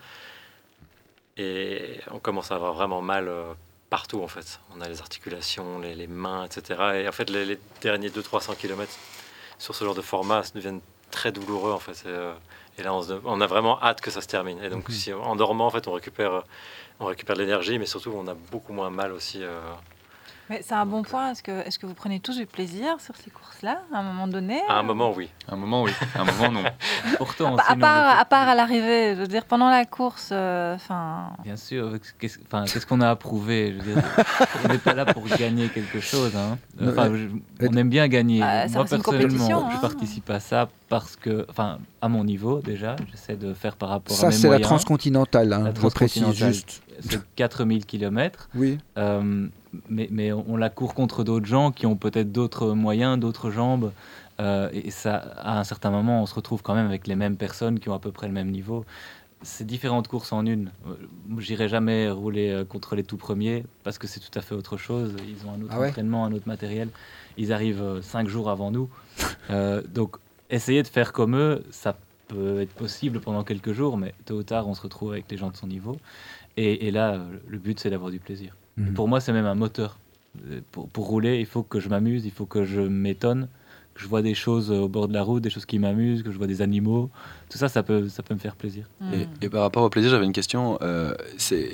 et on commence à avoir vraiment mal euh, partout en fait. On a les articulations, les, les mains, et cetera. Et en fait, les, les derniers deux cents trois cents kilomètres sur ce genre de format ça deviennent très douloureux en fait. Et, euh, et là, on, se- on a vraiment hâte que ça se termine. Et donc, si, en dormant, en fait, on récupère, on récupère de l'énergie, mais surtout, on a beaucoup moins mal aussi. euh,
Mais c'est un bon point. Est-ce que, est-ce que vous prenez tous du plaisir sur ces courses-là, à un moment donné
à un moment, oui.
À un moment, oui. À un moment, non.
Pourtant,
À, à
sinon,
part, à part à l'arrivée, je veux dire, pendant la course, euh, enfin...
bien sûr, qu'est-ce enfin, qu'est-ce qu'on a à prouver? Je veux dire, on n'est pas là pour gagner quelque chose. Hein. Enfin,
Non,
je- on aime bien gagner.
Bah, ça
Moi,
reste une
personnellement,
compétition,
je
hein.
participe à ça parce que, enfin, à mon niveau déjà, j'essaie de faire par rapport à
Ça,
mes
c'est la
moyens.
transcontinentale, hein,
La
je précise
transcontinentale.
juste.
C'est quatre mille kilomètres.
Oui.
Euh, mais, mais on, on la court contre d'autres gens qui ont peut-être d'autres moyens, d'autres jambes. Euh, et ça, à un certain moment, on se retrouve quand même avec les mêmes personnes qui ont à peu près le même niveau. C'est différentes courses en une. Euh, J'irai jamais rouler euh, contre les tout premiers parce que c'est tout à fait autre chose. Ils ont un autre
Ah ouais
entraînement, un autre matériel. Ils arrivent euh, cinq jours avant nous. Euh, donc, essayer de faire comme eux, ça peut être possible pendant quelques jours, mais tôt ou tard, on se retrouve avec les gens de son niveau. Et, et là, euh, le but, c'est d'avoir du plaisir.
Mhm.
Et pour moi, c'est même un moteur. Euh, Pour, pour rouler, il faut que je m'amuse, il faut que je m'étonne, que je vois des choses euh, au bord de la route, des choses qui m'amusent, que je vois des animaux. Tout ça, ça peut, ça peut me faire plaisir.
hmm.
Et, et par rapport au plaisir, j'avais une question. Euh, c'est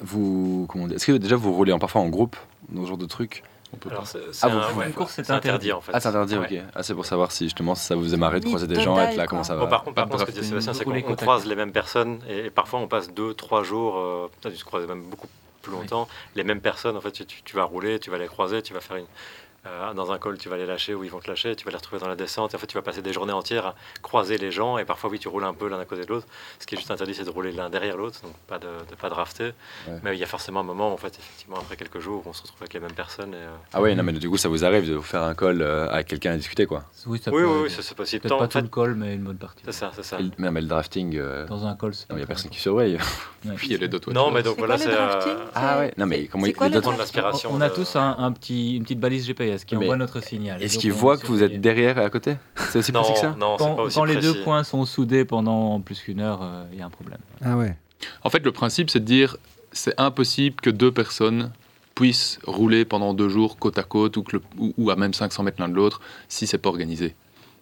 vous, comment dire, est-ce que déjà vous roulez en, parfois en groupe, dans ce genre de trucs?
On peut
Alors,
pas.
c'est,
Ah,
c'est
vous
un,
pouvez-
ouais,
Une course, c'est
c'est interdit en fait.
Ah, c'est interdit,
Ouais.
ok. Ah, c'est pour savoir si justement si ça vous aimerait de croiser des
Limite
gens et être là,
totale,
comment ça
Bon,
va.
par contre, par
Pas
contre, ce que
drafting,
dit Sébastien, c'est
rouler
qu'on on
côte à
croise
côte.
les mêmes personnes et, et parfois on passe deux, trois jours, euh, peut-être se croiser même beaucoup plus longtemps. Les mêmes personnes, en fait, tu, tu- tu vas rouler, tu vas les croiser, tu vas faire une. euh, dans un col, tu vas les lâcher ou ils vont te lâcher, tu vas les retrouver dans la descente. Et en fait, tu vas passer des journées entières à croiser les gens et parfois, oui, tu roules un peu l'un à côté de l'autre. Ce qui est juste interdit, c'est de rouler l'un derrière l'autre, donc pas de, de pas drafter.
Ouais.
Mais il y a forcément un moment, en fait, effectivement, après quelques jours, où on se retrouve avec les mêmes personnes. Et, euh,
Ah ouais, non mais du coup ça vous arrive de vous faire un call euh, avec quelqu'un à discuter quoi.
Oui, ça
Oui,
peut
oui,
arriver.
oui, ça, c'est possible.
Peut-être
Tant-
pas
en
tout
fait,
le col, mais une bonne partie.
c'est ça, c'est ça.
Et le- mais, mais le drafting, euh,
Dans un col, c'est
non, il y a
pas
personne
très
qui surveille.
grave.
Puis il y a les dot
Non, mais donc
C'est
voilà,
quoi
c'est.
le
euh,
drafting
Ah ouais, non mais comment
C'est
il
quoi
les
le
dots-
Prendre
drafting?
l'aspiration.
On a
de-
tous un, un petit, une petite balise G P S qui
Mais
envoie notre signal.
Est-ce
Donc,
qu'il
on
voit
est
que vous êtes
surveillé.
derrière et à côté? C'est aussi
Non,
précis que ça?
non, c'est
Quand,
pas aussi
quand les
précis.
deux points sont soudés pendant plus qu'une heure, euh, il y a un problème.
Ah ouais.
En fait, le principe, c'est de dire c'est impossible que deux personnes puissent rouler pendant deux jours côte à côte ou, que le- ou, ou à même cinq cents mètres l'un de l'autre si c'est pas organisé.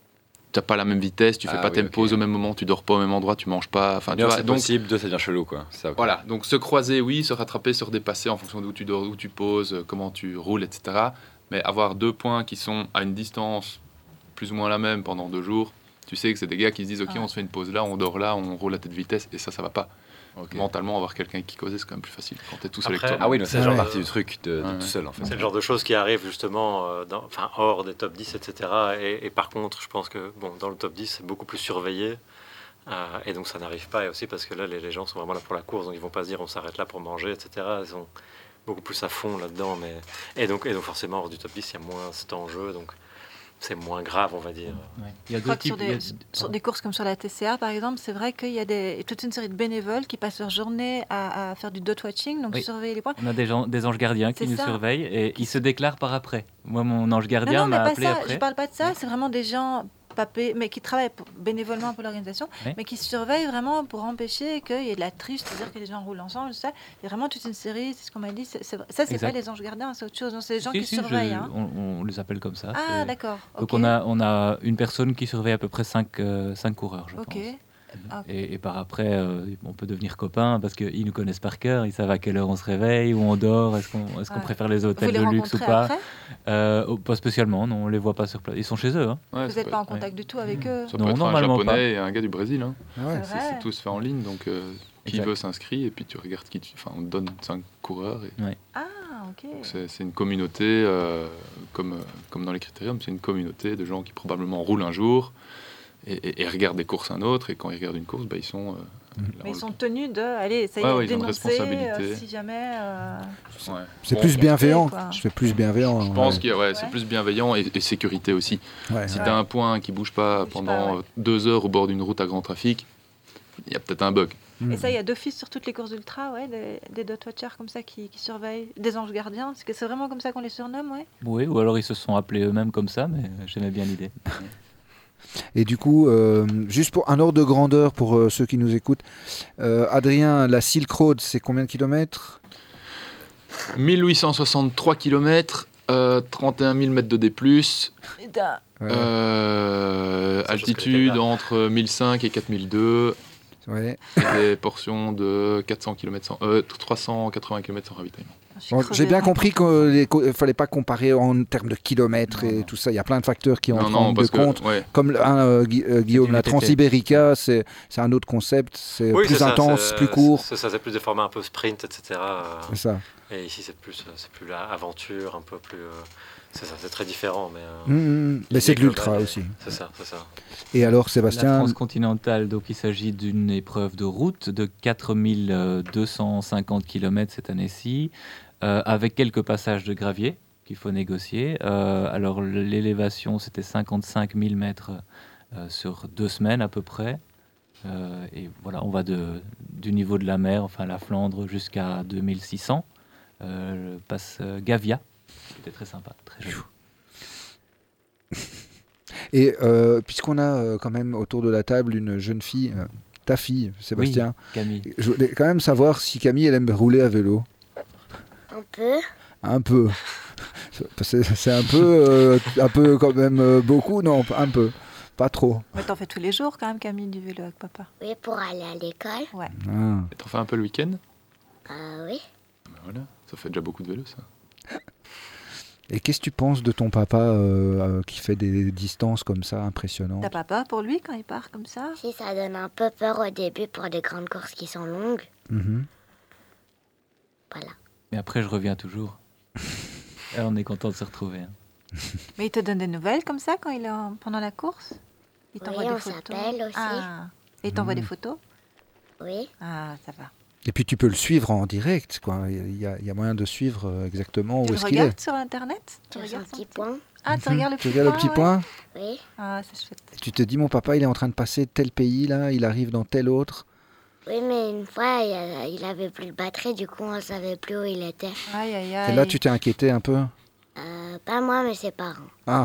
Tu n'as pas la même vitesse, tu fais
Ah
pas
oui,
tes
ok.
pauses au même moment, tu dors pas au même endroit, tu manges pas. Enfin, tu
Non,
vois,
c'est
donc
possible, deux ça devient chelou quoi. C'est ça, ok.
voilà. Donc se croiser, oui, se rattraper, se redépasser en fonction d'où tu dors, où tu poses, euh, comment tu roules, et cetera. Mais avoir deux points qui sont à une distance plus ou moins la même pendant deux jours, tu sais que c'est des gars qui se disent ok,
Ah.
on se fait une pause là, on dort là, on roule à tête vitesse, et ça, ça va pas.
Ok.
Mentalement, avoir quelqu'un qui cause, c'est quand même plus facile quand t'es tout seul avec
Après-
toi.
Ah oui, donc c'est
Ouais.
genre partie du truc de, de
Ouais.
tout seul en fait.
C'est le genre de choses qui arrivent justement euh, dans, enfin, hors des top dix, et cetera. Et, et par contre, je pense que bon, dans le top dix, c'est beaucoup plus surveillé. Euh, et donc ça n'arrive pas. Et aussi parce que là, les, les gens sont vraiment là pour la course. Donc ils vont pas se dire on s'arrête là pour manger, et cetera. Ils sont beaucoup plus à fond là-dedans. Mais... Et, donc, et donc forcément, hors du top dix, il y a moins cet enjeu. Donc c'est moins grave, on va dire.
Il y a
Je crois
deux
que sur
types. il y
des,
a-
sur des courses comme sur la T C A, par exemple, c'est vrai qu'il y a des, toute une série de bénévoles qui passent leur journée à, à faire du dot watching, donc
Oui.
surveiller les points.
On a des, gens, des anges gardiens qui
C'est
nous
ça.
surveillent et ils se déclarent par après. Moi, mon ange
Non,
gardien
non, mais
m'a
pas
appelé
ça.
après.
Je parle pas de ça. C'est vraiment des gens pas payés, mais qui travaillent pour- bénévolement pour l'organisation,
Oui.
mais qui surveillent vraiment pour empêcher qu'il y ait de la triche, c'est-à-dire que les gens roulent ensemble. Ça. Il y a vraiment toute une série. C'est ce qu'on m'a dit. c'est- c'est vrai. Ça, c'est
Exact.
pas les anges gardiens, c'est autre chose. Non, c'est les gens
Si,
qui
si, je-
surveillent. hein.
on, on les appelle comme ça.
Ah,
c'est-
d'accord.
Donc
ok.
on a, on a une personne qui surveille à peu près cinq coureurs, je
Ok.
pense.
Ah.
Et, et par après, euh, on peut devenir copains parce qu'ils nous connaissent par cœur, ils savent à quelle heure on se réveille, où on dort, est-ce qu'on est-ce qu'on
Ouais.
préfère les
Vous
hôtels
les
de luxe ou
rencontrez
pas.
après
Euh, oh, pas spécialement, non, on les voit pas sur place. Ils sont chez eux. Hein.
Ouais,
Vous
ça
n'êtes
peut
pas en
être-
contact du tout avec eux.
Ça
Non,
peut être un
normalement
japonais
pas.
et un gars du Brésil. Hein.
Ah ouais.
C'est
C'est
vrai.
c'est tout se fait en ligne, donc euh, qui
Exact.
veut s'inscrit et puis tu regardes qui tu... Enfin, on te donne cinq coureurs. Et...
Ah, ok.
donc C'est c'est une communauté, euh, comme, euh, comme dans les critériums, c'est une communauté de gens qui probablement roulent un jour et, et- et regardent des courses un autre. Et quand ils regardent une course, bah, ils sont. euh, là,
Mais
on
ils
le-
sont tenus de, allez, ça y
Ouais,
est,
ouais, ils ont une
dénoncer
responsabilité.
euh, si jamais. euh,
Ouais.
C'est
Bon,
plus
on-
bienveillant.
quoi.
C'est plus bienveillant.
Je pense
ouais.
qu'il y a- ouais, c'est
Ouais.
plus bienveillant et, et sécurité aussi.
Ouais,
Si
ouais.
tu as un point qui bouge pas
Bouge
pendant
pas, ouais.
euh, deux heures au bord d'une route à grand trafic, il y a peut-être un bug.
Mm.
Et ça, il y a d'office sur toutes les courses ultra, ouais, des, des dot watchers comme ça qui, qui surveillent, des anges gardiens. Parce que c'est vraiment comme ça qu'on les surnomme, ouais.
Oui, ou alors ils se sont appelés eux-mêmes comme ça, mais j'aimais bien l'idée.
Et du coup, euh, juste pour un ordre de grandeur pour euh, ceux qui nous écoutent, euh, Adrien, la Silk Road, c'est combien de kilomètres?
mille huit cent soixante-trois kilomètres, euh, trente et un mille mètres de D plus,
Putain.
Ouais.
euh,
Ça, je sais
altitude
pas.
entre mille cinq et quatre mille deux,
Ouais.
et des portions de quatre cents kilomètres sans, euh, trois cent quatre-vingts kilomètres sans ravitaillement.
Je suis
Bon,
crevée,
j'ai bien
hein.
compris qu'il ne fallait pas comparer en termes de kilomètres
Non,
et
non.
tout ça. Il y a plein de facteurs qui
Non,
entrent
non,
en de
parce que
compte.
ouais,
Comme le- hein, euh, Gui- euh, Guillaume,
une
la
V T T.
Transibérica, c'est c'est un autre concept. C'est
Oui,
plus
c'est ça,
intense,
c'est-
plus court.
C'est ça, c'est plus des formats un peu sprint, et cetera.
C'est ça.
Et ici, c'est plus, c'est plus l'aventure, un peu plus. euh, C'est ça, c'est très différent, mais. euh,
Mm, mm, mm. Mais c'est de
l'idée
l'ultra
globale est-
aussi.
C'est ça, c'est ça.
Et alors,
La
Sébastien,
transcontinentale, donc il s'agit d'une épreuve de route de quatre mille deux cent cinquante kilomètres cette année-ci, euh, avec quelques passages de gravier qu'il faut négocier. Euh, alors l'élévation, c'était cinquante-cinq mille mètres euh, sur deux semaines à peu près. Euh, et voilà, on va de, du niveau de la mer, enfin la Flandre, jusqu'à deux mille six cents. Euh, passe euh, Gavia, c'était très sympa, très joli.
et euh, puisqu'on a euh, quand même autour de la table une jeune fille, euh, ta fille, Sébastien,
Camille.
je voulais quand même savoir si Camille, elle aime rouler à vélo.
Un peu.
Un peu. C'est c'est un peu, euh, un peu quand même euh, beaucoup, non, un peu, pas trop.
Mais t'en fais tous les jours quand même, Camille, du vélo avec papa.
Oui, pour aller à l'école.
Ah.
et t'en fais un peu le week-end.
Ah oui.
Ben voilà, ça fait déjà beaucoup de vélo, ça.
Et qu'est-ce que tu penses de ton papa euh, euh, qui fait des distances comme ça impressionnantes?
T'as pas peur pour lui quand il part comme ça?
Si, ça donne un peu peur au début pour des grandes courses qui sont longues.
Mhm.
Voilà.
Mais après, je reviens toujours. Et on est content de se retrouver. hein.
Mais il te donne des nouvelles comme ça quand il est en- pendant la course? Il
Oui,
t'envoie
on
des photos?
s'appelle aussi.
Ah. Et il t'envoie
Mhm.
des photos?
Oui.
Ah, ça va.
Et puis tu peux le suivre en direct, quoi. Il y a, il y a moyen de suivre euh, exactement
Tu
où
le
est-ce qu'il est.
regardes sur Internet? Tu
Sur son
regardes son
petit
petit-
point.
Ah, tu
Mhm.
regardes le
Tu
petit
regardes le
point,
petit
ouais.
point
Oui.
Ah, c'est chouette.
et tu te dis, mon papa, il est en train de passer tel pays, là, il arrive dans tel autre.
Oui, mais une fois, il, a- il avait plus de batterie, du coup, on savait plus où il était.
Aïe, aïe, aïe.
Et là, tu t'es inquiété un peu?
Euh, pas moi, mais ses parents.
Ah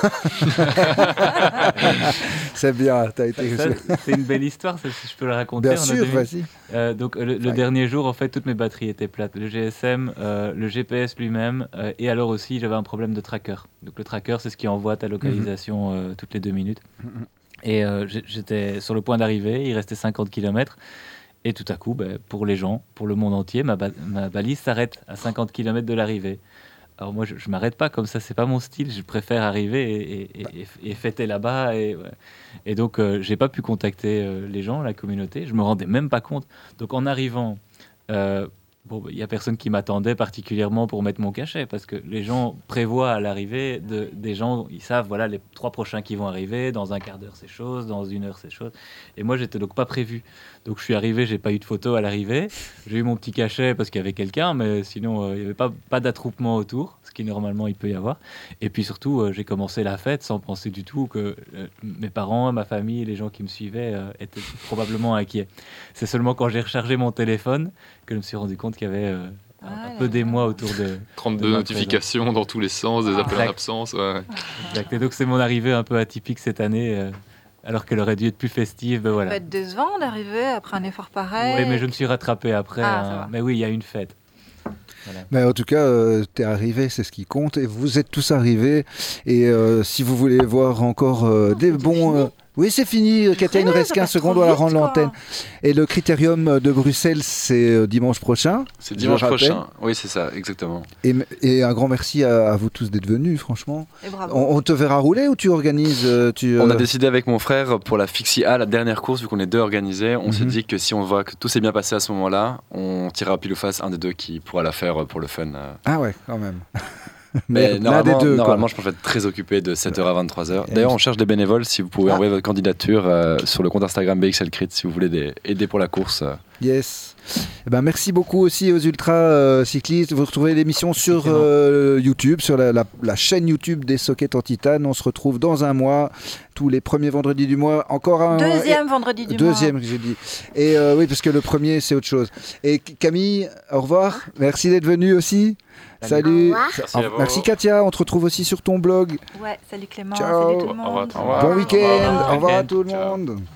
c'est bien, t'as été...
Ça, c'est une belle histoire, ça, si je peux la raconter.
Bien
en
sûr,
deux minutes.
vas-y.
Euh, donc le, le
Ouais.
dernier jour, en fait, toutes mes batteries étaient plates. Le G S M, euh, le G P S lui-même, euh, et alors aussi, j'avais un problème de tracker. Donc le tracker, c'est ce qui envoie ta localisation euh, toutes les deux minutes.
Mhm.
Et euh, j'ai- j'étais sur le point d'arriver, il restait cinquante kilomètres. Et tout à coup, ben, pour les gens, pour le monde entier, ma, ba- ma balise s'arrête à cinquante kilomètres de l'arrivée. Alors moi, je, je m'arrête pas comme ça, c'est pas mon style. Je préfère arriver et, et, et- et fêter là-bas. Et, ouais. Et donc, euh, j'ai pas pu contacter euh, les gens, la communauté. Je me rendais même pas compte. Donc, en arrivant, euh, bon, il y a personne qui m'attendait particulièrement pour mettre mon cachet parce que les gens prévoient à l'arrivée de, des gens. Ils savent, voilà, les trois prochains qui vont arriver. Dans un quart d'heure, c'est chose. Dans une heure, c'est chose. Et moi, j'étais donc pas prévu. Donc, je suis arrivé, j'ai pas eu de photo à l'arrivée. J'ai eu mon petit cachet parce qu'il y avait quelqu'un, mais sinon, euh, il n'y avait pas, pas d'attroupement autour, ce qui normalement il peut y avoir. Et puis surtout, euh, j'ai commencé la fête sans penser du tout que euh, mes parents, ma famille, les gens qui me suivaient euh, étaient probablement inquiets. C'est seulement quand j'ai rechargé mon téléphone que je me suis rendu compte qu'il y avait euh, un,
Ah
un
là
peu
là.
d'émoi autour de.
trente-deux
de ma
notifications dans tous les sens, des
Ah.
appels en
Exact.
absence. Ouais.
Exact. Et donc c'est mon arrivée un peu atypique cette année, euh, alors qu'elle aurait dû être plus festive. Ben
Ça
voilà.
peut être décevant d'arriver après un effort pareil.
Oui, mais je me suis rattrapé après.
Ah,
hein.
ça va.
Mais oui, il y a une fête. Voilà.
Mais en tout cas, euh, t'es arrivé, c'est ce qui compte. Et vous êtes tous arrivés. Et euh, si vous voulez voir encore euh, des
c'est
bons...
fini.
euh, Oui, c'est fini. Katia, il nous
Ouais,
reste
ça
quinze
passe
secondes,
trop
on va
vite,
rendre
quoi.
l'antenne. Et le Critérium de Bruxelles, c'est euh, dimanche prochain.
C'est
Je
dimanche
rappelle.
prochain. Oui, c'est ça, exactement.
Et, et un grand merci à, à vous tous d'être venus, franchement.
Et bravo.
On, on te verra rouler ou tu organises euh, tu,
On
euh,
a décidé avec mon frère pour la Fixie A, la dernière course, vu qu'on est deux organisés, on se
Mhm.
dit que si on voit que tout s'est bien passé à ce moment-là, on tirera pile ou face un des deux qui pourra la faire pour le fun. euh.
Ah ouais, quand même.
Mais
l'un
normalement,
des deux, quoi.
normalement je pense être très occupé de sept heures à vingt-trois heures. D'ailleurs, on cherche des bénévoles. Si vous pouvez
Ah.
envoyer votre candidature euh, sur le compte Instagram B X L Crit, si vous voulez des- aider pour la course. euh.
Yes. Eh ben, merci beaucoup aussi aux ultra euh, cyclistes. Vous retrouvez l'émission sur euh, YouTube, sur la, la- la chaîne YouTube des Sockets en titane. On se retrouve dans un mois, tous les premiers vendredis du mois. Encore un
Deuxième vendredi du mois.
Deuxième, j'ai dit. Et euh, oui, parce que le premier, c'est autre chose. Et Camille, au revoir. Merci d'être venue aussi. Salut.
Au revoir.
Merci à vous.
Merci Katia. On te retrouve aussi sur ton blog.
Ouais, salut Clément,
Ciao.
salut tout le
Au revoir.
monde.
Au revoir.
Bon week-end.
revoir.
Au revoir à
Week-end.
tout le
Ciao.
monde.